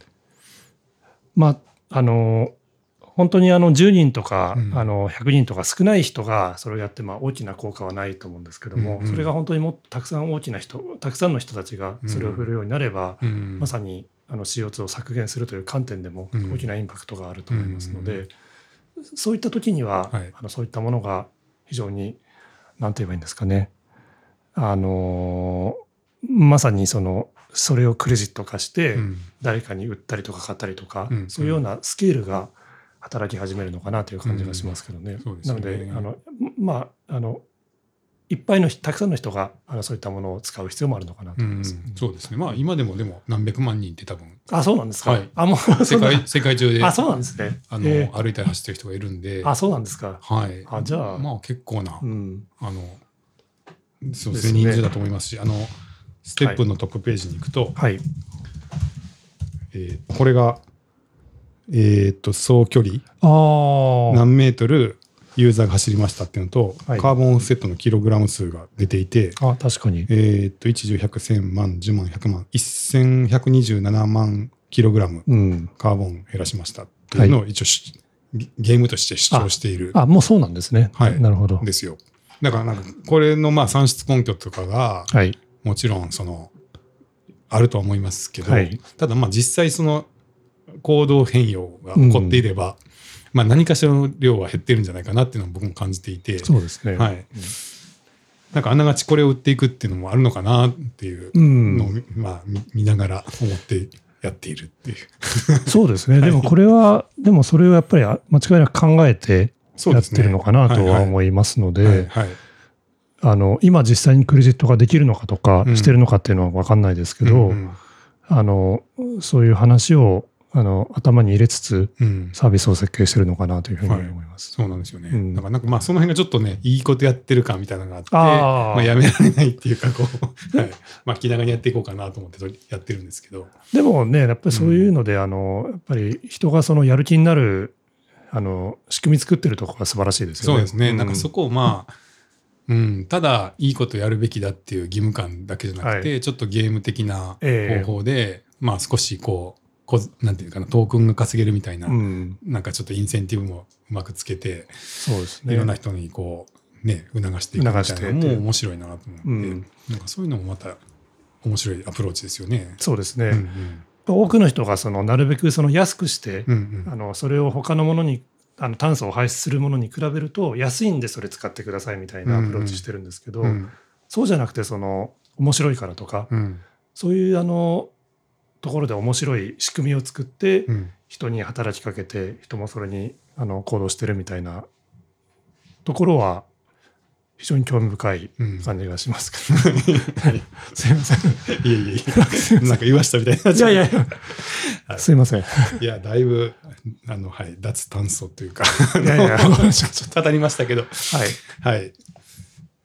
S2: まああの本当にあのじゅうにんとか、うん、あのひゃくにんとか少ない人がそれをやってまあ大きな効果はないと思うんですけども、うんうん、それが本当にもっとたくさん大きな人たくさんの人たちがそれを振るようになれば、うんうん、まさにあの シーオーツー を削減するという観点でも大きなインパクトがあると思いますので、うんうんうん、そういった時には、はい、あのそういったものが非常に何て言えばいいんですかね、あのまさにそのそれをクレジット化して誰かに売ったりとか買ったりとか、うん、そういうようなスケールが働き始めるのかなという感じがしますけどね。うん、そうですね。なのであのまああのいっぱいのたくさんの人があのそういったものを使う必要もあるのかなと思います。
S1: うん、そうですね。まあ今でもでも何百万人って多分。
S2: あ、そうなんですか。
S1: はい、
S2: あ、もう
S1: 世界世界中で。
S2: あ、そうなんですね。
S1: あの、えー、歩いたり走ってる人がいるんで。
S2: あ、そうなんですか。
S1: はい。
S2: あ、じゃあ
S1: まあ結構な、うん、あのそうですね、人数だと思いますし、あのステップのトップページに行くと、はい、えー、これがえー、と総距離何メートルユーザーが走りましたっていうのと、はい、カーボンオフセットのキログラム数が出ていて、
S2: あ、確かに、
S1: えー、といち、じゅう、ひゃく、せん、万、じゅうまん、ひゃくまん、せんひゃくにじゅうななまんキログラムカーボン減らしましたっていうのを一応、はい、ゲームとして主張している。
S2: あ、あもうそうなんですね。はい、なるほど。
S1: ですよ。だからなんかこれのまあ算出根拠とかが、はい、もちろんそのあるとは思いますけど、はい、ただまあ実際その行動変容が起こっていれば、うん、まあ何かしらの量は減ってるんじゃないかなっていうのを僕も感じていて、
S2: そうですね。
S1: はい。うん、なんかあながちこれを売っていくっていうのもあるのかなっていうのを、うん、まあ 見, 見ながら思ってやっているっていう。
S2: そうですね。でもこれは、はい、でもそれをやっぱり間違いなく考えてやってるのかなとは思いますので、あの今実際にクレジットができるのかとか、うん、してるのかっていうのは分かんないですけど、うんうん、あのそういう話をあの頭に入れつつ、うん、サービスを設計してるのかなというふうに思います。
S1: はい、そうなんですよね。うん、だからなんかまあその辺がちょっとね、いいことやってる感みたいなのがあって、あまあやめられないっていうかこう、はい、まあ気長にやっていこうかなと思ってやってるんですけど。
S2: でもね、やっぱりそういうので、うん、あのやっぱり人がそのやる気になるあの仕組み作ってるところが素晴らしいですよね。
S1: そうですね。うん、なんかそこをまあ、うん、ただいいことやるべきだっていう義務感だけじゃなくて、はい、ちょっとゲーム的な方法で、えー、まあ少しこう。こなんていうかな、トークンが稼げるみたいな、うん、なんかちょっとインセンティブもうまくつけて、
S2: そうですね、
S1: いろんな人にこうね促していくみたいなのも面白いなと思って、うん、なんかそういうのもまた面白いアプローチですよね。
S2: そうですね。うんうん、多くの人がそのなるべくその安くして、うんうん、あのそれを他のものにあの炭素を排出するものに比べると安いんでそれ使ってくださいみたいなアプローチしてるんですけど、うんうん、そうじゃなくてその面白いからとか、うん、そういうあのところで面白い仕組みを作って人に働きかけて人もそれにあの行動してるみたいなところは非常に興味深い感じがしますけど、うんはい、すいません。
S1: いえいえいえなんか言わしたみたいな。
S2: いやいやいや、はい、すいません。
S1: いやだいぶあの、はい、脱炭素というかいやいやちょっと語りましたけど、はいはい。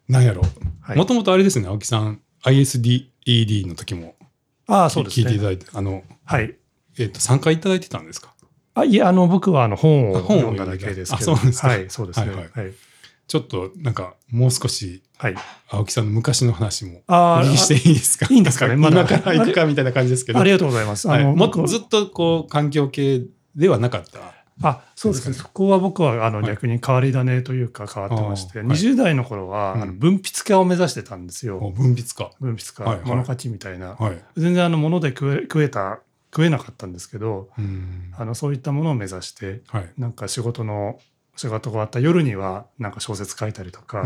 S1: なんやろもともとあれですね青木さん アイエスディーイーディー の時も
S2: あそうですね
S1: 聞いていただいてあの、
S2: はい
S1: えー、と参加いただいてたんですか？
S2: あいえあの僕はあの本を読んだだけですけど。
S1: あそうですか。
S2: はいそうですね、
S1: はいはい
S2: はい、
S1: ちょっとなんかもう少し
S2: はい
S1: 青木さんの昔の話も
S2: あ
S1: お聞きしていいですか？
S2: いいんですかねまだ
S1: 今から行くかみたいな感じですけど。
S2: ありがとうございます。あの、
S1: はい、もっとずっとこう環境系ではなかった。
S2: あそうですね、そこは僕はあの逆に変わり種というか変わってまして、はい、にじゅう代の頃は、うん、あの分泌家を目指してたんですよ。
S1: 分泌家
S2: 分泌家、
S1: はいはい、
S2: 物書きみたいな、
S1: はい、
S2: 全然あの物で食え、食えた食えなかったんですけど、
S1: うん、
S2: あのそういったものを目指して、
S1: はい、
S2: なんか仕事の仕事が終わった夜にはなんか小説書いたりとか、
S1: うんうん、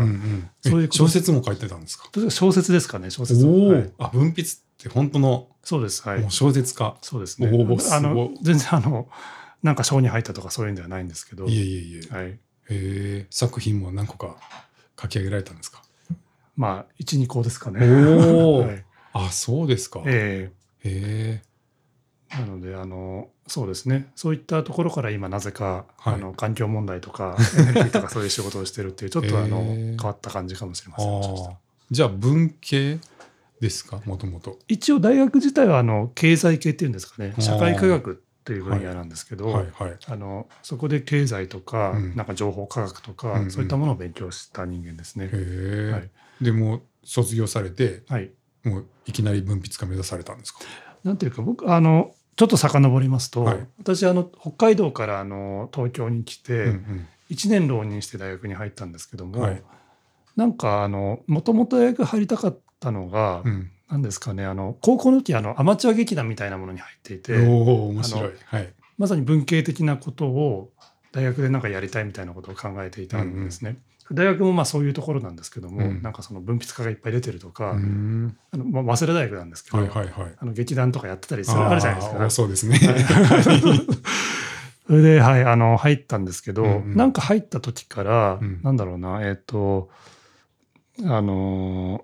S2: そういう
S1: 小説も書いてたんですか？
S2: 小説ですかね、小説。
S1: お、はい、あ分泌って本当の
S2: そうです、はい、
S1: もう小説家。
S2: そうですね。あの全然あのなんか賞に入ったとかそういうんではないんですけど。
S1: いえいえいえ。
S2: はい、へ
S1: え作品も何個か書き上げられたんですか？
S2: まあいち、にこですかね。
S1: お
S2: はい、
S1: あそうですか。
S2: え
S1: ー、へ
S2: なのであのそうですねそういったところから今なぜか、はい、あの環境問題とかエネルギーとかそういう仕事をしてるっていうちょっとあの変わった感じかもしれません。
S1: じゃあ文系ですかもともと？一
S2: 応大学自体はあの経済系っていうんですかね社会科学っていう分野なんですけど、はいはいはい、あのそこで経済とか、うん、なんか情報科学とか、うんうん、そういったものを勉強した人間ですね。
S1: へ、はい、でも卒業されて、はい、もういきなり文筆家目指されたんですか？
S2: なんていうか僕あのちょっと遡りますと、はい、私あの北海道からあの東京に来て、うんうん、いちねん浪人して大学に入ったんですけども、はい、なんかあのもともと大学入りたかったのが、うん、なんですかねあの高校の時あのアマチュア劇団みたいなものに入っていて、
S1: お面白い、はい、
S2: まさに文系的なことを大学でなんかやりたいみたいなことを考えていたんですね。うんうん、大学もまあそういうところなんですけども、うん、なんかその文筆家がいっぱい出てるとか、うん、あのまあ、早稲田大学なんですけど、はいはいはい、あの劇団とかやってたりする あ, あるじゃないですか。
S1: そうですね。
S2: それで、はい、あの入ったんですけど、うんうん、なんか入った時から、うん、なんだろうなえっ、ー、とあの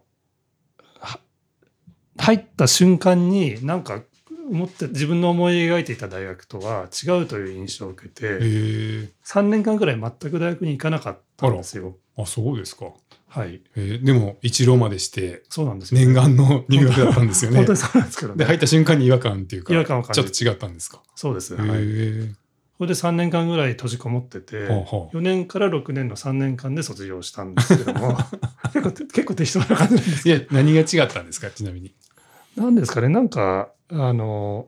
S2: 入った瞬間になんか思って自分の思い描いていた大学とは違うという印象を受けてさんねんかんぐらい全く大学に行かなかったんですよ。
S1: あ, あそうですか。
S2: はい、
S1: えー、でも一浪までして
S2: そうなんですよ、ね、
S1: 念願の入学だったんですよね。
S2: 本当にそうなんですけどね。
S1: で入った瞬間に違和感っていうか
S2: 違和感を感じ
S1: ちょっと違ったんですか？
S2: そうです、はい、それでさんねんかんぐらい閉じこもってて、はあはあ、よねんからろくねんのさんねんかんで卒業したんですけども結構結構適当な感じなんですけど。
S1: いや何が違ったんですかちなみに。
S2: なんですかねなんかあの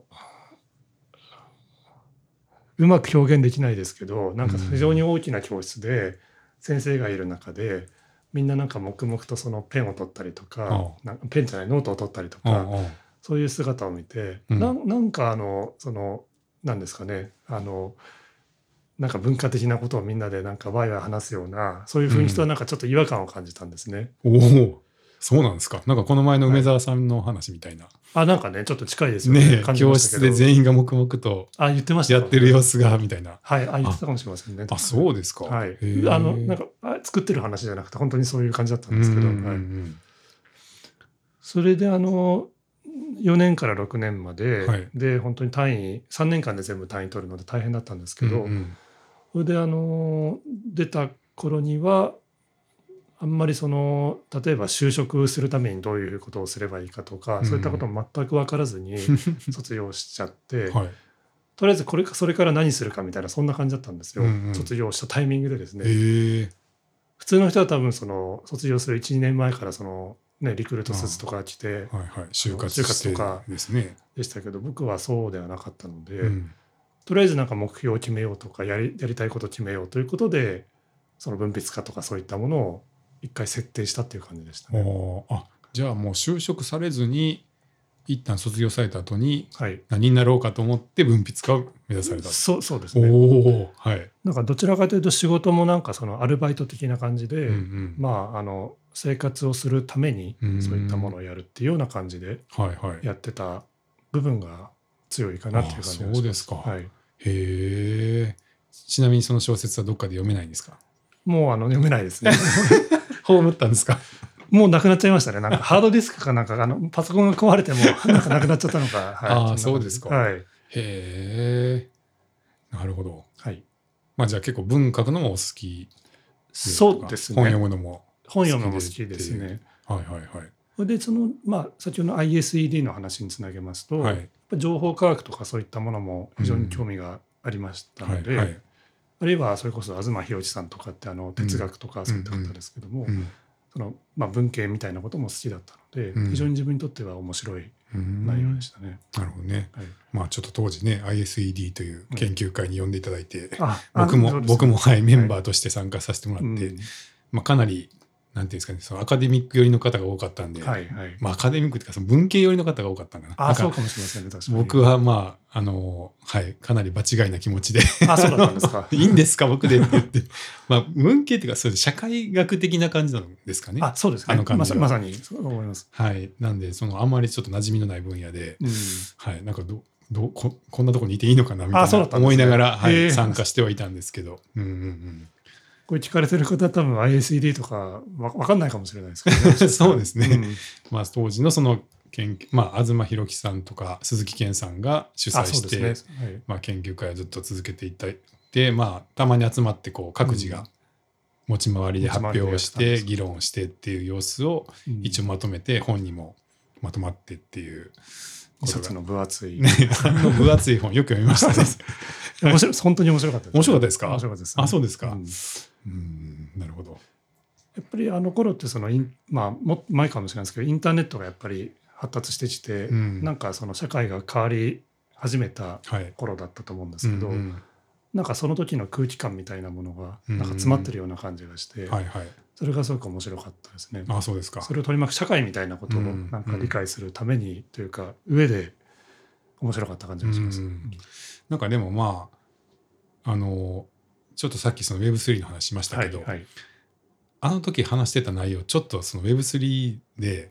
S2: うまく表現できないですけどなんか非常に大きな教室で先生がいる中でみんななんか黙々とそのペンを取ったりとか、なんかペンじゃないノートを取ったりとか、そういう姿を見て、うん、な, なんかあのそのなんですかねあのなんか文化的なことをみんなでなんかワイワイ話すようなそういう雰囲気とはなんかちょっと違和感を感じたんですね。
S1: うん、おおそうなんですか。なんかこの前の梅沢さんの話みたいな、はい、
S2: あなんかねちょっと近いですよね。
S1: ね教室で全員が黙々と
S2: あ言ってました
S1: やってる様子がみたいな。
S2: はいあ言ってたかもしれませんね。
S1: あそうですか。
S2: はい、あのなんか作ってる話じゃなくて本当にそういう感じだったんですけど、はい、それであのよねんからろくねんまで、はい、で本当に単位さんねんかんで全部単位取るので大変だったんですけど、うんうん、それであの出た頃にはあんまりその例えば就職するためにどういうことをすればいいかとか、うん、そういったことも全く分からずに卒業しちゃって、はい、とりあえずこれかそれから何するかみたいなそんな感じだったんですよ、うんうん、卒業したタイミングでですね。普通の人は多分その卒業するいちにねんまえからその、ね、リクルートスーツとか着て、はいはい、
S1: 就活して
S2: とか
S1: ですね
S2: でしたけど僕はそうではなかったので、うん、とりあえずなんか目標を決めようとかやり、やりたいことを決めようということでその文筆家とかそういったものを一回設定したっていう感じでしたね。
S1: あじゃあもう就職されずに一旦卒業された後に何になろうかと思って文筆家を目指された、はい、
S2: そうそうですね。
S1: お、はい、
S2: なんかどちらかというと仕事もなんかそのアルバイト的な感じで、うんうん、まああの生活をするためにそういったものをやるっていうような感じでやってた部分が強いかなっていう感じがします。
S1: そうですか、
S2: はい、
S1: へえ。ちなみにその小説はどっかで読めないんですか？
S2: もうあの読めないですね。
S1: 葬ったんですか？
S2: もうなくなっちゃいましたね。なんかハードディスクかなんかあのパソコンが壊れてもなんかなくなっちゃったのか。はい、
S1: ああそうですか。
S2: はい、
S1: へえ。なるほど。
S2: はい。
S1: まあじゃあ結構文書くのもお好き
S2: そうですね。
S1: 本読むのも。
S2: 本読むのも好きですね。
S1: はいはいはい。
S2: でその、まあ、先ほどの アイエスイーディー の話につなげますと、はい、やっぱ情報科学とかそういったものも非常に興味がありましたので、うんはいはい、あるいはそれこそ東博さんとかってあの哲学とかそういった方ですけども、うんうん、そのまあ、文系みたいなことも好きだったので、うん、非常に自分にとっては面白い内容でしたね。
S1: なるほどね、はい、まあちょっと当時ね アイエスイーディー という研究会に呼んでいただいて、うん、僕も僕も、はい、メンバーとして参加させてもらって、はいまあ、かなりなんていうんですかね、そのアカデミック寄りの方が多かったんで、はいはいまあ、アカデミックというかその文系寄りの方が多かったんかな。
S2: ああそうかもしれませんね。確かに
S1: 僕はまああの、はい、かなり場違いな気持ちで
S2: あそうだったんですか
S1: いいんですか僕でって言って、まあ、文系っていうかそう社会学的な感じなんですかね。
S2: あそうですね。あの感じはまさにそう思います。
S1: はい、なんでそのあんまりちょっと馴染みのない分野で、うんはい、なんかどど こ, こんなところにいていいのかなみたいな思いながら、ねはい、参加してはいたんですけど。うんうんうん
S2: これ聞かれてる方は多分 アイエスイーディー とか分かんないかもしれないですけど、ね、
S1: そうですね、うんまあ、当時のその研究、まあ、東博樹さんとか鈴木健さんが主催して、ねはいまあ、研究会をずっと続けていったで、まあ、たまに集まってこう各自が持ち回りで発表をして議論をしてっていう様子を一応まとめて本にもまとまってっていう
S2: 一冊の分厚い、
S1: ね、あの分厚い本よく読みましたね
S2: 面白い本当に面白かったです、ね、
S1: 面白かったですか。
S2: 面白かったです、ね、
S1: あそうですか、
S2: うん
S1: うんなるほど。
S2: やっぱりあの頃ってそのイン、まあ、も前かもしれないですけどインターネットがやっぱり発達してきて、うん、なんかその社会が変わり始めた頃だったと思うんですけど、はいうんうん、なんかその時の空気感みたいなものがなんか詰まってるような感じがして、うんはいはい、それがすごく面白かったですね。
S1: あそうですか。
S2: それを取り巻く社会みたいなことをなんか理解するためにというか上で面白かった感じがします、うん、
S1: なんかでもまああのちょっとさっきその ウェブスリー の話しましたけど、はいはい、あの時話してた内容ちょっとその ウェブスリー で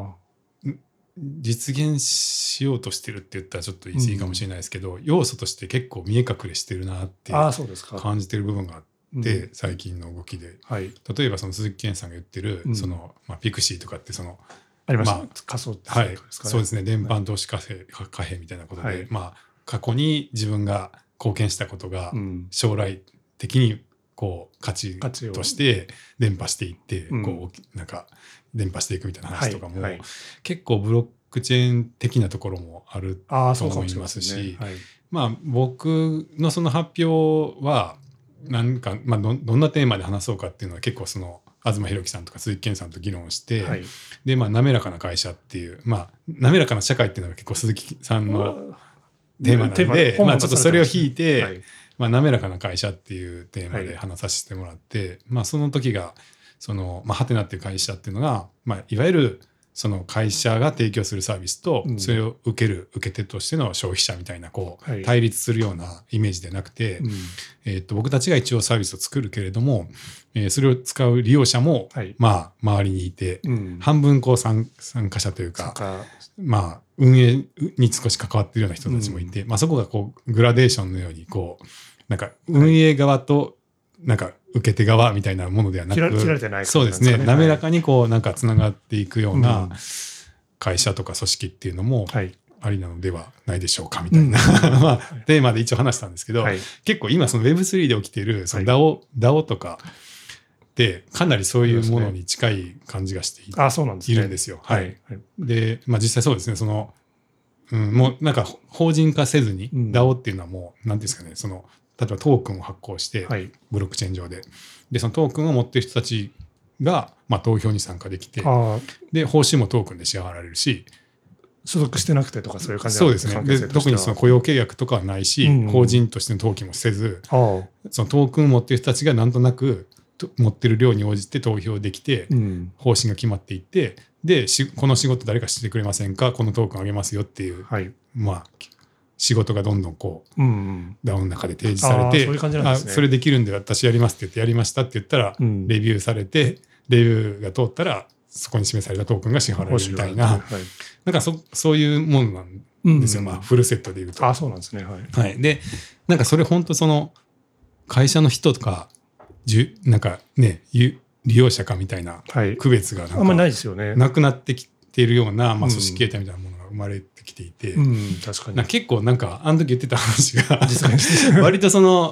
S1: 実現しようとしてるって言ったらちょっと言い過ぎかもしれないですけど、うん、要素として結構見え隠れしてるなって感じてる部分があって、うん、最近の動きで、はい、例えばその鈴木健さんが言ってる、うんそのまあ、ピクシーとかってその
S2: ありました、まあ、仮想ですかね、
S1: はい、そうですね電波投資貨幣、はい、貨幣みたいなことで、はいまあ、過去に自分が貢献したことが将来的にこう価値として伝播していって、うん、こうなんか伝播していくみたいな話とかも、はいはい、結構ブロックチェーン的なところもあると思いますし、ああ、そうかもしれませんね。はい、まあ僕のその発表はなんか、まあ、ど, どんなテーマで話そうかっていうのは結構その東博樹さんとか鈴木健さんと議論して、はい、でまあ滑らかな会社っていうまあ滑らかな社会っていうのが結構鈴木さんのテーマなんで、まあ、ちょっとそれを引いて、はいまあ、滑らかな会社っていうテーマで話させてもらって、はいまあ、その時がその、まあ、ハテナっていう会社っていうのが、まあ、いわゆるその会社が提供するサービスとそれを受ける受け手としての消費者みたいなこう対立するようなイメージでなくて、はいえー、と僕たちが一応サービスを作るけれども、えー、それを使う利用者も、はいまあ、周りにいて、うん、半分こう 参, 参加者というかまあ運営に少し関わっているような人たちもいて、うんまあ、そこがこうグラデーションのようにこうなんか運営側となんか受け手側みたいなものではなく、
S2: 切ら、切られてない
S1: そうですね、滑らかにこうなんかつながっていくような会社とか組織っていうのもありなのではないでしょうかみたいな、うんまあ、テーマで一応話したんですけど、はい、結構今その ウェブスリー で起きているその ダオ、はい、ダオ とかでかなりそういうものに近い感じがして い,
S2: あそうなんです、ね、
S1: いるんですよ。はい、はい、で、まあ、実際そうですねその、うん、もうなんか法人化せずに ダオ っていうのはもう何ていうんですかねその例えばトークンを発行して、はい、ブロックチェーン上ででそのトークンを持っている人たちが、まあ、投票に参加できてで報酬もトークンで支払われるし
S2: 所属してなくてとかそういう感じ
S1: なんですね。そうですね。で特にその雇用契約とかはないし、うん、法人としての登記もせずそのトークンを持っている人たちがなんとなく持ってる量に応じて投票できて、うん、方針が決まっていってでこの仕事誰かしてくれませんかこのトークンあげますよっていう、はい、まあ仕事がどんどんこう、うんうん、ダウンの中で提示されて、そういう感じなんですね。あそれできるんで私やりますって言ってやりましたって言ったら、うん、レビューされてレビューが通ったらそこに示されたトークンが支払われるみたいな、はい、なんか そ, そういうものなんですよ、うんうんまあ、フルセットでいうと。
S2: あそうなんですね、はい
S1: はい、でなんかそれ本当その会社の人とかじゅなんかね利用者かみたいな区別がなんか、はい、あんまないですよね。なくなってきているような、まあ、組織形態みたいなものが生まれてきていて、うん、確かにな結構なんかあの時言ってた話が割とその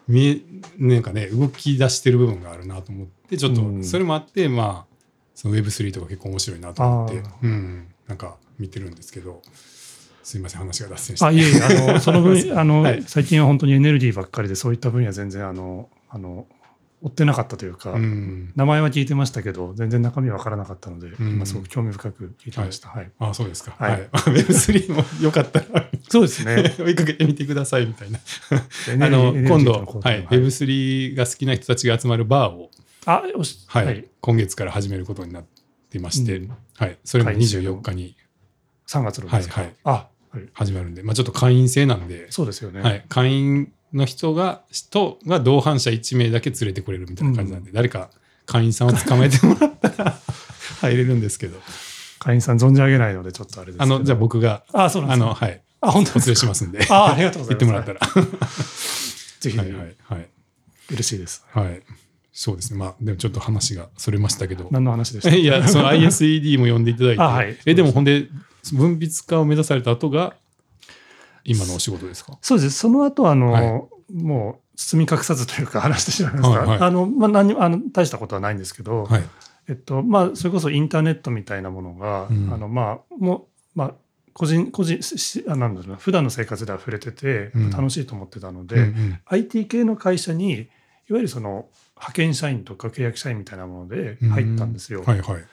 S1: 見えなんかね動き出してる部分があるなと思ってちょっとそれもあって、うん、まあその ウェブスリー とか結構面白いなと思って、うん、なんか見てるんですけど、すいません話が脱線して。
S2: あいえいえあのその分あの、はい、最近は本当にエネルギーばっかりでそういった分野全然あのあの追ってなかったというか、うん、名前は聞いてましたけど全然中身は分からなかったので、うん、今すごく興味深く聞いてました。はい
S1: はい、あそうですか。はいはい、ウェブスリー もよかったら
S2: そうですね
S1: 追いかけてみてくださいみたいなあの今度、はい、ウェブスリー が好きな人たちが集まるバーを
S2: あ、
S1: はいはい、今月から始めることになっていまして、うんはい、それもにじゅうよっかに
S2: さんがつのですか、はいはい、あ
S1: はい、始まるんで、まあ、ちょっと会員制なんで
S2: そうですよね、
S1: はい、会員の人が人が同伴者いち名だけ連れてこれるみたいな感じなんで、うん、誰か会員さんを捕まえてもらったら入れるんですけど
S2: 会員さん存じ上げないのでちょっとあれですけど
S1: あのじゃあ僕が
S2: あそうなんですか
S1: あの、はい、
S2: あ本当ですか
S1: お連れしますんで
S2: あありがとうございます
S1: 行ってもらったら
S2: ぜひ、
S1: はいはいはい、
S2: 嬉しいです。
S1: はいそうですね。まあ、でもちょっと話がそれましたけど。
S2: 何の話でした
S1: いや、その アイエスイーディー も読んでいただいて。
S2: はい、
S1: え、でもほんで、文筆家を目指された後が、今のお仕事ですか？
S2: そうです。その後、あの、はい、もう、包み隠さずというか話してしまいますが、はいはい、あの、まあ、何あの、大したことはないんですけど、はい、えっと、まあ、それこそインターネットみたいなものが、うん、あの、まあ、もう、まあ、個人、個人、あなんだろうな、普段の生活では触れてて、楽しいと思ってたので、うんうんうん、アイティー 系の会社に、いわゆるその、派遣社員とか契約社員みたいなもので入ったんですよ。
S1: はいはい、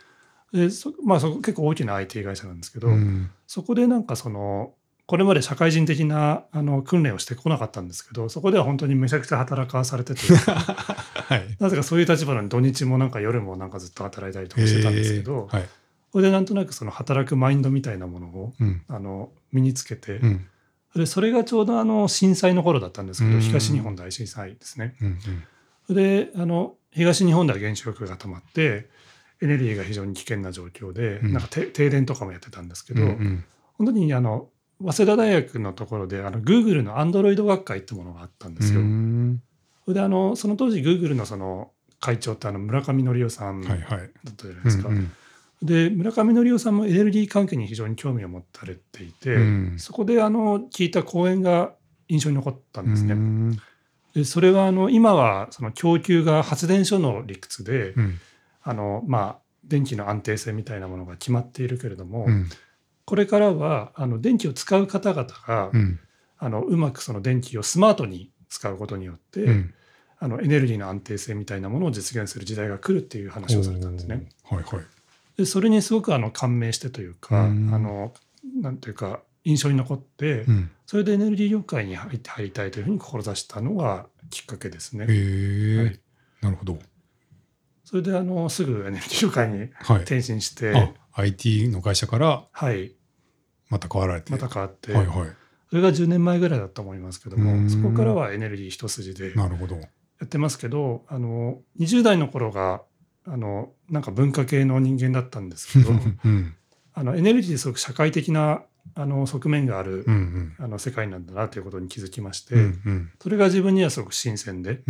S2: でそまあ、そこ結構大きな アイティー 会社なんですけど、そこでなんかそのこれまで社会人的なあの訓練をしてこなかったんですけどそこでは本当にめちゃくちゃ働かされてて、はい、なぜかそういう立場なのに土日もなんか夜もなんかずっと働いたりとかしてたんですけど、はい、それでなんとなくその働くマインドみたいなものを、うん、あの身につけて、うん、でそれがちょうどあの震災の頃だったんですけど、東日本大震災ですね。うんうんであの東日本では原子力が溜まってエネルギーが非常に危険な状況で、うん、なんか停電とかもやってたんですけど、うんうん、本当にあの早稲田大学のところであの Google の Android 学会ってものがあったんですよ。それであのその当時 Google のその会長ってあの村上則夫さんだったじゃないですか。はいはいうんうん、で村上則夫さんもエネルギー関係に非常に興味を持たれていて、うん、そこであの聞いた講演が印象に残ったんですね。うんでそれはあの今はその供給が発電所の理屈で、うん、あのまあ電気の安定性みたいなものが決まっているけれども、うん、これからはあの電気を使う方々が、うん、あのうまくその電気をスマートに使うことによって、うん、あのエネルギーの安定性みたいなものを実現する時代が来るっていう話をされたんですね。
S1: はいはい、
S2: でそれにすごくあの感銘してというか、うん、あのなんていうか印象に残って、うん、それでエネルギー業界に入って入りたいというふうに志したのがきっかけですね。
S1: へー、はい、なるほど。
S2: それであのすぐエネルギー業界に転身して、
S1: はい、アイティー の会社からまた変わられて、
S2: また変わって、
S1: はいはい、
S2: それがじゅうねんまえぐらいだと思いますけども、そこからはエネルギー一筋でやってますけど、あのにじゅう代の頃があのなんか文化系の人間だったんですけど、うん、あのエネルギーですごく社会的なあの側面がある、うんうん、あの世界なんだなということに気づきまして、うんうん、それが自分にはすごく新鮮で、うん、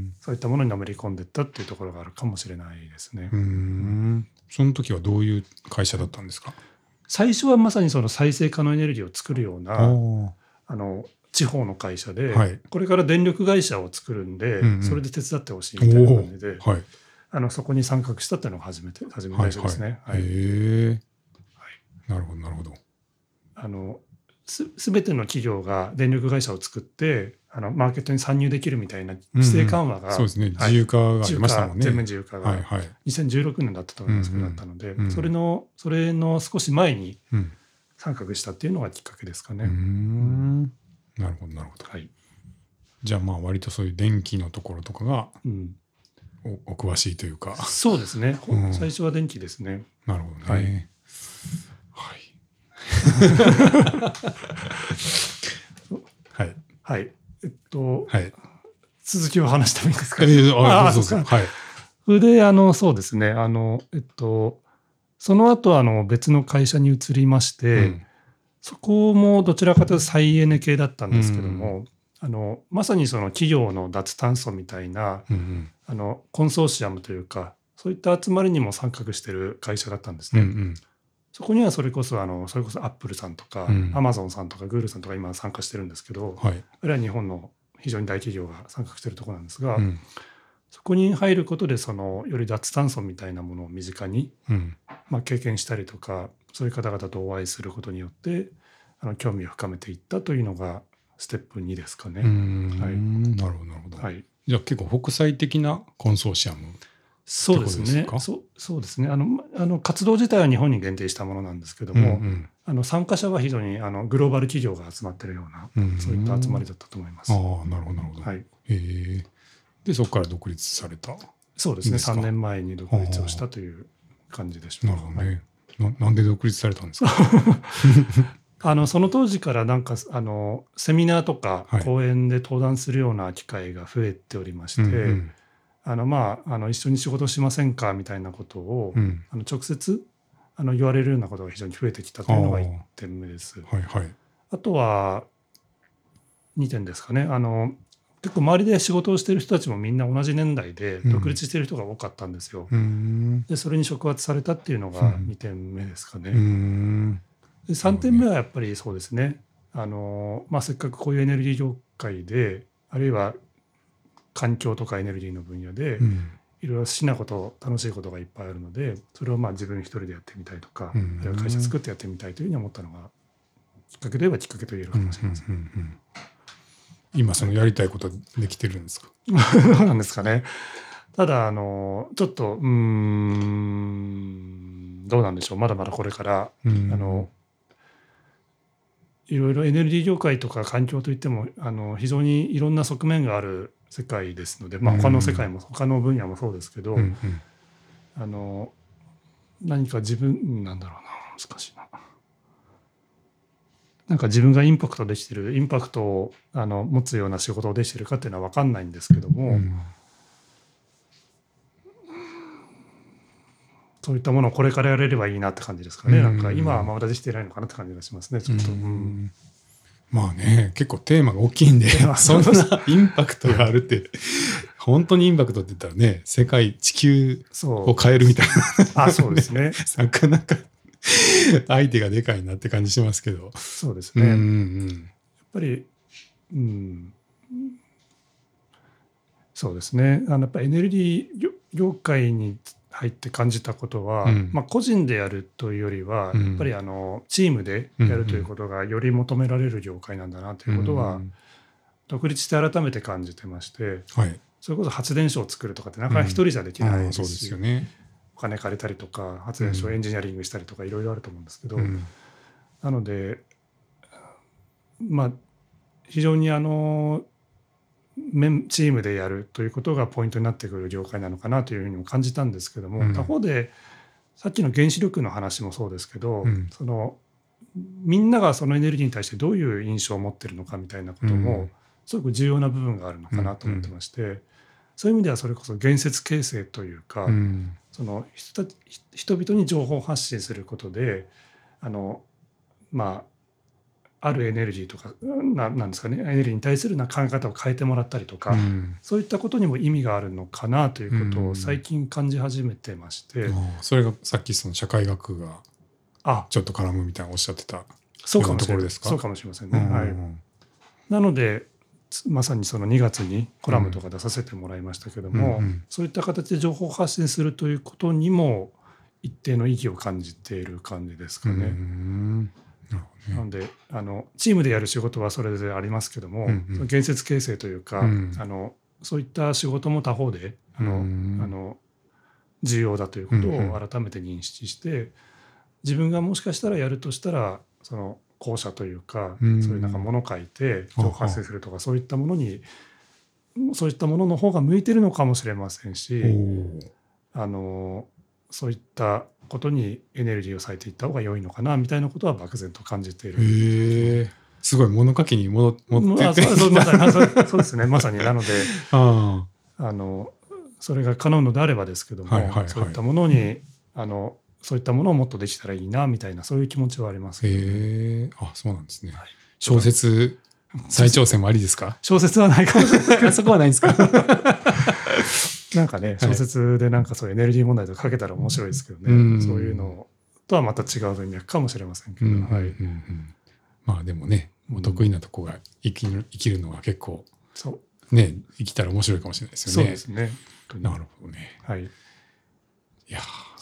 S2: そういったものにのめり込んでいったっていうところがあるかもしれないですね。
S1: うん、その時はどういう会社だったんですか？
S2: 最初はまさにその再生可能エネルギーを作るようなあの地方の会社で、はい、これから電力会社を作るんで、うんうん、それで手伝ってほしいみたいな感じで、はい、あのそこに参画したっていうのが初めて初め最初ですね。
S1: はいはい、へー、はい、なるほどなるほど。
S2: あのす全ての企業が電力会社を作ってあのマーケットに参入できるみたいな規制緩和が、うんうん、
S1: そうですね、自由化がありましたもんね。
S2: 全面自由化がにせんじゅうろくねんだったと思いますけど、だったので、うんうん、それのそれの少し前に参画したっていうのがきっかけですかね。うん、
S1: なるほどなるほど。はい、じゃあまあ割とそういう電気のところとかが、うん、お, お詳しいというか。
S2: そうですね、うん、最初は電気ですね。
S1: なるほどね。はい。はい。
S2: はい。えっと、はい、続きを話してもいいですか？
S1: えー、ああ、そうそう。はい。
S2: それで、あの、そうですね。あの、えっと、その後、あの、別の会社に移りまして、うん、そこもどちらかというと再エネ系だったんですけども、うん、あの、まさにその企業の脱炭素みたいな、うん、あの、コンソーシアムというか、そういった集まりにも参画している会社だったんですね。うんうん、そこにはそれこそあのそれこそアップルさんとか、うん、アマゾンさんとかグーグルさんとか今参加してるんですけど、はい、あるいは日本の非常に大企業が参画しているところなんですが、
S1: うん、
S2: そこに入ることでそのより脱炭素みたいなものを身近に、
S1: うん
S2: まあ、経験したりとかそういう方々とお会いすることによってあの興味を深めていったというのがステップにですかね。
S1: うん、はい、なるほどなるほど、はい、じゃあ結構国際的なコンソーシアム。
S2: そうですね。そう、そうですね。あの、あの活動自体は日本に限定したものなんですけども、うんうん、あの参加者は非常にあのグローバル企業が集まっているような、うんうん、そういった集まりだったと思います。
S1: ああ、なるほどなるほど。はい。へえ。でそこから独立された。
S2: そうですね。さんねんまえに独立をしたという感じでしょう。
S1: なるほどね。な, なんで独立されたんですか。
S2: あのその当時からなんかあのセミナーとか講演で登壇するような機会が増えておりまして。はい、うんうん、あのまあ、あの一緒に仕事しませんかみたいなことを、うん、あの直接あの言われるようなことが非常に増えてきたというのがいってんめです。
S1: はいはい、
S2: あとはにてんですかね。あの結構周りで仕事をしている人たちもみんな同じ年代で独立している人が多かったんですよ。うん、でそれに触発されたっていうのがにてんめですかね。うん、でさんてんめはやっぱりそうですね。あの、まあ、せっかくこういうエネルギー業界であるいは環境とかエネルギーの分野で、うん、いろいろ好きなこと楽しいことがいっぱいあるのでそれをまあ自分一人でやってみたいとか、うん、あるいは会社作ってやってみたいというふうに思ったのがきっかけといえばきっかけと言えるかもしれません。うんうんうんうん、
S1: 今そのやりたいことできてるんですか。
S2: どうなんですかね。ただあのちょっとうーんどうなんでしょう。まだまだこれから、うん、あのいろいろエネルギー業界とか環境といってもあの非常にいろんな側面がある世界ですので、まあ、他の世界も他の分野もそうですけど、うんうん、あの何か自分なんだろうな難しいななんか自分がインパクトできてるインパクトをあの持つような仕事をできてるかっていうのは分かんないんですけども、うん、そういったものをこれからやれればいいなって感じですかね。うん、なんか今はまだできてないのかなって感じがしますねちょっと。うんうん
S1: まあね、結構テーマが大きいんでそんなインパクトがあるって本当にインパクトって言ったらね世界地球を変えるみたいな
S2: あそうですね
S1: なかなか相手がでかいなって感じしますけど。
S2: そうですね、うんうん、やっぱり、うん、そうですねあのやっぱエネルギー業界に入って感じたことは、うんまあ、個人でやるというよりは、うん、やっぱりあのチームでやるということがより求められる業界なんだなということは、うん、独立して改めて感じてまして、はい、それこそ発電所を作るとかってなかなか一人じゃできないですし、うん、そうですよね、お金借りたりとか発電所をエンジニアリングしたりとかいろいろあると思うんですけど、うん、なのでまあ非常にあのチームでやるということがポイントになってくる業界なのかなというふうにも感じたんですけども、うん、他方でさっきの原子力の話もそうですけど、うん、そのみんながそのエネルギーに対してどういう印象を持ってるのかみたいなこともすごく重要な部分があるのかなと思ってまして、うんうん、そういう意味ではそれこそ言説形成というか、うん、その 人, 人々に情報発信することであのまああるエネルギーとか な, なんですかねエネルギーに対するな考え方を変えてもらったりとか、うん、そういったことにも意味があるのかなということを最近感じ始めてまして、うん、
S1: それがさっきその社会学がちょっと絡むみたいなおっしゃってた
S2: そうかもしれないですか。そうかもしれませんね、うんはい、なのでまさにそのにがつにコラムとか出させてもらいましたけども、うんうん、そういった形で情報発信するということにも一定の意義を感じている感じですかね。うんなのであのチームでやる仕事はそれぞれありますけども、うんうん、その言説形成というか、うん、あのそういった仕事も他方であの、うん、あの重要だということを改めて認識して、うんうん、自分がもしかしたらやるとしたらその校舎というか、うん、そういうなんか物書いて情報発信するとか、うん、そういったものにそういったものの方が向いてるのかもしれませんし、あのそういったことにエネルギーを割いていった方が良いのかなみたいなことは漠然と感じている。
S1: へえ、すごい物書きに戻ってて、
S2: そうまさにそうそうですねまさになのでああのそれが可能のであればですけども、はいはいはい、そういったものにあのそういったものをもっとできたらいいなみたいなそういう気持ちはありますけど、ね。へ
S1: え、あそうなんですね。はい、小説再挑戦もありですか？
S2: 小説はないかもしれない。
S1: そこはないんですか？
S2: なんかね小説でなんかそういうエネルギー問題とか書けたら面白いですけどね、うん、そういうのとはまた違う文脈かもしれませんけど、うんはいうんうん、
S1: まあでもねもう得意なとこが生きる、生きるのが結構
S2: そう
S1: ね生きたら面白いかもしれないですよね。
S2: そうですね。
S1: なるほどね。
S2: はい。
S1: いや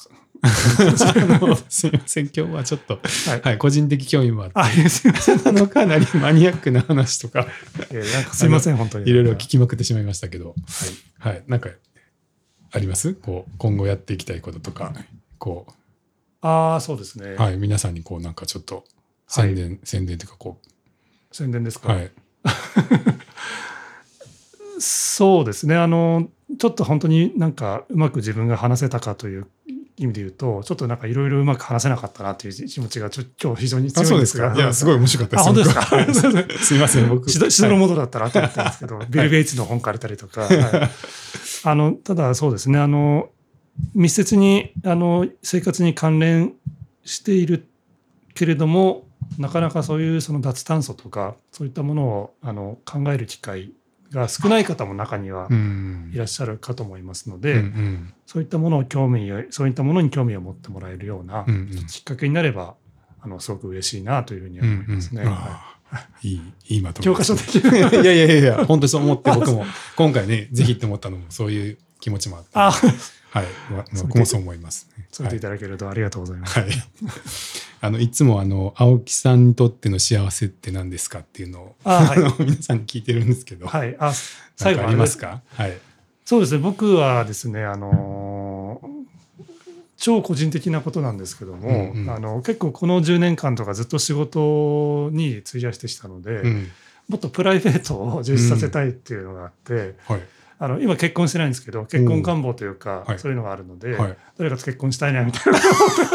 S1: すみません今日はちょっと、はいはい、個人的興味もあって
S2: あすみません
S1: あのかなりマニアックな話とか
S2: いやなんかすみません本当に
S1: いろいろ聞きまくってしまいましたけど、はい、はい、なんかありますこう今後やっていきたいこととかこう
S2: ああそうですね。
S1: はい皆さんにこうなんかちょっと宣伝、はい、宣伝というかこう
S2: 宣伝ですか。
S1: はい
S2: そうですねあのちょっと本当になんかうまく自分が話せたかという意味で言うとちょっとなんかいろいろうまく話せなかったなという気持ちがちょ今日非常に強いんですが。
S1: あそうですか。いやすごい面白かったです。
S2: あ本当ですか。
S1: すみません僕
S2: しどろもどだったなと思ったんですけど、はい、ビル・ゲイツの本借りたりとか、はい、あのただそうですねあの密接にあの生活に関連しているけれどもなかなかそういうその脱炭素とかそういったものをあの考える機会が少ない方も中にはいらっしゃるかと思いますので、うんうん、そういったものを興味そういったものに興味を持ってもらえるようなきっかけになればあのすごく嬉しいなというふうに思いますね。うんうんはい、
S1: いいいいまとめ
S2: 教科書的
S1: いやいやいやいや本当にそう思って僕も今回ねぜひって思ったのもそういう気持ちもあってあはい、僕もそう思います、ね。
S2: そう言っていただけるとありがとうございます。
S1: はい、あのいつもあの青木さんにとっての幸せって何ですかっていうのをあ、はい、皆さんに聞いてるんですけど、
S2: はい、あ最後
S1: ありますか？はい、
S2: そうですね。僕はですね、あの超個人的なことなんですけども、うんうん、あの結構このじゅうねんかんとかずっと仕事に費やしてきたので、うん、もっとプライベートを充実させたいっていうのがあって。うんはいあの今結婚してないんですけど結婚願望というかそういうのがあるので、はい、誰かと結婚したいなみたいな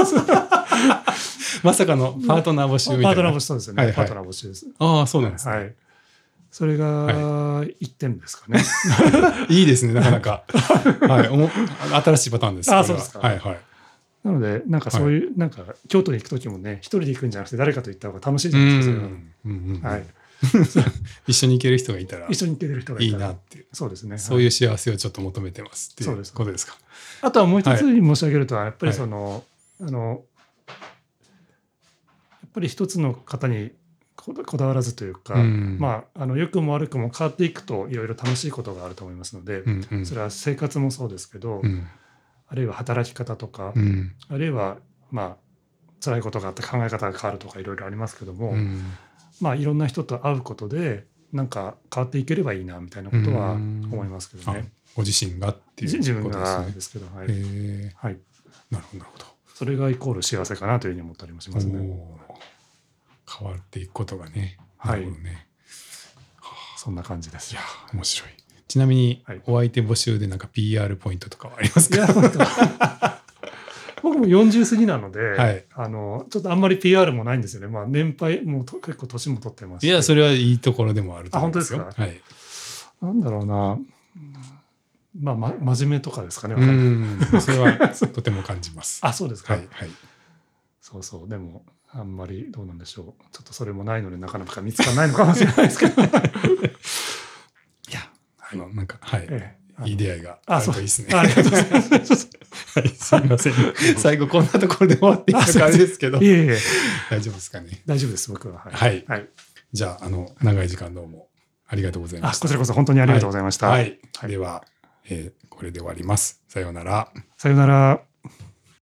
S1: まさかのパートナー募集みたいな。
S2: パートナー募集そうですね、はいはい、パートナー募集です。
S1: ああそうなんですね、
S2: はい、それがいってんですかね、
S1: はい、いいですねなかなか、はい、おも新しいパターンです。
S2: あそうですか、
S1: はいはい、
S2: なのでなんかそういう、はい、なんか京都に行く時もね一人で行くんじゃなくて誰かと行った方が楽しいじゃないですか。それは、うんうんうん、はい
S1: 一緒に行ける人がいたら
S2: 一緒に行ける人がいたら
S1: いいなっていう
S2: そうですね、
S1: そういう幸せをちょっと求めてますっていうことですか。
S2: あとはもう一つ申し上げるとやっぱりその、はい、あのやっぱり一つの方にこだわらずというか、うん、まああの良くも悪くも変わっていくといろいろ楽しいことがあると思いますので、うんうん、それは生活もそうですけど、うん、あるいは働き方とか、うん、あるいはまあ辛いことがあって考え方が変わるとかいろいろありますけども、うんまあ、いろんな人と会うことでなんか変わっていければいいなみたいなことは思いますけどね。
S1: ご自身がっていうことですね。
S2: 自分がですけど、はい、
S1: へはい、なるほどなるほど。
S2: それがイコール幸せかなというふうに思ったりもしますね。
S1: 変わっていくことがね。
S2: はい。
S1: なるほどね。
S2: はあ、そんな感じです。
S1: いや面白い。ちなみにお相手募集でなんか ピーアール ポイントとかはありますか？い
S2: や僕もよんじゅう過ぎなので、
S1: はい、
S2: あのちょっとあんまり ピーアール もないんですよね。まあ年配もう結構年も取ってますし。
S1: いやそれはいいところでもあると思いますよ。
S2: あ本当ですか。はい。なんだろうな。まあ、ま真面目とかですかね。
S1: うんそれはとても感じます。
S2: あそうですか。
S1: はいはい。
S2: そうそうでもあんまりどうなんでしょう。ちょっとそれもないのでなかなか見つからないのかもしれないですけど。い
S1: やあのなんかはい。ええいい出会いが
S2: あ
S1: るといいですね。
S2: ありがとうございます。
S1: はい、すみません。最後こんなところで終わっていく感じですけど。
S2: いえいえ。
S1: 大丈夫ですかね。
S2: 大丈夫です僕は。
S1: はい。はい。はい、じゃああの長い時間どうもありがとうございました。
S2: あこちらこそ本当にありがとうございました。
S1: はい。はい、では、えー、これで終わります。さようなら。
S2: さようなら。